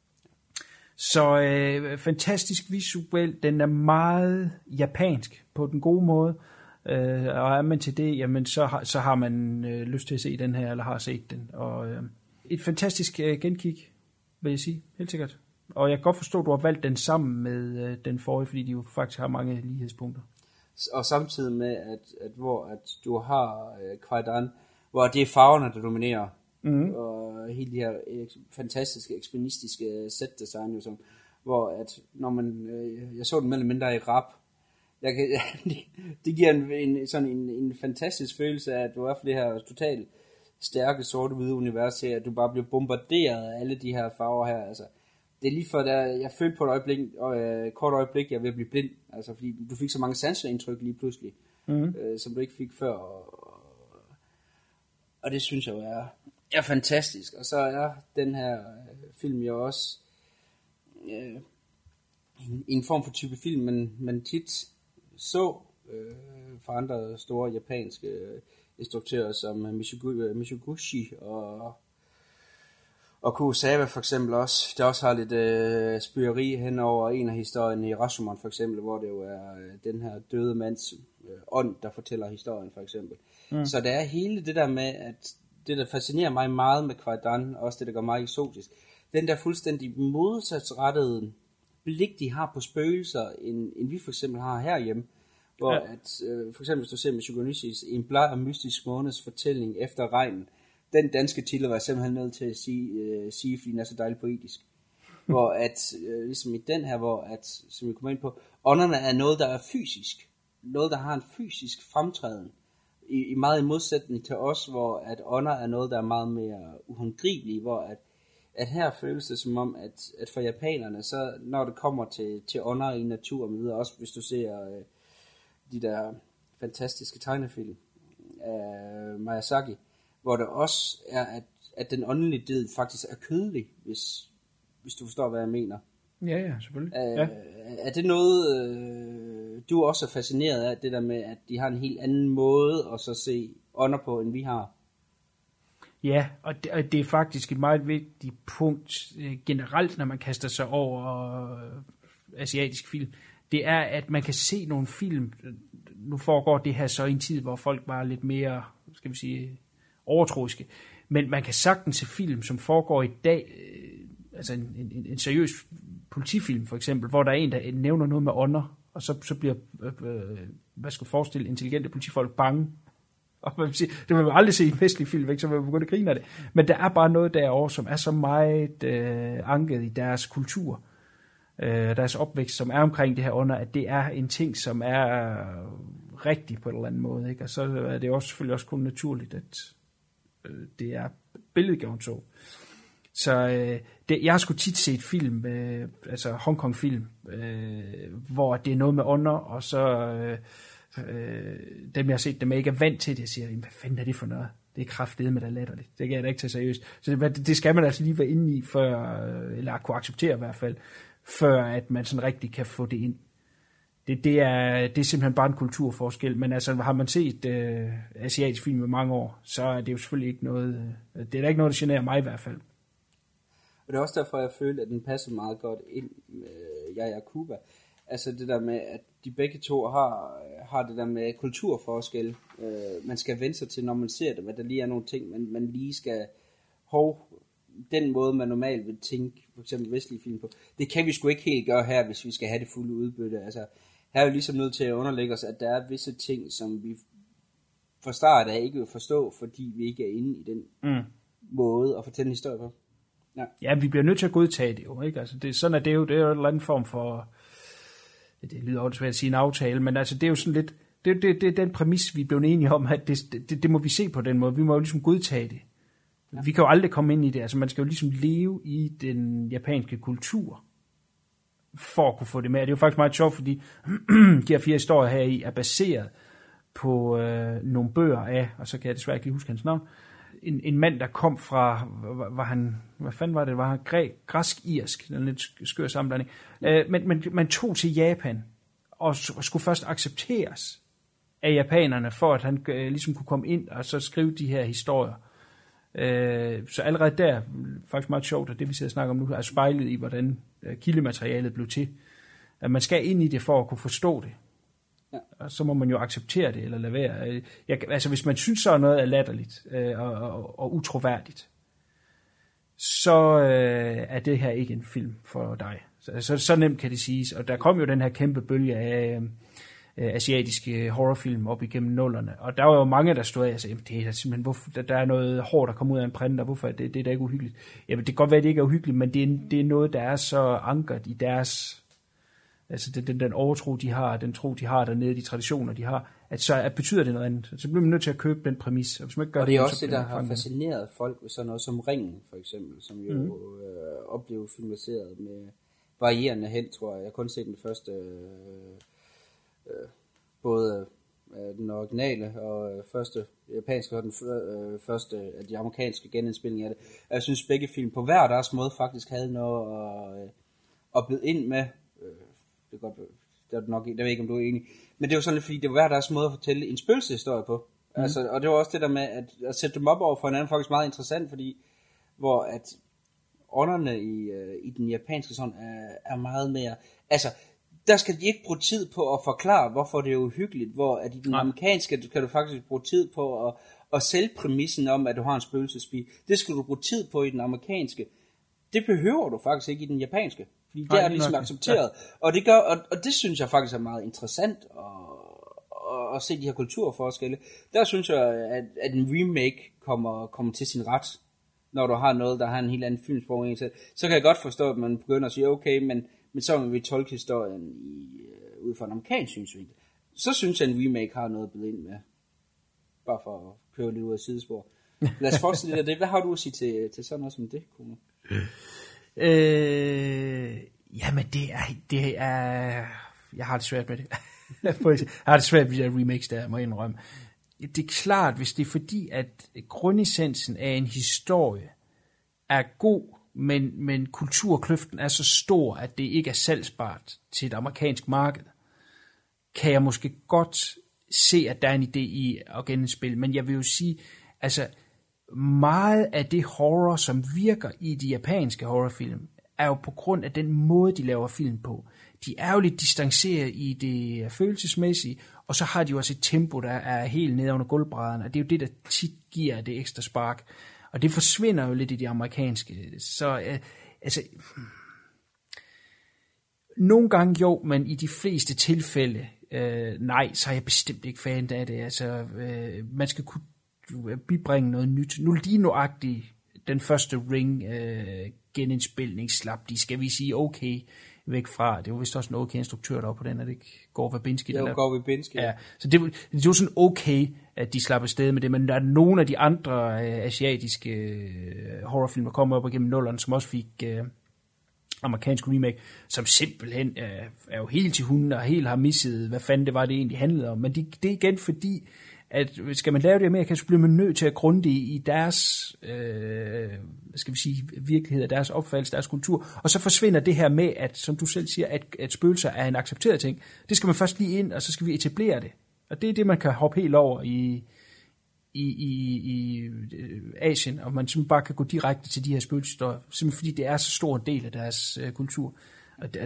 Så øh, fantastisk visuelt, den er meget japansk på den gode måde. Øh, og er man til det, jamen så har, så har man øh, lyst til at se den her, eller har set den. Og øh, et fantastisk øh, genkig, vil jeg sige, helt sikkert. Og jeg kan godt forstå, at du har valgt den sammen med øh, den forrige, fordi de jo faktisk har mange lighedspunkter. Og samtidig med, at, at hvor at du har øh, Kwaidan, hvor det er farverne, der dominerer, mm-hmm. og hele de her øh, fantastiske, eksponistiske set-design, jo, som, hvor at når man, øh, jeg så den mellem mindre i rap, Jeg kan, det, det giver en, en, sådan en, en fantastisk følelse af, at du er for det her totalt stærke sort-hvide univers her, at du bare bliver bombarderet af alle de her farver her. Altså, det er lige for, at jeg følte på et øjeblik, og øh, kort øjeblik, jeg vil blive blind, altså, fordi du fik så mange sanseindtryk lige pludselig, mm-hmm. øh, som du ikke fik før. Og, og det synes jeg jo er, er fantastisk. Og så er den her film jo også øh, en, en form for type film, men, men tit så øh, fra andre store japanske øh, instruktører som Mizoguchi og, og Kurosawa for eksempel også. Der også har lidt øh, spøgeri hen over en af historierne i Rashomon for eksempel, hvor det jo er øh, den her døde mands øh, ånd, der fortæller historien for eksempel. Mm. Så der er hele det der med, at det der fascinerer mig meget med Kwaidan, også det der gør mig eksotisk, den der fuldstændig modsatsrettede blik, de har på spøgelser, end, end vi for eksempel har herhjemme, hvor ja. at, øh, for eksempel hvis du ser med Shigonichis En bleg og mystisk måneds fortælling efter regnen, den danske titel var jeg simpelthen nødt til at sige, øh, sige fordi den er så dejligt poetisk. Hvor at, øh, ligesom i den her, hvor at, som vi kommer ind på, ånderne er noget, der er fysisk. Noget, der har en fysisk fremtræden. I, i meget i modsætning til os, hvor at ånder er noget, der er meget mere uhåndgribelige, hvor at at her føles det som om, at, at for japanerne, så når det kommer til, til ånder i naturen, og videre, også hvis du ser øh, de der fantastiske tegnefilm af Miyazaki, hvor det også er, at, at den åndelige del faktisk er kødelig, hvis, hvis du forstår, hvad jeg mener. Ja, ja, selvfølgelig. Er, ja. er det noget, øh, du også er fascineret af, det der med, at de har en helt anden måde at så se ånder på, end vi har? Ja, og det, og det er faktisk et meget vigtigt punkt øh, generelt, når man kaster sig over øh, asiatisk film. Det er, at man kan se nogle film, nu foregår det her så i en tid, hvor folk var lidt mere, skal vi sige, overtroiske. Men man kan sagtens se film, som foregår i dag, øh, altså en, en, en seriøs politifilm for eksempel, hvor der er en, der nævner noget med ånder, og så, så bliver, øh, hvad skal jeg forestille, intelligente politifolk bange. Og man vil sige, det vil man aldrig se i en vestlig film, ikke? Så man begynde at grine af det. Men der er bare noget derovre, som er så meget øh, anket i deres kultur, øh, deres opvækst, som er omkring det her under, at det er en ting, som er rigtig på en eller anden måde. Ikke? Og så er det også selvfølgelig også kun naturligt, at øh, det er billedgjort så. Så øh, det, jeg har sgu tit set film, øh, altså Hongkong-film, øh, hvor det er noget med ånder, og så... Øh, Øh, dem jeg har set, dem jeg ikke er vant til det, jeg siger, hvad fanden er det for noget? Det er kraftedeme med, der er latterligt. Det kan jeg da ikke tage seriøst. Så det, det skal man altså lige være inde i, før, eller kunne acceptere i hvert fald, før at man sådan rigtig kan få det ind. Det, det, er, det er simpelthen bare en kulturforskel, men altså har man set øh, asiatisk film i mange år, så er det jo selvfølgelig ikke noget, øh, det er da ikke noget, der generer mig i hvert fald. Og det er også derfor, jeg følte, at den passer meget godt ind. Øh, Jeg er Cuba. Altså det der med, at de begge to har, har det der med kulturforskel. Øh, man skal vende sig til, når man ser det, hvad der lige er nogle ting, man, man lige skal... Hov, den måde, man normalt vil tænke, for eksempel vestlige film på, det kan vi sgu ikke helt gøre her, hvis vi skal have det fulde udbytte. Altså, her er vi ligesom nødt til at underlægge os, at der er visse ting, som vi fra start af ikke vil forstå, fordi vi ikke er inde i den mm. måde at fortælle en historie på. Ja. ja, vi bliver nødt til at godtage det jo, ikke? Altså, det, sådan er det jo, det er jo en eller anden form for, det lyder også svært at sige en aftale, men altså, det er jo sådan lidt, det, det, det er den præmis, vi er blevet enige om, at det, det, det må vi se på den måde, vi må jo ligesom godtage det. Ja. Vi kan jo aldrig komme ind i det, altså man skal jo ligesom leve i den japanske kultur, for at kunne få det med. Det er jo faktisk meget sjovt, fordi de her fire historier her i er baseret på øh, nogle bøger af, og så kan jeg desværre ikke lige huske hans navn, en, en mand, der kom fra, var, var han, hvad fanden var det, var han græ, græsk-irsk, den lidt skør sammenblanding, øh, men, men man tog til Japan, og, og skulle først accepteres af japanerne, for at han øh, ligesom kunne komme ind, og så skrive de her historier. Øh, så allerede der, faktisk meget sjovt, at det vi sidder og snakker om nu, er spejlet i, hvordan øh, kildematerialet blev til. At man skal ind i det, for at kunne forstå det. Ja. Og så må man jo acceptere det, eller lade være. Jeg, altså, hvis man synes, så er noget er latterligt øh, og, og, og utroværdigt, så øh, er det her ikke en film for dig. Så, så, så nemt kan det siges. Og der kom jo den her kæmpe bølge af øh, asiatiske horrorfilm op igennem nullerne. Og der var jo mange, der stod af og sagde, det er simpelthen, hvorfor, der, der er noget hårdt, der kommer ud af en printer, hvorfor det, det er da ikke uhyggeligt. Jamen, det kan godt være, at det ikke er uhyggeligt, men det er, det er noget, der er så ankret i deres... Altså den, den, den overtro, de har, den tro, de har dernede, de traditioner, de har, at så at betyder det noget andet. Så bliver man nødt til at købe den præmis. Og, hvis man ikke gør og det er det, også det, der har fascineret folk ved sådan noget som Ringen, for eksempel, som jo mm. øh, oplever filmatiseret med varierende held, tror jeg. Jeg har kun set den første, øh, øh, både øh, den originale og øh, første japanske og den øh, første af de amerikanske genindspilninger af det. Jeg synes, begge film på hver deres måde faktisk havde noget at, øh, at byde ind med. Det er godt, det er nok, jeg ved ikke, om du er enig. Men det var sådan lidt, fordi det var hver deres måde at fortælle en spøgelseshistorie på. Mm. Altså, og det var også det der med, at, at sætte dem op over for hinanden, faktisk meget interessant, fordi hvor at ånderne i, uh, i den japanske sådan er, er meget mere... Altså, der skal de ikke bruge tid på at forklare, hvorfor det er uhyggeligt, hvor at i den ja. amerikanske kan du faktisk bruge tid på at, at sælge præmissen om, at du har en spøgelsesbi. Det skal du bruge tid på i den amerikanske. Det behøver du faktisk ikke i den japanske. Fordi det er ligesom accepteret. Ja. Og, det gør, og, og det synes jeg faktisk er meget interessant at, at, at se de her kulturforskelle. Der synes jeg, at, at en remake kommer, kommer til sin ret, når du har noget, der har en helt anden filmsprog. Så kan jeg godt forstå, at man begynder at sige, okay, men, men så må vi tolke historien i, uh, ud fra en amerikansk synsvinkel. Så synes jeg, at en remake har noget at byde ind med. Bare for at køre lidt ud af sidespor. Lad os fortsætte lidt af det. Hvad har du at sige til, til sådan noget som det, Kuno? Øh, jamen det er, det er, jeg har det svært med det. jeg har det svært med de der remakes der, må jeg indrømme. Det er klart, hvis det er fordi, at grundessensen af en historie er god, men, men kulturkløften er så stor, at det ikke er salgsbart til et amerikansk marked, kan jeg måske godt se, at der er en idé i at genindspille. Men jeg vil jo sige, altså meget af det horror, som virker i de japanske horrorfilm, er jo på grund af den måde, de laver film på. De er jo lidt distanceret i det følelsesmæssige, og så har de jo også et tempo, der er helt nede under gulvbrædderne, og det er jo det, der tit giver det ekstra spark. Og det forsvinder jo lidt i de amerikanske. Så øh, altså... Nogle gange jo, men i de fleste tilfælde, øh, nej, så er jeg bestemt ikke fan af det. Altså, øh, man skal kunne bibringe noget nyt. Nu lige nuagtigt den første Ring øh, genindspilning slap de, skal vi sige, okay væk fra. Det var vist også en okay instruktør, der var på den, at det ikke går Verbinski. Det var går Verbinski. Ja, så det, det var sådan okay, at de slap afsted med det, men der er nogle af de andre øh, asiatiske øh, horrorfilm, der kommer op igennem nullerne, som også fik øh, amerikansk remake, som simpelthen øh, er jo helt til hunden og helt har misset, hvad fanden det var, det egentlig handlede om. Men det, det er igen fordi, at skal man lave det i Amerika, så bliver man nødt til at grunde det i deres, øh, skal vi sige, virkelighed, deres opfattelse, deres kultur. Og så forsvinder det her med, at, som du selv siger, at, at spøgelser er en accepteret ting. Det skal man først lige ind, og så skal vi etablere det. Og det er det, man kan hoppe helt over i, i, i, i Asien, og man simpelthen bare kan gå direkte til de her spøgelseshistorier, simpelthen fordi det er så stor en del af deres øh, kultur. Og det,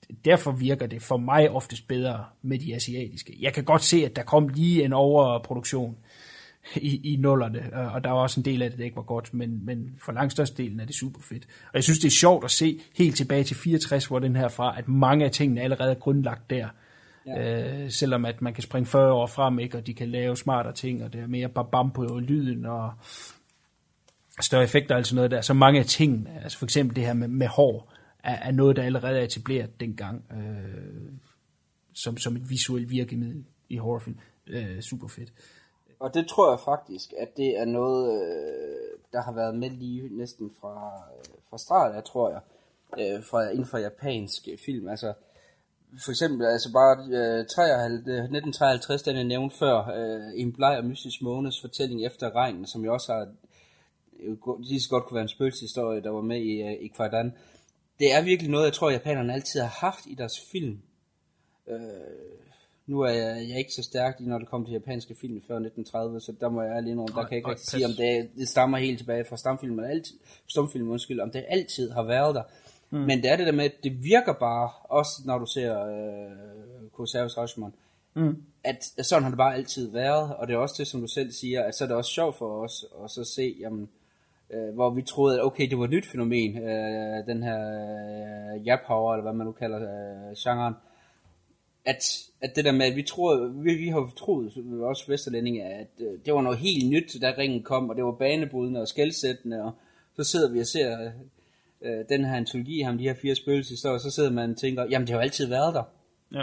derfor virker det for mig oftest bedre med de asiatiske. Jeg kan godt se, at der kom lige en overproduktion i, i nullerne, og der var også en del af det, der ikke var godt, men, men for langt størstedelen er det super fedt. Og jeg synes, det er sjovt at se helt tilbage til fireogtres, hvor den her fra, at mange af tingene allerede er grundlagt der. Ja. Øh, selvom at man kan springe fyrre år frem, ikke, og de kan lave smartere ting, og det er mere babam på lyden, og større effekter og sådan noget der. Så mange af tingene, altså for eksempel det her med, med hår, er, er noget, der allerede er etableret dengang, øh, som, som et visuelt virkemiddel i horrorfilm. Øh, super fedt. Og det tror jeg faktisk, at det er noget, der har været med lige næsten fra, fra start af, tror jeg, fra, inden for japansk film. Altså, for eksempel, altså bare nitten treoghalvtreds, den jeg nævnte før, En bleg og mystisk måneds fortælling efter regnen, som jo også har, lige så godt kunne være en spøgelseshistorie, der var med i, i Kwaidan. Det er virkelig noget, jeg tror, japanerne altid har haft i deres film. Øh, Nu er jeg, jeg er ikke så stærk, når det kommer til japanske film før nitten tredive, så der må jeg lige indrømme, der kan jeg ikke rigtig sige, om det, det stammer helt tilbage fra stamfilmen, altid, stumfilmen, undskyld, om det altid har været der. Mm. Men det er det der med, at det virker bare, også når du ser øh, Kurosawas Rashomon, mm. at, at sådan har det bare altid været, og det er også det, som du selv siger, at så er det også sjovt for os at så se, jamen, øh, hvor vi troede, at okay, det var et nyt fænomen, øh, den her øh, Japower, eller hvad man nu kalder øh, genren, At, at det der med, at vi tror, vi, vi har troet, også vesterlændinge, at øh, det var noget helt nyt, da ringen kom, og det var banebrydende og skelsættende, og så sidder vi og ser øh, den her antologi, ham de her fire spøgelseshistorier, og så sidder man og tænker, jamen det har jo altid været der. Ja.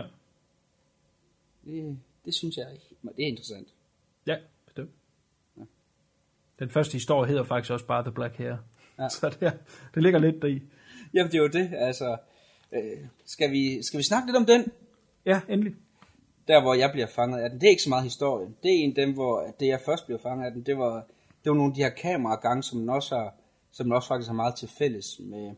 Det, det synes jeg, det er interessant. Ja, bestemt. Ja. Den første historie hedder faktisk også bare The Black Hair, ja. Så det, det ligger lidt deri. Jamen det er jo det, altså, øh, skal, vi, skal vi snakke lidt om den? Ja, endelig. Der, hvor jeg bliver fanget af den, det er ikke så meget historien. Det er en af dem, hvor det, jeg først bliver fanget af den, det var, det var nogle af de her kameragange, som man også, har, som man også faktisk har meget til fælles med,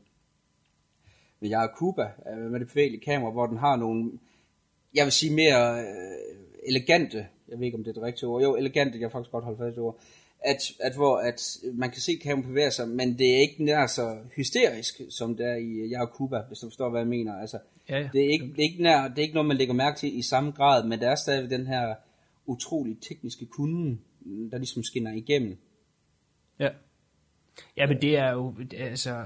med Yakuba, med det bevægelige kamera, hvor den har nogle, jeg vil sige mere øh, elegante, jeg ved ikke, om det er det rigtige ord, jo, elegante, jeg kan faktisk godt holde fast i ord, at, at, hvor at man kan se kameraet bevæge sig, men det er ikke nær så hysterisk, som det er i Yakuba, hvis du forstår, hvad jeg mener. Altså, ja, ja. Det, er ikke, det, er ikke nær, det er ikke noget, man lægger mærke til i samme grad, men der er stadig den her utrolig tekniske kunde, der ligesom skinner igennem. Ja. Ja, men det er jo, altså,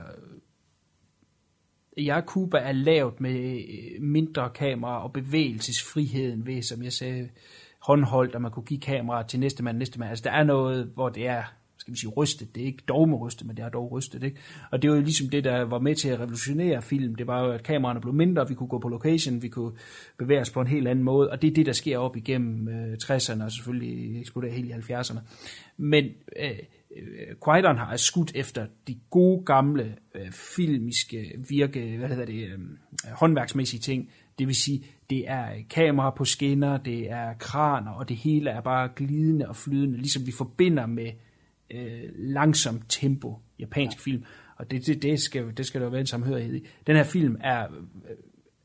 Yakuba er lavet med mindre kamera og bevægelsesfriheden ved, som jeg sagde, håndholdt, og man kunne give kameraet til næste mand, næste mand. Altså, der er noget, hvor det er, skal vi sige, rystet. Det er ikke dogme rystet, men det er dog rystet, ikke? Og det var jo ligesom det, der var med til at revolutionere film. Det var jo, at kameraerne blev mindre, vi kunne gå på location, vi kunne bevæge os på en helt anden måde, og det er det, der sker op igennem øh, tresserne, og selvfølgelig eksploderer helt i halvfjerdserne. Men øh, øh, Kwaidan har skudt efter de gode, gamle, øh, filmiske virke, hvad hedder det, øh, håndværksmæssige ting. Det vil sige, det er kamera på skinner, det er kraner, og det hele er bare glidende og flydende, ligesom vi forbinder med øh, langsomt tempo japansk ja. film. Og det, det, det, skal, det skal der jo være en samhørighed i. Den her film er øh,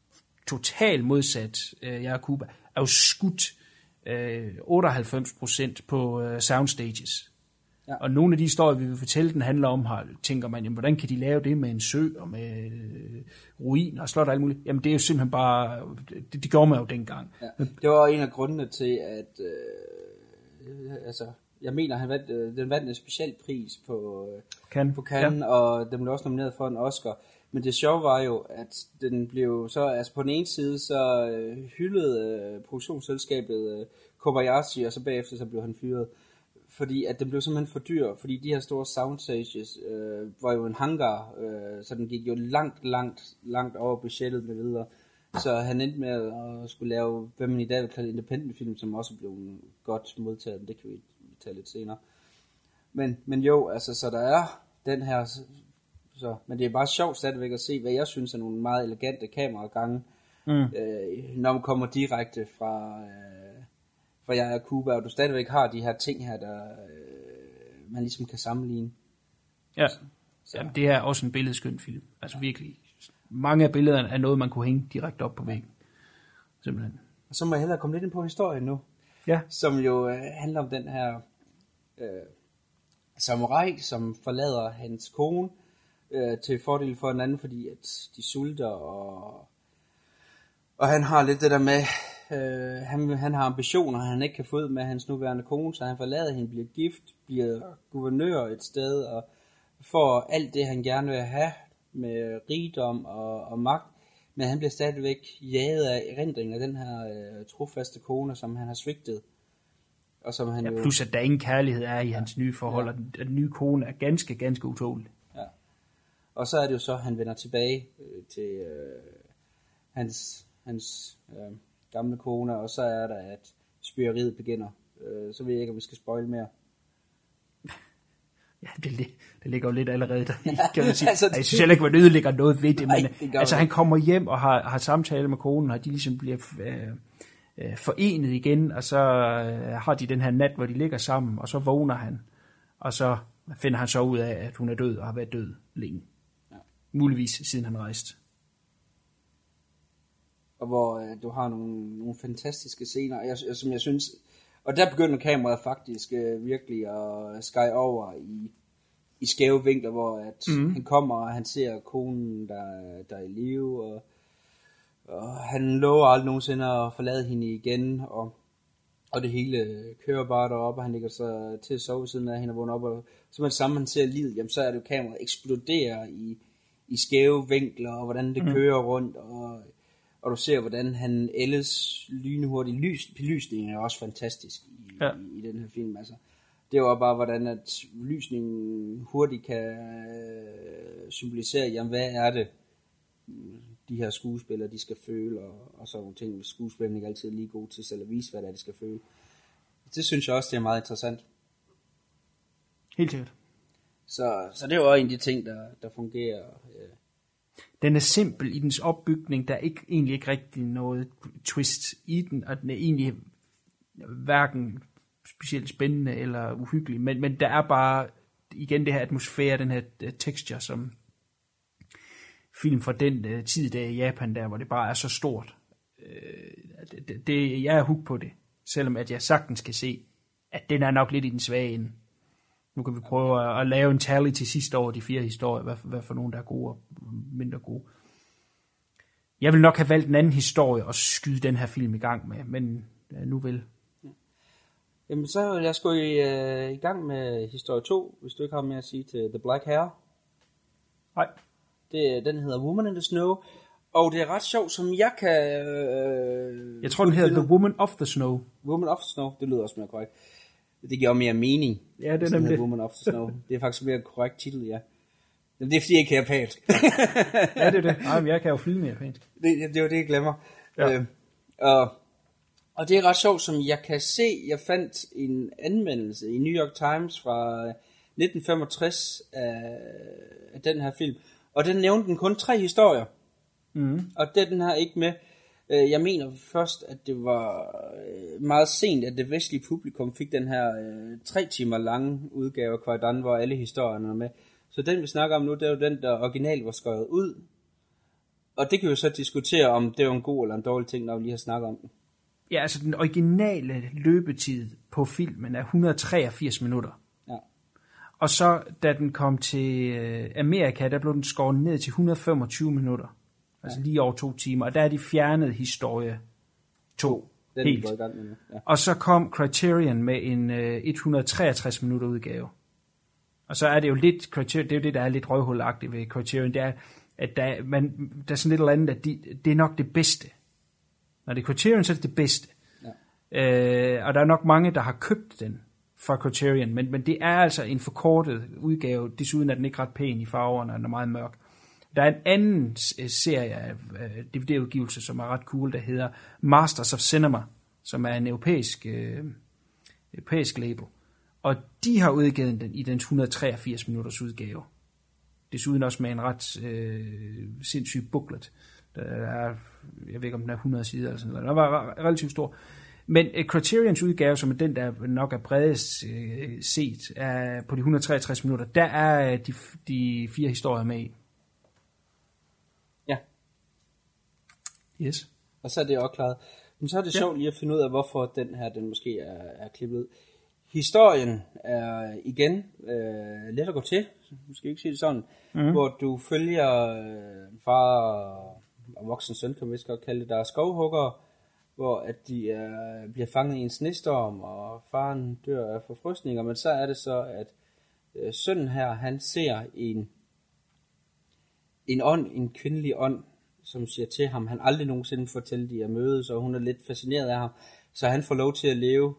totalt modsat øh, Yakuba, er jo skudt øh, otteoghalvfems procent på øh, soundstages. Ja. Og nogle af de historier, vi vil fortælle, den handler om, her, tænker man, jamen, hvordan kan de lave det med en sø og med øh, ruiner og slot og alt muligt? Jamen det er jo simpelthen bare, det, det gjorde man jo dengang. Ja. Det var en af grundene til, at øh, altså, jeg mener, han vandt, øh, den vandt en speciel pris på Cannes, på Cannes ja. Og den blev også nomineret for en Oscar. Men det sjove var jo, at den blev så, altså på den ene side, så øh, hyldede øh, produktionsselskabet øh, Kobayashi, og så bagefter så blev han fyret. Fordi at den blev simpelthen for dyr, fordi de her store soundstages øh, var jo en hangar, øh, så den gik jo langt, langt, langt over budgettet med videre. Så han endte med at skulle lave, hvad man i dag vil kalde independent film, som også blev godt modtaget, men det kan vi tage lidt senere. Men, men jo, altså, så der er den her, så, men det er bare sjovt stadigvæk at se, hvad jeg synes er nogle meget elegante kameragange, mm. øh, når man kommer direkte fra... Øh, for jeg er Cuba, og du stadigvæk har de her ting her, der øh, man ligesom kan sammenligne. Ja, så. Jamen, det er også en billedskøn film. Altså virkelig. Mange af billederne er noget, man kunne hænge direkte op på væggen. Simpelthen. Og så må jeg hellere komme lidt ind på historien nu. Ja. Som jo øh, handler om den her øh, samurai, som forlader hans kone øh, til fordel for en anden, fordi at de sulter, og Og han har lidt det der med, øh, han, han har ambitioner, han ikke kan få ud med hans nuværende kone, så han forlader hende, bliver gift, bliver guvernør et sted, og får alt det, han gerne vil have med rigdom og, og magt, men han bliver stadigvæk jaget af erindringen af den her øh, trofaste kone, som han har svigtet. Og som han ja, jo... plus at der ingen kærlighed er i hans nye forhold, ja. Og den, den nye kone er ganske, ganske utålig. Ja. Og så er det jo så, at han vender tilbage øh, til øh, hans, hans øh, gamle kone, og så er der, at spyreriet begynder. Øh, så ved jeg ikke, om vi skal spoil mere. Ja, det, det ligger jo lidt allerede der i, kan man sige. altså, jeg synes heller ikke, man ødelægger noget ved det, nej, men det altså, han kommer hjem og har, har samtale med konen, og de ligesom bliver øh, øh, forenet igen, og så øh, har de den her nat, hvor de ligger sammen, og så vågner han, og så finder han så ud af, at hun er død, og har været død længe. Ja. Muligvis siden han rejste. Og hvor øh, du har nogle, nogle fantastiske scener, jeg, som jeg synes... Og der begynder kameraet faktisk øh, virkelig at sky over i, i skæve vinkler, hvor at mm. han kommer, og han ser konen, der, der er i live, og, og han lover aldrig nogensinde at forlade hende igen, og, og det hele kører bare deroppe, og han ligger så til at sove siden af hende og vågner op, og så med det samme, han ser livet, jamen så er det jo kameraet eksploderer i, i skæve vinkler, og hvordan det mm. kører rundt, og... Og du ser, hvordan han ældes lynhurtigt. Lys, belysningen er også fantastisk i, ja. i, i den her film. Altså, det er jo bare, hvordan at lysningen hurtigt kan øh, symbolisere, jamen hvad er det, de her skuespillere, de skal føle, og, og sådan nogle ting. Skuespillerne ikke altid er lige gode til selv at vise, hvad det er, de skal føle. Det synes jeg også, det er meget interessant. Helt sikkert. Så, så det er jo også en af de ting, der, der fungerer... Øh, Den er simpel i dens opbygning, der er ikke, egentlig ikke rigtig noget twist i den, og den er egentlig hverken specielt spændende eller uhyggelig, men, men der er bare igen det her atmosfære, den her texture, som film fra den uh, tid der i Japan, der hvor det bare er så stort. Uh, det, det, jeg er hooked på det, selvom at jeg sagtens kan se, at den er nok lidt i den svage ende. Nu kan vi prøve at, at lave en tally til sidste år, de fire historier, hvad, hvad for nogen, der er gode og mindre gode. Jeg vil nok have valgt en anden historie og skyde den her film i gang med, men ja, nu vil. Jamen så vil jeg gå i, uh, i gang med historie to, hvis du ikke har mere at sige til The Black Hair. Nej. Det, den hedder Woman in the Snow, og det er ret sjovt, som jeg kan... Øh, jeg tror, den hedder The Woman of the Snow. Woman of the Snow, det lyder også mere korrekt. Det giver mere mening. Ja, det er nemlig. Woman of the Snow. Det er faktisk mere korrekt titel, ja. Det er fordi, jeg ikke kan japansk. Ja, det er det. Nej, men jeg kan jo flyde med japansk. Det, det er jo det, jeg glemmer. Ja. Øh, og, og det er ret sjovt, som jeg kan se, jeg fandt en anmeldelse i New York Times fra nitten femogtres af, af den her film. Og den nævnte den kun tre historier. Mm. Og det den her ikke med. Jeg mener først, at det var meget sent, at det vestlige publikum fik den her øh, tre timer lange udgave af Kwaidan, hvor alle historierne er med. Så den vi snakker om nu, det er jo den, der originalt var skrevet ud. Og det kan vi så diskutere, om det er en god eller en dårlig ting, når vi lige har snakket om den. Ja, altså den originale løbetid på filmen er et hundrede og treogfirs minutter. Ja. Og så da den kom til Amerika, der blev den skåret ned til et hundrede og femogtyve minutter. Altså lige over to timer, og der er de fjernet historie to, den helt. Er i gang med, ja. Og så kom Criterion med en uh, et hundrede og treogtres minutter udgave. Og så er det jo lidt, Criterion, det er jo det, der er lidt røvhulagtigt ved Criterion, det er, at der, man, der er sådan lidt eller andet, at de, det er nok det bedste. Når det er Criterion, så er det det bedste. Ja. Uh, og der er nok mange, der har købt den fra Criterion, men, men det er altså en forkortet udgave, desuden er den ikke ret pæn i farverne, og den er meget mørk. Der er en anden serie af D V D-udgivelser, som er ret cool, der hedder Masters of Cinema, som er en europæisk, øh, europæisk label. Og de har udgivet den i den et hundrede og treogfirs minutters udgave. Desuden også med en ret øh, sindssyg booklet. Der er, jeg ved ikke, om den er hundrede sider eller sådan noget. Den var relativt stor. Men uh, Criterions udgave, som er den, der nok er bredest øh, set, er på de et hundrede og treogtres minutter. Der er de, de fire historier med i. Yes. Og så er det også klaret. Men så er det ja. sjovt lige at finde ud af, hvorfor den her, den måske er, er klippet ud. Historien er igen øh, let at gå til, måske ikke sige det sådan, mm. hvor du følger øh, far og, og voksen søn, kan man vist godt kalde det, der er skovhuggere, hvor at de er, bliver fanget i en snestorm, og faren dør af forfrysninger, men så er det så, at øh, sønnen her, han ser en, en ånd, en kvindelig ånd, som siger til ham, han aldrig nogensinde fortæller de er mødes, og hun er lidt fascineret af ham, så han får lov til at leve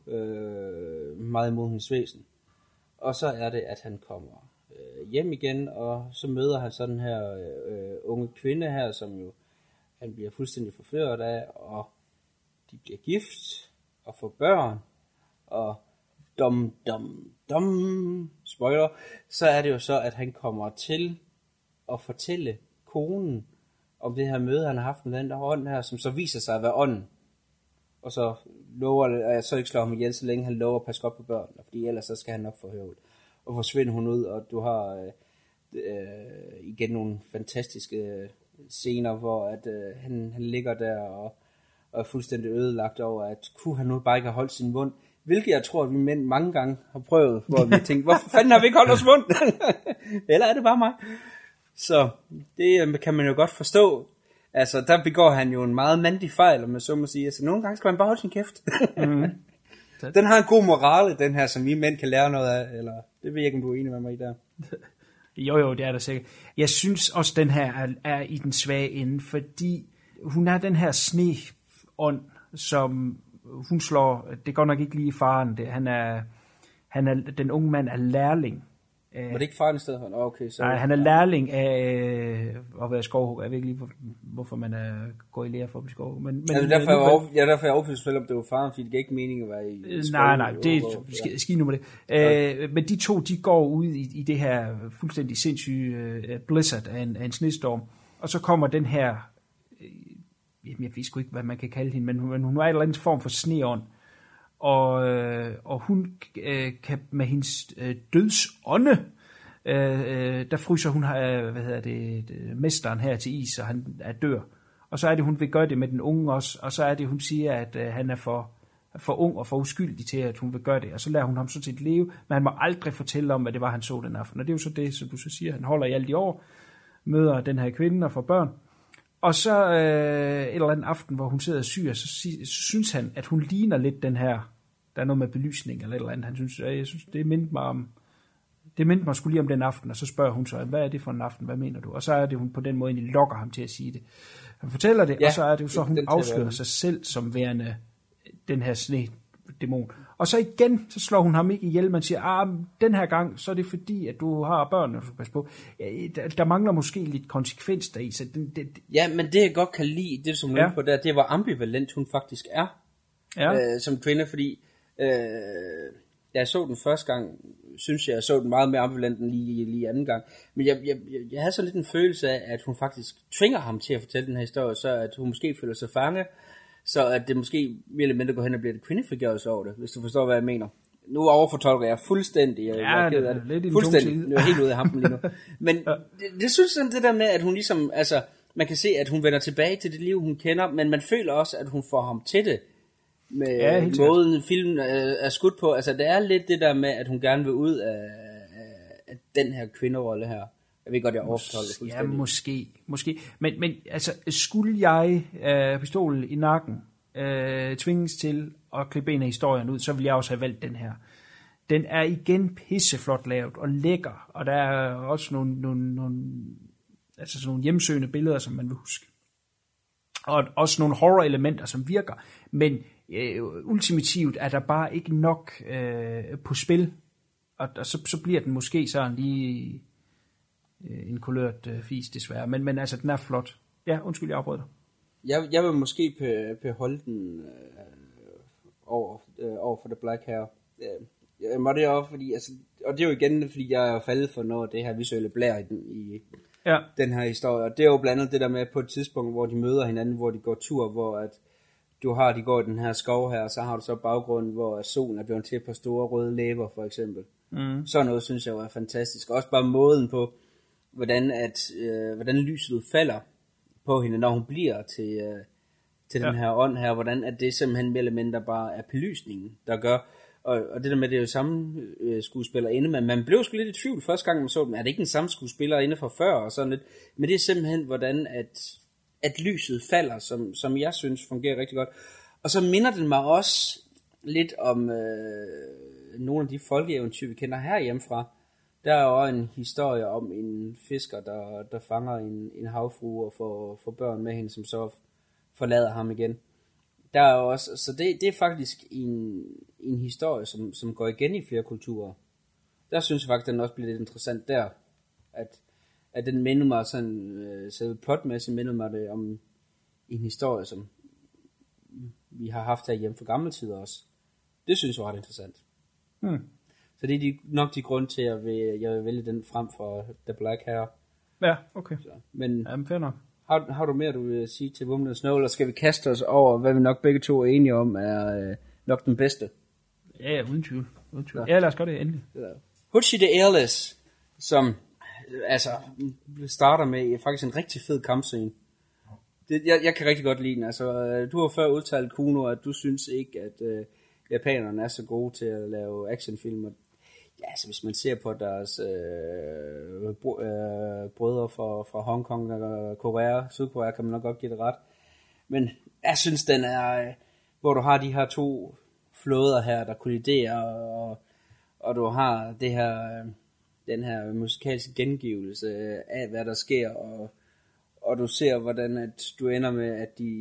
øh, meget imod hendes væsen. Og så er det, at han kommer øh, hjem igen, og så møder han sådan her øh, unge kvinde her, som jo han bliver fuldstændig forført af, og de bliver gift, og får børn, og dum, dum, dum, spoiler, så er det jo så, at han kommer til at fortælle konen om det her møde, han har haft med den der ånd her, som så viser sig at være ånden. Og så lover, at jeg så ikke slår ham ihjel, så længe han lover at passe godt på børnene, fordi ellers så skal han nok få høvl. Og forsvinder hun ud, og du har øh, øh, igen nogle fantastiske scener, hvor at, øh, han, han ligger der og, og er fuldstændig ødelagt over, at kunne han nu bare ikke have holdt sin mund. Hvilket jeg tror, at vi mænd mange gange har prøvet, hvor vi tænker, hvorfor fanden har vi ikke holdt os mund? Eller er det bare mig? Så det kan man jo godt forstå. Altså, der begår han jo en meget mandig fejl, om man så må sige. Altså, nogle gange skal man bare holde sin kæft. Mm-hmm. Den har en god morale, den her, som vi mænd kan lære noget af. Eller, det ved jeg ikke, om du er enig med mig i der. Jo, jo, det er der sikkert. Jeg synes også, den her er, er i den svage ende, fordi hun er den her sneånd, som hun slår, det går nok ikke lige i faren. Det, han er, han er, den unge mand er lærling. Var det ikke faren i stedet for? Oh, okay, så... Nej, han er lærling af at være skovhugger. Jeg ved ikke lige, hvor, hvorfor man er går i lære for at blive skovhugger. Men, men, altså, derfor, jeg var, ja, derfor er jeg overbevist om, det var faren, fordi det gav ikke mening at være i skovhugger. Nej, nej, det er sk- skidt nu med det. Okay. Øh, men de to, de går ud i, i det her fuldstændig sindssyge uh, blizzard af en, af en snestorm. Og så kommer den her, øh, jeg ved sgu ikke, hvad man kan kalde hende, men hun, men hun er en eller anden form for sneånd. Og, øh, og hun øh, kan med hendes øh, dødsånde, øh, der fryser hun øh, hvad hedder det, det, mesteren her til is, og han er dør. Og så er det, hun vil gøre det med den unge også, og så er det, hun siger, at øh, han er for, for ung og for uskyldig til, at hun vil gøre det. Og så lærer hun ham så til at leve, men han må aldrig fortælle om, hvad det var, han så den aften. Og det er jo så det, som du så siger, han holder i alle de år, møder den her kvinde og får børn. Og så øh, en eller anden aften, hvor hun sidder og syr, så, så synes han, at hun ligner lidt den her, der er noget med belysning eller et eller andet. Han synes, jeg synes, det mindte mig om, det mindte mig sgu lige om den aften, og så spørger hun så, hvad er det for en aften, hvad mener du? Og så er det, hun på den måde egentlig lokker ham til at sige det. Han fortæller det, ja, og så er det jo så, hun afslører sig selv som værende den her sne-dæmon. Og så igen, så slår hun ham ikke ihjel, man siger, ah, den her gang, så er det fordi, at du har børn, og du skal passe på. Ja, der, der mangler måske lidt konsekvens deri. Så det, det, ja, men det jeg godt kan lide, det som hun ja. på der, det var ambivalent, hun faktisk er, ja. øh, som kvinde, fordi øh, da jeg så den første gang, synes jeg, jeg så den meget mere ambivalent end lige, lige anden gang. Men jeg, jeg, jeg, jeg havde så lidt en følelse af, at hun faktisk tvinger ham til at fortælle den her historie, så at hun måske føler sig fange, så at det måske mere eller mindre går hen og bliver et kvindefrigørelse over det, hvis du forstår, hvad jeg mener. Nu overfortolker jeg fuldstændig. Jeg, ja, jeg det er det. lidt i fuldstændig. Jeg er helt ude af hampen lige nu. Men ja. det, det synes sådan det der med, at hun ligesom, altså, man kan se, at hun vender tilbage til det liv, hun kender, men man føler også, at hun får ham til det, med ja, måden filmen er, er skudt på. Altså, det er lidt det der med, at hun gerne vil ud af, af den her kvinderolle her. Jeg ved godt, jeg overfortolker det fuldstændig. Ja, måske. måske. Men, men altså, skulle jeg øh, pistolen i nakken øh, tvinges til at klippe en af historien ud, så vil jeg også have valgt den her. Den er igen pisseflot lavet og lækker, og der er også nogle, nogle, nogle, altså sådan nogle hjemsøgende billeder, som man vil huske. Og også nogle horror-elementer, som virker. Men øh, ultimativt er der bare ikke nok øh, på spil, og, og så, så bliver den måske sådan lige øh, en kulørt øh, fis, desværre. Men, men altså, den er flot. Ja, undskyld, jeg afbrød dig. Jeg, jeg vil måske beholde den øh, over, øh, over for The Black Hair. Øh, jeg må det også, fordi, altså, og det er jo igen, fordi jeg er faldet for noget af det her visuelle blær i, den, i ja. den her historie. Og det er jo blandt andet det der med på et tidspunkt, hvor de møder hinanden, hvor de går tur, hvor at du har, de går i den her skov her, og så har du så baggrunden, hvor solen er blevet til på store røde læber, for eksempel. Mm. Sådan noget, synes jeg var fantastisk. Også bare måden på, hvordan, at, øh, hvordan lyset falder på hende, når hun bliver til, øh, til ja. den her ånd her, hvordan at det simpelthen mere eller mindre bare er belysningen, der gør. Og, og det der med, det er jo samme øh, skuespiller inde, men man blev sgu lidt i tvivl første gang, man så dem. Er det ikke den samme skuespiller inde fra før og sådan lidt? Men det er simpelthen, hvordan at at lyset falder, som, som jeg synes fungerer rigtig godt. Og så minder den mig også lidt om øh, nogle af de folkeeventyr, vi kender herhjemmefra. Der er jo en historie om en fisker, der, der fanger en, en havfrue og får, får børn med hende, som så forlader ham igen. Der er også, så det, det er faktisk en, en historie, som, som går igen i flere kulturer. Der synes jeg faktisk, at den også bliver lidt interessant der, at, at den minder mig sådan, øh, så plotmæssigt minder mig det om en historie, som vi har haft her hjemme for gamle tider også. Det synes jeg var ret interessant. Hmm. Så det er de, nok de grunde til, at jeg vil, jeg vil vælge den frem for The Black Hair. Ja, okay. Så, men Jamen, fair nok. har, har du mere, du vil sige til Woman in Snow, eller skal vi kaste os over, hvad vi nok begge to er enige om, er øh, nok den bedste? Ja, ja, uden tvivl. Uden tvivl. Ja. ja, lad os gøre det endelig. Hoochie the Airless, som altså starter med faktisk en rigtig fed kampscene. Det, jeg, jeg kan rigtig godt lide den. Altså, du har før udtalt, Kuno, at du synes ikke, at øh, japanerne er så gode til at lave actionfilm. Ja, altså hvis man ser på deres øh, bro, øh, brødre fra, fra Hongkong og Korea, Sydkorea, kan man nok godt give det ret. Men jeg synes, den er, øh, hvor du har de her to flåder her, der kolliderer, og, og du har det her, øh, den her musikalske gengivelse af, hvad der sker, og Og du ser, hvordan at du ender med, at de,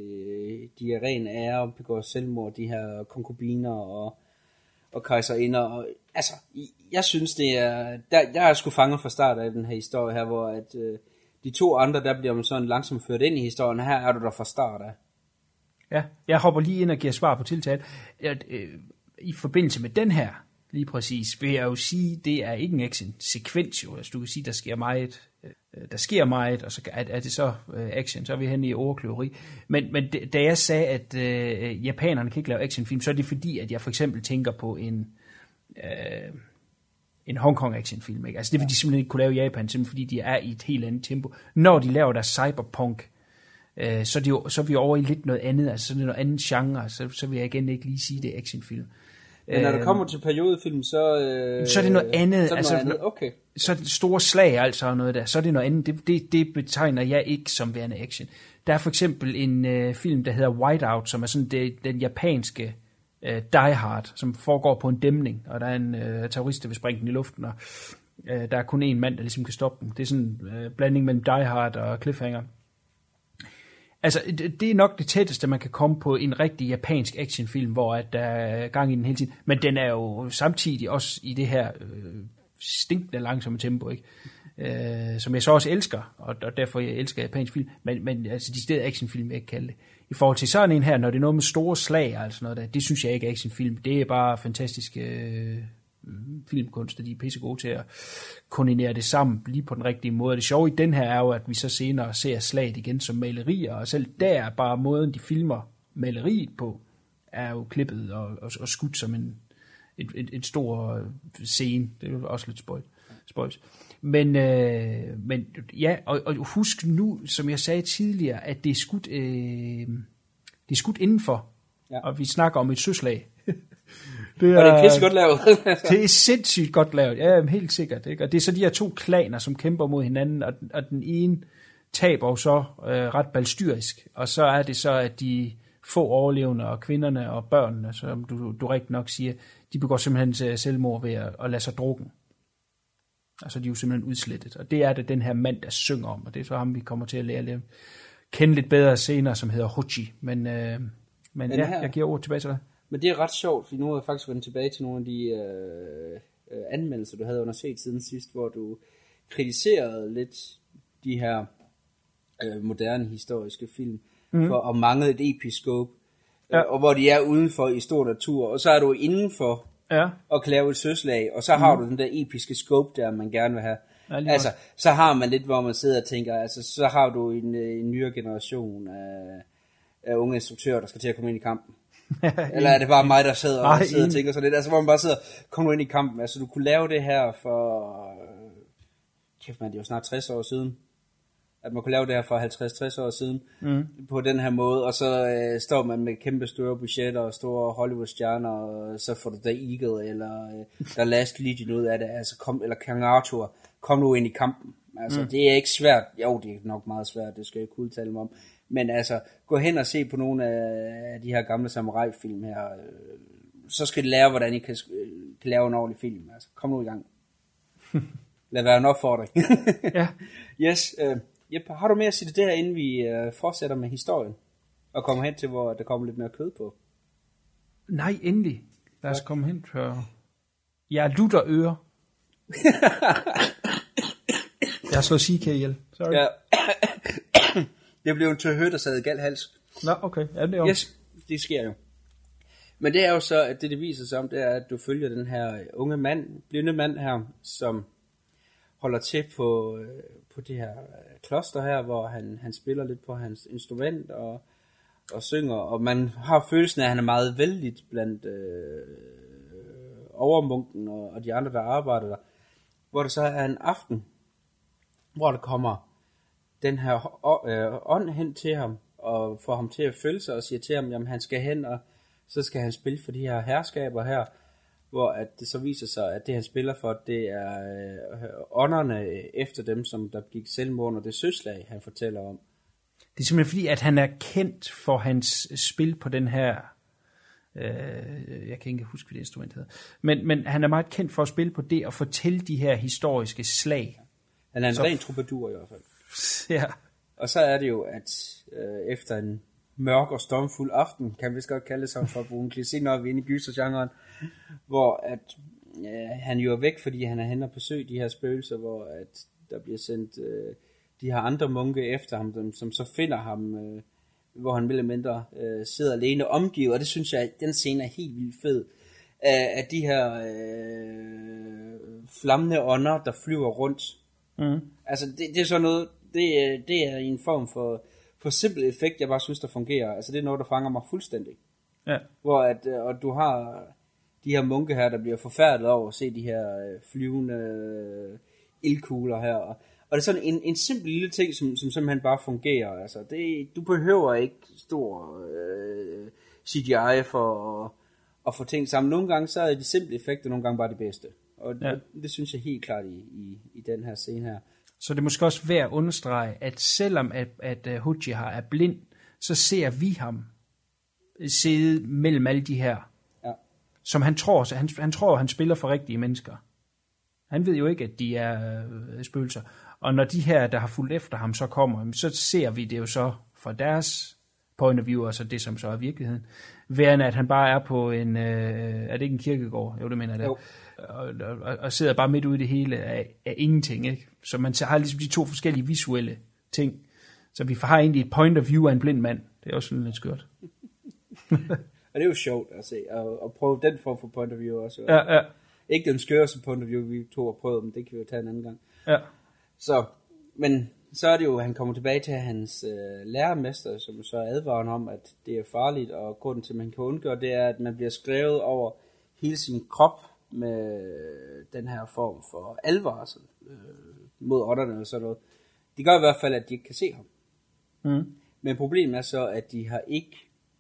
de er ren ære og begår selvmord, de her konkubiner og, og kejserinder. Og, altså, jeg synes, det er... Der, jeg er sgu fanget fra start af den her historie her, hvor at, øh, de to andre, der bliver man sådan langsomt ført ind i historien. Her er du der fra start af. Ja, jeg hopper lige ind og giver svar på tiltale. At, øh, I forbindelse med den her, lige præcis, vil jeg jo sige, det er ikke en action-sekvens jo. Altså, du kan sige, der sker meget... der sker meget, og så er, er det så øh, action, så er vi henne i overkløveri. Men, men da jeg sagde, at øh, japanerne kan ikke lave actionfilm, så er det fordi, at jeg for eksempel tænker på en øh, en Hong Kong actionfilm. Ikke? Altså det vil de simpelthen ikke kunne lave i Japan, simpelthen fordi de er i et helt andet tempo. Når de laver deres cyberpunk, øh, så, er de jo, så er vi over i lidt noget andet, altså så er det noget andet genre, så, så vil jeg igen ikke lige sige, det er actionfilm. Men når det kommer til periodefilm, så... Øh, så er det noget andet. Så er det altså, noget andet. Okay. Så er det store slag, altså noget der. Så er det noget andet. Det, det, det betegner jeg ikke som værende action. Der er for eksempel en øh, film, der hedder Whiteout, som er sådan det, den japanske øh, Die Hard, som foregår på en dæmning, og der er en øh, terrorist, der vil springe den i luften, og øh, der er kun en mand, der ligesom kan stoppe den. Det er sådan en øh, blanding mellem Die Hard og Cliffhanger. Altså, det er nok det tætteste, man kan komme på en rigtig japansk actionfilm, hvor at der er gang i den hele tiden. Men den er jo samtidig også i det her øh, stinkende langsomme tempo, ikke? Øh, som jeg så også elsker, og, og derfor jeg elsker japansk film. Men, men altså, de steder actionfilm, jeg ikke kalde det. I forhold til sådan en her, når det er noget med store slag og sådan noget der, det synes jeg ikke er actionfilm. Det er bare fantastiske øh, filmkunst, og de er pisse gode til at koordinere det sammen lige på den rigtige måde. Det sjove i den her er jo, at vi så senere ser slaget igen som malerier, og selv der er bare måden, de filmer maleriet på, er jo klippet og, og, og skudt som en et, et, et stor scene. Det er jo også lidt spøjt. spøjt. Men, øh, men ja, og, og husk nu, som jeg sagde tidligere, at det er skudt, øh, det er skudt indenfor, ja. Og vi snakker om et søslag. Det er, og det er pisse godt lavet. Det er sindssygt godt lavet, ja, helt sikkert. Ikke? Og det er så de her to klaner, som kæmper mod hinanden, og, og den ene taber jo så øh, ret balstyrisk, og så er det så, at de få overlevende og kvinderne og børnene, som du, du rigtig nok siger, de begår simpelthen selvmord ved at, at lade sig drukken. Altså de er jo simpelthen udslettet, og det er det den her mand, der synger om, og det er så ham, vi kommer til at lære at kende lidt bedre senere, som hedder Hoochie. Men, øh, men, men ja, her... jeg giver ordet tilbage til dig. Men det er ret sjovt, for nu har jeg faktisk vendt tilbage til nogle af de øh, øh, anmeldelser, du havde under set siden sidst, hvor du kritiserede lidt de her øh, moderne historiske film, mm. for at mangle et episk scope, ja. øh, og hvor de er udenfor i stor natur, og så er du indenfor ja. og kan lave et søslag, og så har mm. du den der episke scope der, man gerne vil have. Ja, altså, så har man lidt, hvor man sidder og tænker, altså, så har du en, en nyere generation af, af unge instruktører, der skal til at komme ind i kampen. Eller er det bare mig, der sidder og, Nej, sidder og tænker sådan lidt, altså hvor man bare sidder, kom nu ind i kampen, altså du kunne lave det her for, kæft man, det er jo snart tres år siden, at man kunne lave det her for halvtreds til tres år siden, mm. på den her måde, og så øh, står man med kæmpe store budgetter og store Hollywood-stjerner, og så får du The Eagle, eller øh, der Last Legion ud af det, altså kom, eller King Arthur, kom nu ind i kampen, Altså, Mm. det er ikke svært. Jo, det er nok meget svært, det skal jeg ikke udtale mig om. Men altså, gå hen og se på nogle af de her gamle samurai-film her. Øh, så skal I lære, hvordan I kan, kan lave en ordentlig film. Altså, kom nu i gang. Lad være en opfordring. Ja. Yes, øh, Jeppe, har du mere at sige det der, inden vi øh, fortsætter med historien? Og kommer hen til, hvor der kommer lidt mere kød på? Nej, endelig. Lad os komme hen til... Jeg lutter øre. Jeg slår C K ihjel. Sorry. Ja. Det blev en tørhø, der sad i gal hals. Nå, okay. Ja, det er jo. Yes, det sker jo. Men det er jo så, at det, det viser sig om, det er, at du følger den her unge mand, blinde mand her, som holder til på, på det her kloster her, hvor han, han spiller lidt på hans instrument og, og synger, og man har følelsen af, at han er meget vældigt blandt øh, overmunken og, og de andre, der arbejder der, hvor der så er en aften, hvor der kommer den her øh, ånd hen til ham, og får ham til at føle sig, og siger til ham, jamen han skal hen, og så skal han spille for de her herskaber her, hvor at det så viser sig, at det han spiller for, det er øh, ånderne efter dem, som der gik selvmord, og det søslag, han fortæller om. Det er simpelthen fordi, at han er kendt for hans spil på den her... Øh, jeg kan ikke huske, hvad det instrument hedder. Men, men han er meget kendt for at spille på det, og fortælle de her historiske slag. Han er en så... ren troubadour i hvert fald. Ja. Og så er det jo, at øh, efter en mørk og stormfuld aften, kan vi vist godt kalde det som for at bruge en kliché, når vi er inde i gysergenren, hvor at øh, han jo er væk, fordi han er hen og besøg de her spøgelser, hvor at der bliver sendt øh, de her andre munke efter ham, dem, som så finder ham, øh, hvor han mere eller mindre øh, sidder alene omgivet, og det synes jeg, at den scene er helt vildt fed, af, af de her øh, flammende ånder, der flyver rundt. Mm. Altså det, det er sådan noget, det, det er en form for, for simpel effekt, jeg bare synes, der fungerer. Altså det er noget, der fanger mig fuldstændig. Ja. Hvor at, og du har de her munke her, der bliver forfærdet over at se de her flyvende ildkugler her. Og, og det er sådan en, en simpel lille ting, som, som simpelthen bare fungerer. Altså det, du behøver ikke stor øh, C G I for at, at få ting sammen. Nogle gange så er de simple effekter, nogle gange bare det bedste. Og ja. det, det synes jeg helt klart i, i, i den her scene her. Så det er måske også værd at understrege, at selvom at, at uh, Uchiha er blind, så ser vi ham sidde mellem alle de her, ja. som han tror, han, han tror, han spiller for rigtige mennesker. Han ved jo ikke, at de er uh, spøgelser. Og når de her, der har fulgt efter ham, så kommer, så ser vi det jo så fra deres point of view, altså det, som så er virkeligheden. Værende, at han bare er på en, uh, er det ikke en kirkegård? Jo, det mener jeg det. Og, og, og sidder bare midt ude i det hele af, af ingenting, ikke? Så man har ligesom de to forskellige visuelle ting. Så vi har egentlig et point of view af en blind mand. Det er også sådan lidt skørt. Og det er jo sjovt at se, og, og prøve den form for point of view også. Ja, ja. Ikke den skøreste point of view, vi to har prøvet, men det kan vi jo tage en anden gang. Ja. Så, men så er det jo, at han kommer tilbage til hans øh, lærermester, som så advarer om, at det er farligt, og grunden til, at man kan undgøre, det er, at man bliver skrevet over hele sin krop, med den her form for advarsel øh, mod ånderne eller sådan noget. Det gør i hvert fald, at de ikke kan se ham. Mm. Men problemet er så, at de har ikke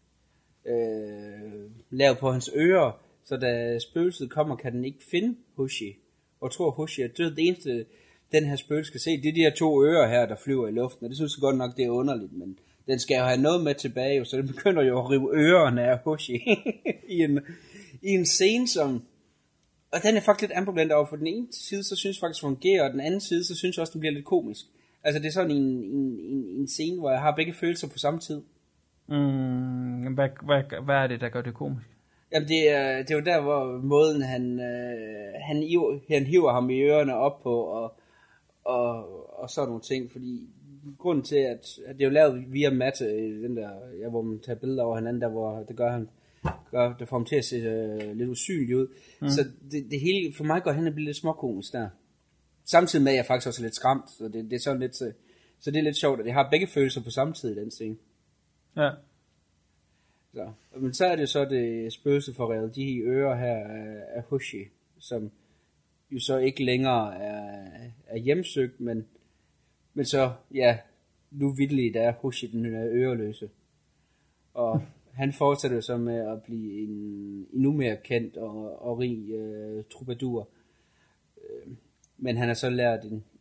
øh, lavet på hans ører, så da spøgelset kommer, kan den ikke finde Hoshi, og tror Hoshi er død. Det eneste, den her spøgelse skal se, det er de her to ører her, der flyver i luften, og det synes jeg godt nok, det er underligt, men den skal jo have noget med tilbage, så den begynder jo at rive ørerne af Hoshi i, en, i en scene, som og den er faktisk lidt ambivalent over, for den ene side, så synes jeg faktisk fungerer, og den anden side, så synes jeg også, den bliver lidt komisk. Altså det er sådan en, en, en, en scene, hvor jeg har begge følelser på samme tid. Mm, hvad, hvad, hvad er det, der gør det komisk? Jamen det er, det er jo der, hvor måden han, øh, han, hiver, han hiver ham i ørerne op på, og, og, og sådan nogle ting, fordi grunden til, at, at det er jo lavet via matte, den der, ja, hvor man tager billeder over hinanden, der hvor det gør han, gør, det får ham til at se øh, lidt usynlig ud. Mm. Så det, det hele, for mig går hen og bliver lidt småkomisk der. Samtidig med, at jeg faktisk også er lidt skræmt, så det, det er sådan lidt, så, så det er lidt sjovt, at jeg har begge følelser på samme tid i den scene. Ja. Så. Men så er det så det spøgelse for revet, de ører her af, af Hoshi, som jo så ikke længere er, er hjemsøgt, men, men så, ja, nu vitterligt er Hoshi den øreløse. Og han fortsætter så med at blive en endnu mere kendt og, og rig øh, troubadour. Øh, men han har så lært en,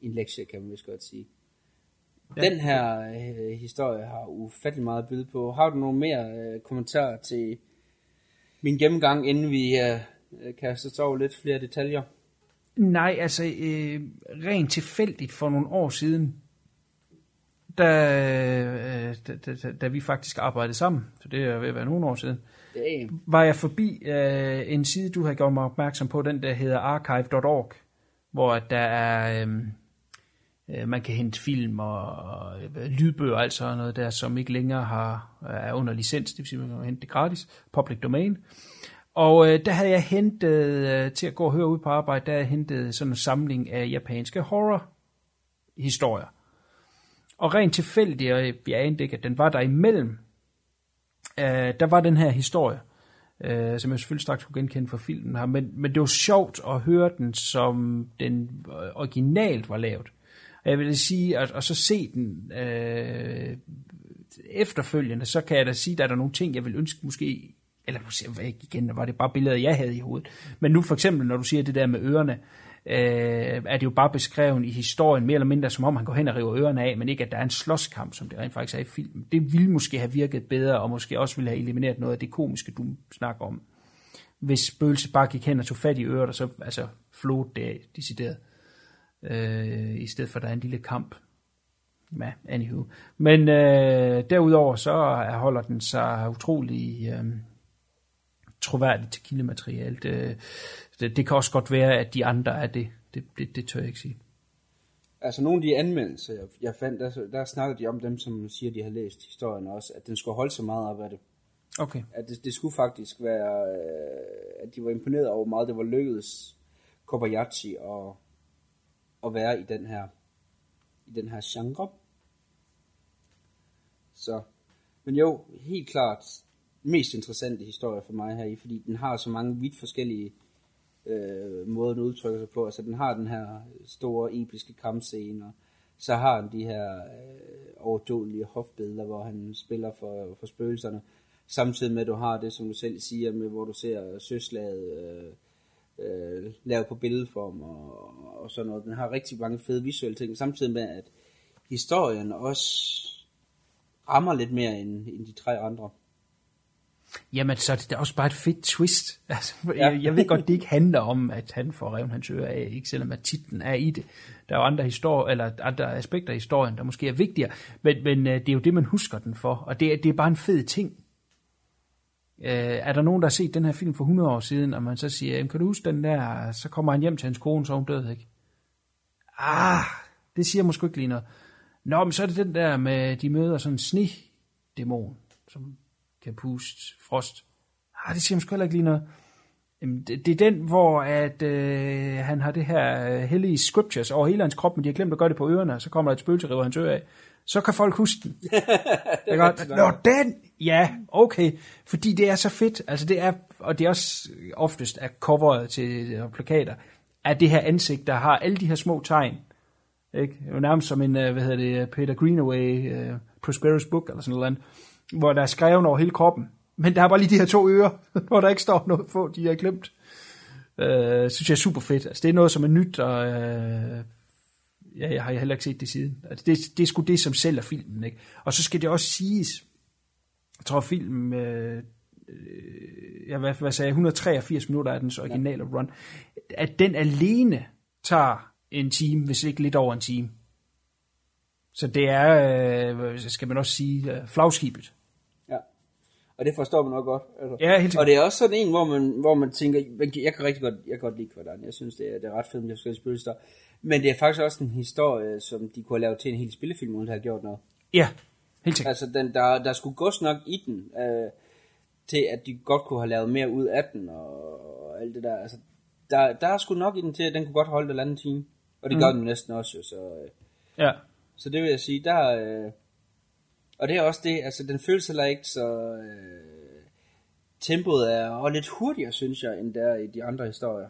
en lektie, kan man vist godt sige. Ja. Den her øh, historie har ufattelig meget at byde på. Har du nogle mere øh, kommentarer til min gennemgang, inden vi øh, kaster os over lidt flere detaljer? Nej, altså øh, rent tilfældigt for nogle år siden, da, øh, da, da, da vi faktisk arbejdede sammen, så det er ved at være nogle år siden, Damn. var jeg forbi øh, en side, du har gjort mig opmærksom på, den der hedder archive punktum org, hvor der er, øh, man kan hente film og, og lydbøger og alt sådan noget der, som ikke længere har, er under licens, det vil sige, man kan hente det gratis, public domain. Og øh, der havde jeg hentet, øh, til at gå og høre ud på arbejde, der havde jeg hentet sådan en samling af japanske horror-historier. Og rent tilfældigt, og jeg anede ikke, at den var der imellem, øh, der var den her historie, øh, som jeg selvfølgelig straks kunne genkende fra filmen her, men, men det var sjovt at høre den, som den originalt var lavet. Og jeg vil sige, at og så se den øh, efterfølgende, så kan jeg da sige, at der er nogle ting, jeg vil ønske måske, eller igen, var det bare billeder, jeg havde i hovedet. Men nu for eksempel, når du siger det der med ørerne, øh, er det jo bare beskrevet i historien, mere eller mindre som om han går hen og river ørerne af, men ikke at der er en slåskamp, som det rent faktisk er i filmen. Det ville måske have virket bedre, og måske også ville have elimineret noget af det komiske, du snakker om. Hvis spøgelset bare gik hen og tog fat i øret, og så altså, flåede det af, decideret. Øh, I stedet for, at der er en lille kamp. Ja, anywho. Men øh, derudover så holder den sig utrolig øh, troværdigt til kildemateriale. Det, det, det kan også godt være, at de andre er det. Det, det, det tør jeg ikke sige. Altså nogle af de anmeldelser, jeg, jeg fandt, der, der snakkede de om dem, som siger, de har læst historien også, at den skulle holde så meget op af det. Okay. At det, det skulle faktisk være, øh, at de var imponeret over, hvor meget det var lykkedes Kobayashi at, at være i den her, i den her genre. Så, men jo, helt klart mest interessante historie for mig her i, fordi den har så mange vidt forskellige øh, måder, den udtrykker sig på. Altså den har den her store episke kampscene, og så har den de her øh, overdådelige hofbilleder, hvor han spiller for, for spøgelserne. Samtidig med, at du har det, som du selv siger, med hvor du ser søslaget øh, øh, lavet på billedform og, og sådan noget. Den har rigtig mange fede visuelle ting, samtidig med, at historien også rammer lidt mere end, end de tre andre. Jamen, så er det da også bare et fedt twist. Altså, ja. jeg, jeg ved godt, det ikke handler om, at han får revet hans øre af, ikke selvom at titlen er i det. Der er jo andre, historie, eller andre aspekter af historien, der måske er vigtigere, men, men det er jo det, man husker den for, og det, det er bare en fed ting. Uh, er der nogen, der har set den her film for hundrede år siden, og man så siger, kan du huske den der, så kommer han hjem til hans kone, så hun død, ikke? Ah, det siger måske ikke lige noget. Nå, men så er det den der med, de møder sådan en snedæmon, som kan puste frost. Ah, det siger måske heller ikke lige noget. Jamen, det, det er den, hvor at, øh, han har det her øh, hellige scriptures over hele hans krop, men de har glemt at gøre det på ørerne, og så kommer der et spøgelse og river hans øre af. Så kan folk huske den. det er godt. Nå, den! Ja, okay. Fordi det er så fedt. Altså, det er, og det er også oftest er coveret til øh, plakater, at det her ansigt, der har alle de her små tegn. Ikke? Det er jo nærmest som en, hvad hedder det, Peter Greenaway, uh, Prosperous Book, eller sådan noget, hvor der er skrevet over hele kroppen. Men der er bare lige de her to ører, hvor der ikke står noget på, de er glemt. Uh, synes jeg er super fedt. Altså, det er noget, som er nyt, og uh, ja, jeg har heller ikke set det siden. Altså, det, det er sgu det, som sælger filmen. Ikke? Og så skal det også siges, jeg tror filmen, uh, jeg, hvad, hvad sagde jeg, et hundrede og treogfirs minutter af dens originale run, at den alene tager en time, hvis ikke lidt over en time. Så det er, øh, skal man også sige, øh, flagskibet. Ja, og det forstår man nok godt. Altså. Ja, helt og det er også sådan en, hvor man, hvor man tænker, jeg kan rigtig godt, jeg kan godt lide Kvartan. Jeg synes, det er, det er ret fedt, jeg skal spille der. Men det er faktisk også en historie, som de kunne have lavet til en hel spillefilm, uden at have gjort noget. Ja, helt sikkert. Altså, den, der, der skulle gås nok i den, øh, til at de godt kunne have lavet mere ud af den, og, og alt det der. Altså, der, der er sgu nok i den til, at den kunne godt holde det anden time. Og det gør mm. den næsten også, så, øh, ja. Så det vil jeg sige, der, øh, og det er også det, altså den føles heller ikke så, øh, tempoet er også lidt hurtigere, synes jeg, end der i de andre historier.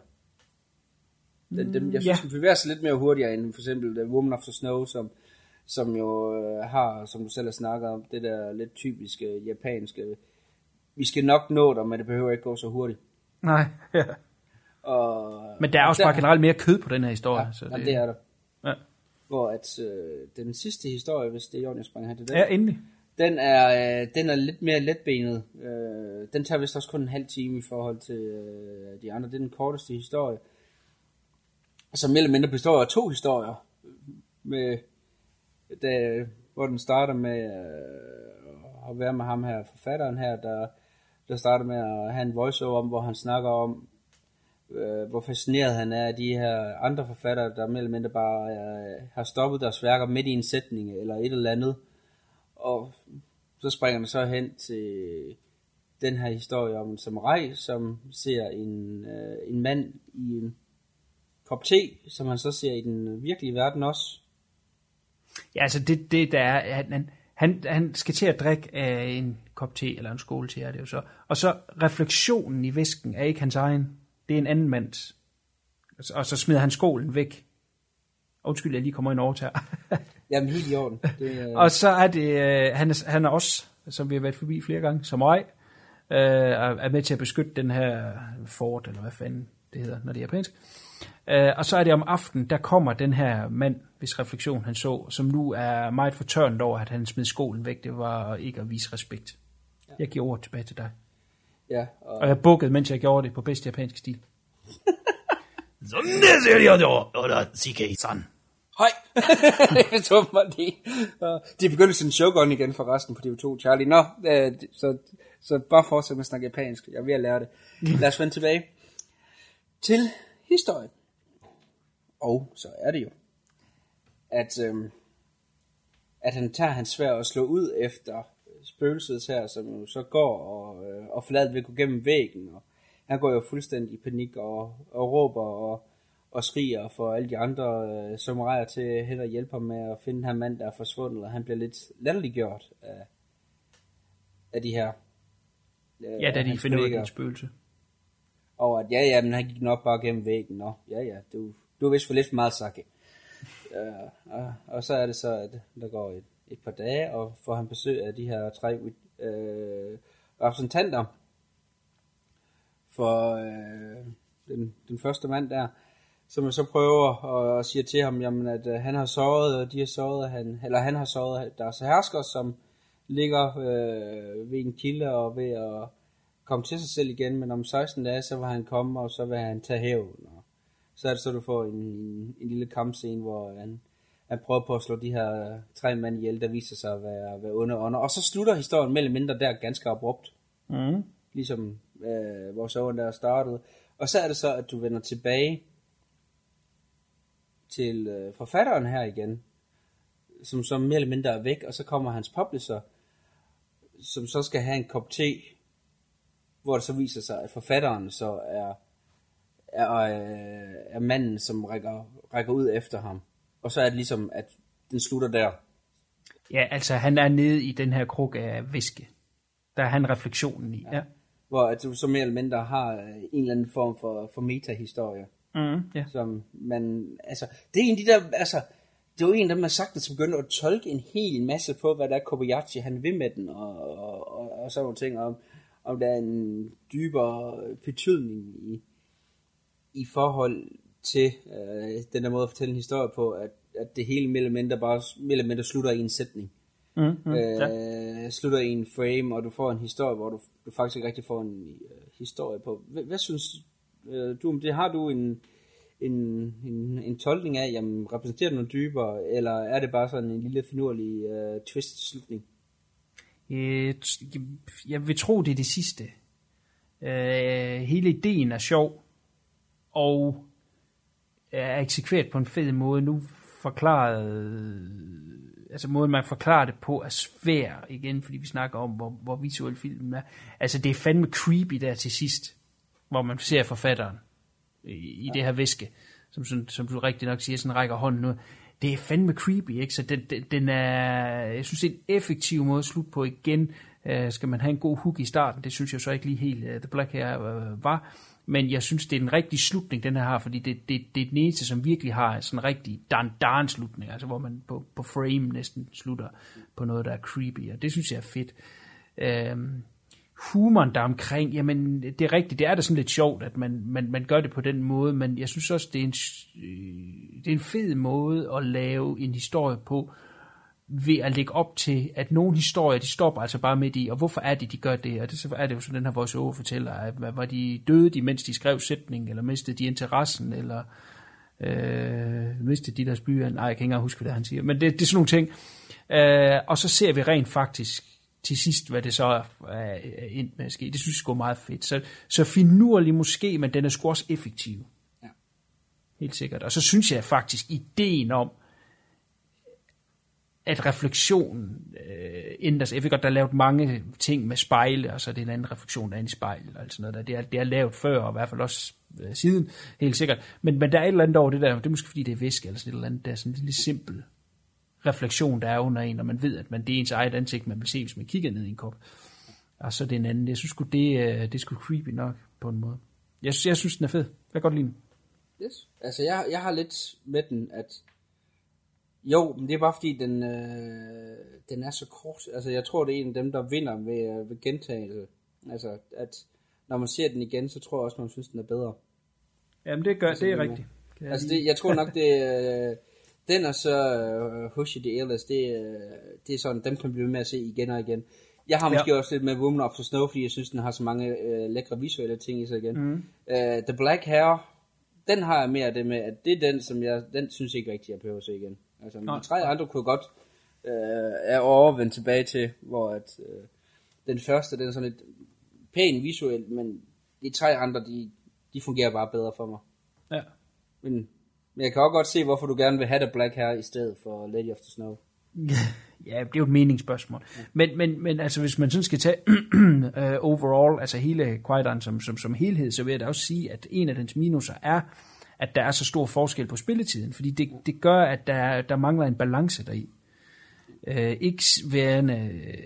Den, den, jeg synes, yeah. den bevæger sig lidt mere hurtigere, end for eksempel The Woman of the Snow, som, som jo øh, har, som du selv har snakket om, det der lidt typiske japanske, vi skal nok nå dig, men det behøver ikke gå så hurtigt. Nej, ja. Og, men der er også der, bare generelt mere kød på den her historie. Ja, så det, det er der. Ja. hvor at øh, den sidste historie, hvis det er Jørgen, jeg springer her til den, ja, endelig. Den er, øh, den er lidt mere letbenet. Øh, den tager vist også kun en halv time i forhold til øh, de andre. Det er den korteste historie, som mere eller mindre består af to historier, med, der, hvor den starter med øh, at være med ham her, forfatteren her, der, der starter med at have en voiceover om, hvor han snakker om, øh, hvor fascineret han er af de her andre forfattere, der mere eller mindre bare øh, har stoppet deres værker midt i en sætning eller et eller andet. Og så springer man så hen til den her historie om en samurai, som ser en, øh, en mand i en kop te, som han så ser i den virkelige verden også. Ja, altså det, det der er, han, han, han skal til at drikke af en kop te, eller en skål te, er det jo så. Og så refleksionen i væsken er ikke hans egen, det er en anden mands. Og så smider han skålen væk. Undskyld, jeg lige kommer ind over til her. Jamen helt i orden. Det, øh... Og så er det, øh, han, er, han er også, som vi har været forbi flere gange, samurai, øh, er med til at beskytte den her fort, eller hvad fanden det hedder, når det er japansk. Øh, og så er det om aftenen, der kommer den her mand, hvis refleksion han så, som nu er meget fortørnet over, at han smed skålen væk. Det var ikke at vise respekt. Ja. Jeg giver ordet tilbage til dig. Ja, og... og jeg bukkede, mens jeg gjorde det på bedste japansk stil. Hej! Det tog mig det. De begyndte sin shogun igen forresten på D V to, Charlie. Nå, øh, så, så bare fortsæt med at snakke japansk. Jeg er ved at lære det. Lad os vende tilbage til historien. Og så er det jo, at, øhm, at han tager hans sværd og slår ud efter spøgelset her, som jo så går og, øh, og forlader ved at gå gennem væggen. Og han går jo fuldstændig i panik og, og råber og og skriger for alle de andre øh, samuraier til hen og hjælpe ham med at finde den her mand, der er forsvundet, og han bliver lidt latterliggjort af, af de her øh, ja, da de finder ud af en spøgelse. Og at ja, ja, men han gik nok bare gennem væggen. Nå, ja, ja, du, du er vist for lidt for meget sake. Øh, og, og så er det så, at der går et, et par dage, og får han besøg af de her tre øh, repræsentanter for øh, den, den første mand der, som så prøver og, og siger til ham, jamen, at uh, han har såret, og de har såret, han, eller han har såret deres hersker, som ligger øh, ved en kilde og ved at komme til sig selv igen, men om seksten dage, så vil han komme, og så vil han tage hævn. Og så er det så, du får en, en, en lille kampscene, hvor han, han prøver på at slå de her tre mænd ihjel, der viser sig at være, være onde ånder. Og så slutter historien mellem mindre der ganske abrupt. Mm. Ligesom øh, vores øjen der startede. Og så er det så, at du vender tilbage til øh, forfatteren her igen, som så mere eller mindre er væk, og så kommer hans publisher, som så skal have en kop te, hvor det så viser sig, at forfatteren så er, er, øh, er manden, som rækker, rækker ud efter ham. Og så er det ligesom, at den slutter der. Ja, altså han er nede i den her kruk af væske. Der er han refleksionen i. Ja. Ja. Hvor at du så mere eller mindre har en eller anden form for, for metahistorie. Mm, yeah. Som man, altså, det er en af de der, altså, det er jo en af dem, der sagtens begynder at tolke en hel masse på, hvad der er Kobayashi, han vil med den, og, og, og, og sådan nogle ting, om, om der er en dybere betydning i, i forhold til øh, den der måde at fortælle en historie på, at, at det hele mere eller mindre bare mere eller mindre slutter i en sætning. Mm, mm, øh, ja. Slutter i en frame, og du får en historie, hvor du, du faktisk ikke rigtig får en uh, historie på. Hvad, hvad synes du om det? Har du en, en, en, en tolkning af, jamen, repræsenterer det noget dybere, eller er det bare sådan en lille finurlig uh, twist-slutning? Øh, jeg vil tro, det er det sidste. Øh, hele ideen er sjov, og er eksekveret på en fed måde. Nu forklaret, altså måden man forklarer det på er svær igen, fordi vi snakker om, hvor, hvor visuel filmen er. Altså det er fandme creepy der til sidst, hvor man ser forfatteren i, i ja. det her væske, som, som, som du rigtig nok siger, sådan rækker hånden ud. Det er fandme creepy, ikke? Så den, den, den er, jeg synes, det er en effektiv måde at slutte på igen. Uh, skal man have en god hook i starten, det synes jeg så ikke lige helt, uh, The Black Hair uh, var. Men jeg synes, det er den rigtige slutning, den her har, fordi det, det, det er den eneste, som virkelig har sådan en rigtig dan-dan slutning, altså hvor man på, på frame næsten slutter på noget, der er creepy, og det synes jeg er fedt. Uh, humoren der omkring, jamen det er rigtigt, det er da sådan lidt sjovt, at man, man, man gør det på den måde, men jeg synes også, det er en, det er en fed måde at lave en historie på, ved at lægge op til, at nogle historier, de stopper altså bare midt i, og hvorfor er det, de gør det? Og det så er det jo sådan, den her voice-over fortæller, at var de døde de, mens de skrev sætningen, eller mistede de interessen, eller øh, mistede de deres byer? Nej, jeg kan ikke engang huske, hvad det han siger. Men det, det er sådan nogle ting. Øh, og så ser vi rent faktisk til sidst, hvad det så er, er endt med at ske. Det synes jeg er meget fedt. Så, så finurlig måske, men den er sgu også effektiv. Ja. Helt sikkert. Og så synes jeg faktisk, ideen om, at refleksionen øh, ændres. Jeg ved godt, der er lavet mange ting med spejle, og så er det en anden refleksion, der er inde i spejlet, og sådan noget der. Det er, det er lavet før, og i hvert fald også øh, siden, helt sikkert. Men, men der er et eller andet over det der, det er måske fordi, det er væske, eller sådan et eller andet, der er sådan en lille simpel refleksion, der er under en, og man ved, at man, det er ens eget ansigt, man vil se, hvis man kigger ned i en kop. Og så er det en anden. Jeg synes sgu, det, øh, det er sgu creepy nok, på en måde. Jeg, jeg synes, den er fed. Jeg kan godt lide den. Yes. Altså, jeg, jeg har lidt med den, at jo, men det er bare fordi, den, øh, den er så kort. Altså, jeg tror, det er en af dem, der vinder ved, ved gentagelse. Altså, at når man ser den igen, så tror jeg også, man synes, den er bedre. Jamen, det gør, altså, det er rigtigt. Jeg altså, det, jeg tror nok, det er den og så uh, Hush the Airless, det, det er sådan, dem kan blive med at se igen og igen. Jeg har måske ja. også lidt med Woman of the Snow, fordi jeg synes, den har så mange uh, lækre visuelle ting i sig igen. Mm. Uh, The Black Hair, den har jeg mere det med, at det er den, som jeg, den synes ikke rigtig, jeg behøver at se igen. Altså, de tre andre kunne godt øh, er overvendt tilbage til, hvor at, øh, den første, den er sådan lidt pæn visuelt, men de tre andre, de, de fungerer bare bedre for mig. Ja. Men, men jeg kan også godt se, hvorfor du gerne vil have The Black Hair i stedet for Lady of the Snow. Ja, det er jo et meningsspørgsmål. Ja. Men, men, men altså, hvis man sådan skal tage uh, overall, altså hele Qui-Gon som, som, som helhed, så vil jeg da også sige, at en af dens minuser er, at der er så stor forskel på spilletiden, fordi det, det gør, at der, der mangler en balance deri. Øh, ikke værende,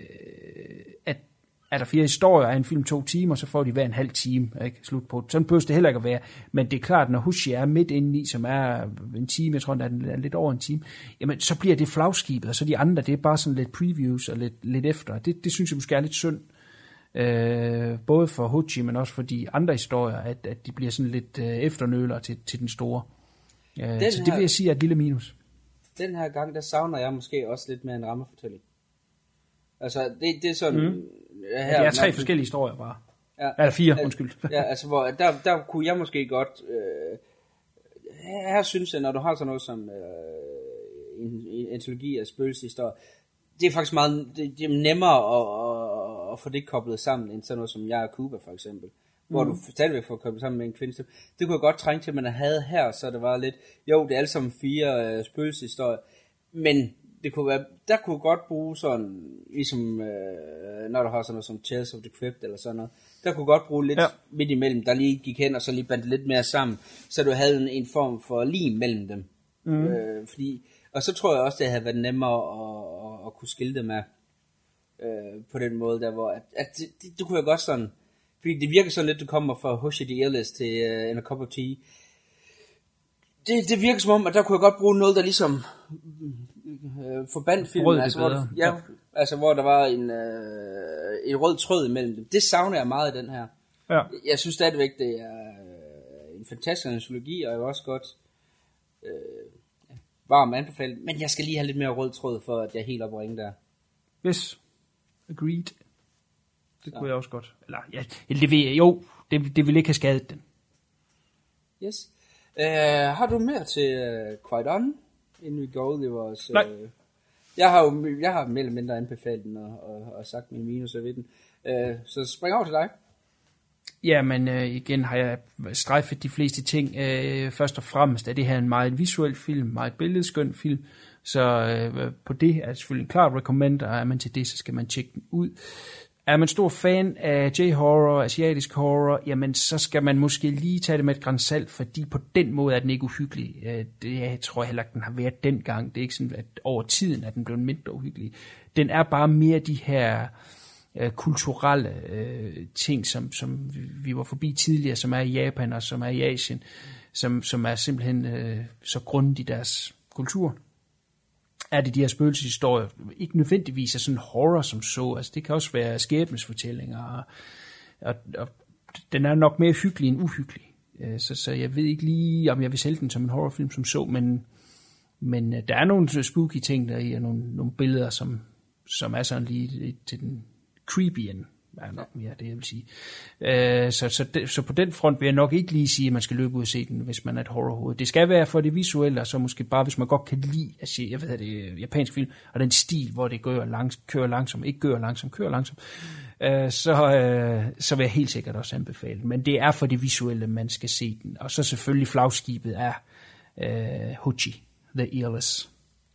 at er der fire historier af en film to timer, så får de hver en halv time, ikke? Slut på. Sådan behøver det heller ikke at være, men det er klart, når Hushi er midt inde i, som er en time, jeg tror, der er lidt over en time, jamen så bliver det flagskibet, og så de andre, det er bare sådan lidt previews og lidt, lidt efter. Det, det synes jeg måske er lidt synd. Øh, både for Huchi, men også for de andre historier, at, at de bliver sådan lidt øh, efternøler til, til den store. Øh, den så det vil jeg sige er et lille minus. Den her gang, der savner jeg måske også lidt med en rammefortælling. Altså, det, det er sådan... Mm. Her, ja, det er tre man, forskellige historier bare. Ja, Eller fire, al- undskyld. Ja, altså, hvor, der, der kunne jeg måske godt... Øh, her synes jeg, når du har sådan noget som øh, en, en antologi af spøgelseshistorier, det er faktisk meget det, det er nemmere at, at, at få det koblet sammen, end sådan noget som jeg og Cuba for eksempel. Hvor mm. du stadigvæk får koblet sammen med en kvinde. Det kunne jeg godt trænge til, at man havde her, så det var lidt, jo, det er alle sammen fire øh, spøgelseshistorier, men det kunne være, der kunne godt bruge sådan, ligesom øh, når du har sådan noget som Tales of the Crypt eller sådan noget, der kunne godt bruge lidt ja. midt imellem, der lige gik hen og så lige bandt lidt mere sammen, så du havde en, en form for lim mellem dem. Mm. Øh, fordi, og så tror jeg også, det havde været nemmere at, at, at kunne skille det med øh, på den måde der, hvor at, at det, det, det kunne jeg godt sådan, fordi det virker sådan lidt, du kommer fra Hush the Airless til uh, In a Cup of Tea. Det, det virker som om, at der kunne jeg godt bruge noget, der ligesom øh, forbandt filmen. Altså hvor, ja, altså, hvor der var en, øh, en rød tråd imellem dem. Det savner jeg meget i den her. Ja. Jeg synes stadigvæk, det er øh, en fantastisk antologi, og jeg vil også godt øh, varm anbefale. Men jeg skal lige have lidt mere rød tråd, for at jeg er helt oppe og ringe der. Yes. Agreed. Det kunne ja. jeg også godt. Eller, ja, det vil, jo, det, det vil ikke have skadet den. Yes. Uh, har du mere til uh, Qui-Gon, inden vi går ud i vores... Nej. Uh, jeg har jo jeg har mere eller mindre anbefalet den og, og, og sagt min minus ved den. Uh, så spring over til dig. Ja, men uh, igen har jeg strejfet de fleste ting. Uh, først og fremmest er det her en meget visuel film, meget billedskøn film. Så uh, på det er det selvfølgelig en klar recommend, og er man til det, så skal man tjekke den ud. Er man stor fan af J-horror, asiatisk horror, jamen så skal man måske lige tage det med et gran salt, fordi på den måde er den ikke uhyggelig. Det jeg tror jeg heller ikke, den har været dengang. Det er ikke sådan, at over tiden er den blevet mindre uhyggelig. Den er bare mere de her øh, kulturelle øh, ting, som, som vi var forbi tidligere, som er i Japan og som er i Asien, som, som er simpelthen øh, så grundigt i deres kultur. er det de her spøgelseshistorier. Ikke nødvendigvis er sådan horror som så. Altså, det kan også være skæbnesfortællinger. Og, og, og den er nok mere hyggelig end uhyggelig. Så, så jeg ved ikke lige, om jeg vil sælge den som en horrorfilm som så, men, men der er nogle spooky ting der i, og nogle, nogle billeder, som, som er sådan lige til den creepy end. Er nok mere det, jeg vil sige. Øh, så, så, de, så på den front vil jeg nok ikke lige sige, at man skal løbe ud og se den, hvis man er et horrorhoved. Det skal være for det visuelle, og så måske bare, hvis man godt kan lide at se, jeg ved det, japansk film, og den stil, hvor det gør langs, kører langsomt, ikke gør langsomt, kører langsomt, øh, så, øh, så vil jeg helt sikkert også anbefale den. Men det er for det visuelle, man skal se den. Og så selvfølgelig flagskibet er øh, Hochi, The Earless.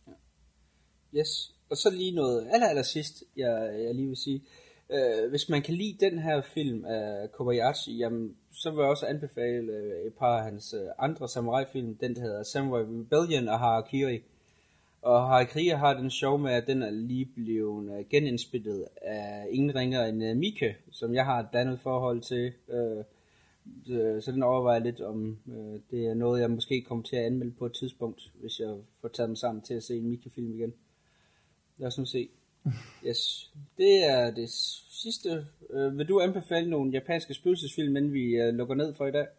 Yes, og så lige noget aller, aller sidst, jeg, jeg lige vil sige. Uh, hvis man kan lide den her film af Kobayashi, jamen, så vil jeg også anbefale uh, et par af hans uh, andre samurai-film, den der hedder Samurai Rebellion og Harakiri. Og Harakiri har den sjov med, at den er lige blevet uh, genindspillet af ingen ringer end uh, Mike, som jeg har et andet forhold til. Uh, uh, så den overvejer lidt, om uh, det er noget, jeg måske kommer til at anmelde på et tidspunkt, hvis jeg får taget mig sammen til at se en Mike-film igen. Lad os nu se. Yes, det er det sidste. Uh, vil du anbefale nogle japanske spøgelsesfilm, inden vi uh, lukker ned for i dag?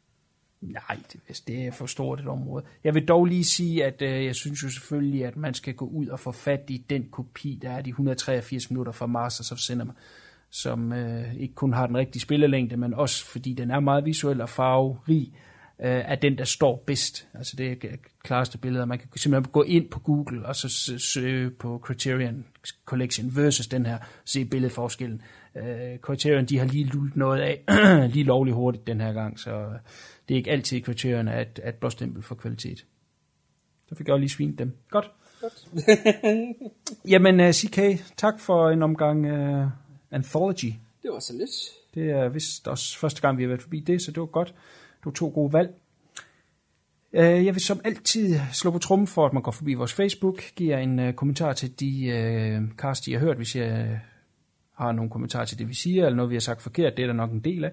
Nej, det, det er for stort et område. Jeg vil dog lige sige, at uh, jeg synes jo selvfølgelig, at man skal gå ud og få fat i den kopi, der er de et hundrede og treogfirs minutter fra Masters of Cinema, som uh, ikke kun har den rigtige spillelængde, men også fordi den er meget visuel og farverig, uh, er den, der står bedst. Altså det er klareste billeder. Man kan simpelthen gå ind på Google og så søge på Criterion Collection versus den her, se billedforskellen. Uh, Criterion, de har lige lullet noget af, lige lovligt hurtigt den her gang, så det er ikke altid Criterion er et, et blåstempel for kvalitet. Så fik jeg også lige svint dem. Godt. Godt. Jamen, uh, C K, tak for en omgang uh, Anthology. Det var så lidt. Det er vist også første gang, vi har været forbi det, så det var godt. Du to gode valg. Jeg vil som altid slå på trummen for, at man går forbi vores Facebook, giver en uh, kommentar til de uh, cast, I har hørt, hvis jeg uh, har nogle kommentarer til det, vi siger, eller noget, vi har sagt forkert, det er der nok en del af.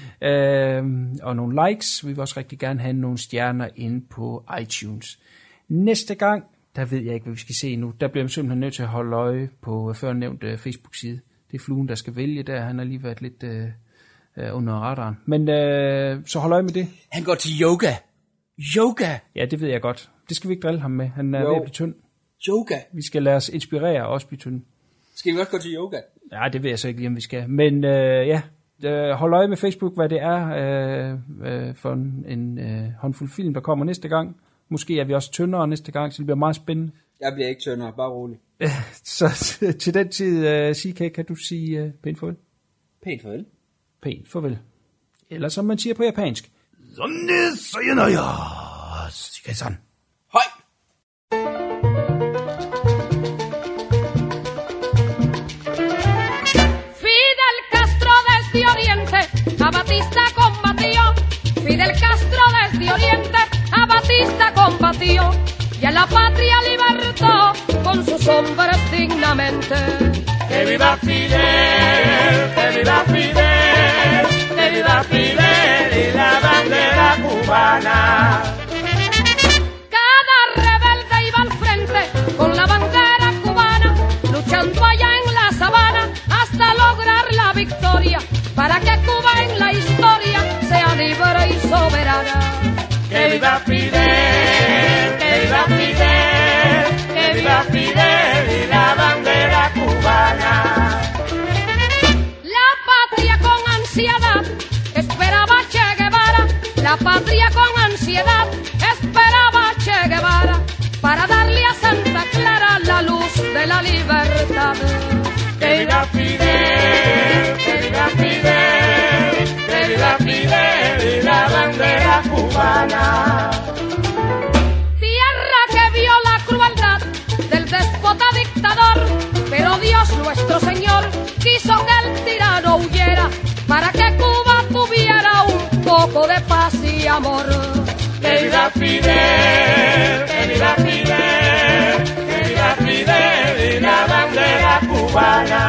Uh, og nogle likes. Vi vil også rigtig gerne have nogle stjerner inde på iTunes. Næste gang, der ved jeg ikke, hvad vi skal se nu. Der bliver man simpelthen nødt til at holde øje på førnævnt uh, Facebook-side. Det er fluen, der skal vælge der. Han har lige været lidt uh, uh, under radaren. Men uh, så hold øje med det. Han går til yoga. Yoga? Ja, det ved jeg godt. Det skal vi ikke drille ham med. Han er jo ved at blive tynd. Yoga? Vi skal lade os inspirere og også blive tynd. Skal vi også gå til yoga? Ja, det ved jeg så ikke lige, om vi skal. Men øh, ja, øh, hold øje med Facebook, hvad det er øh, øh, for en, en øh, håndfuld film, der kommer næste gang. Måske er vi også tyndere næste gang, så det bliver meget spændende. Jeg bliver ikke tyndere, bare rolig. Så til den tid, øh, C K, kan du sige øh, pænt farvel? Pænt farvel? Pænt farvel. Eller som man siger på japansk. Zonne sayonara, C K-san. Hej! Fidel Castro desde Oriente, a Batista combatió. Fidel Castro desde Oriente, a Batista combatió. Y a la patria libertó con sus hombres dignamente. Que viva Fidel, que viva Fidel, que viva Fidel y la bandera cubana. Cada rebelde iba al frente con la bandera cubana, luchando allá en la sabana hasta lograr la victoria, para que Cuba en la historia sea libre y soberana. Que viva Fidel, que viva Fidel, que viva Fidel y la bandera cubana. La patria con ansiedad esperaba Che Guevara, la patria con ansiedad esperaba Che Guevara, para darle a Santa Clara la luz de la libertad. Que viva Fidel, que viva Fidel, que viva Fidel y la bandera cubana. Tierra que vio la crueldad del déspota dictador, pero Dios nuestro Señor quiso que el tirano huyera, para que Cuba tuviera un poco de paz y amor. Que viva Fidel, que viva Fidel, que viva Fidel y la bandera cubana.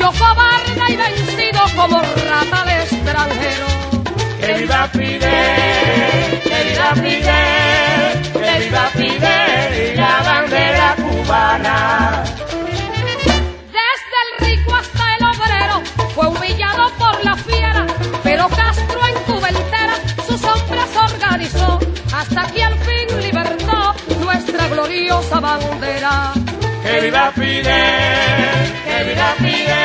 huyó cobarde y vencido como rata al extranjero. ¡Que viva Fidel! ¡Que viva Fidel! ¡Que viva Fidel y la bandera cubana! Desde el rico hasta el obrero fue humillado por la fiera, pero Castro en Cuba entera sus hombres organizó, hasta que al fin libertó nuestra gloriosa bandera. ¡Que viva Fidel! ¡Que viva Fidel!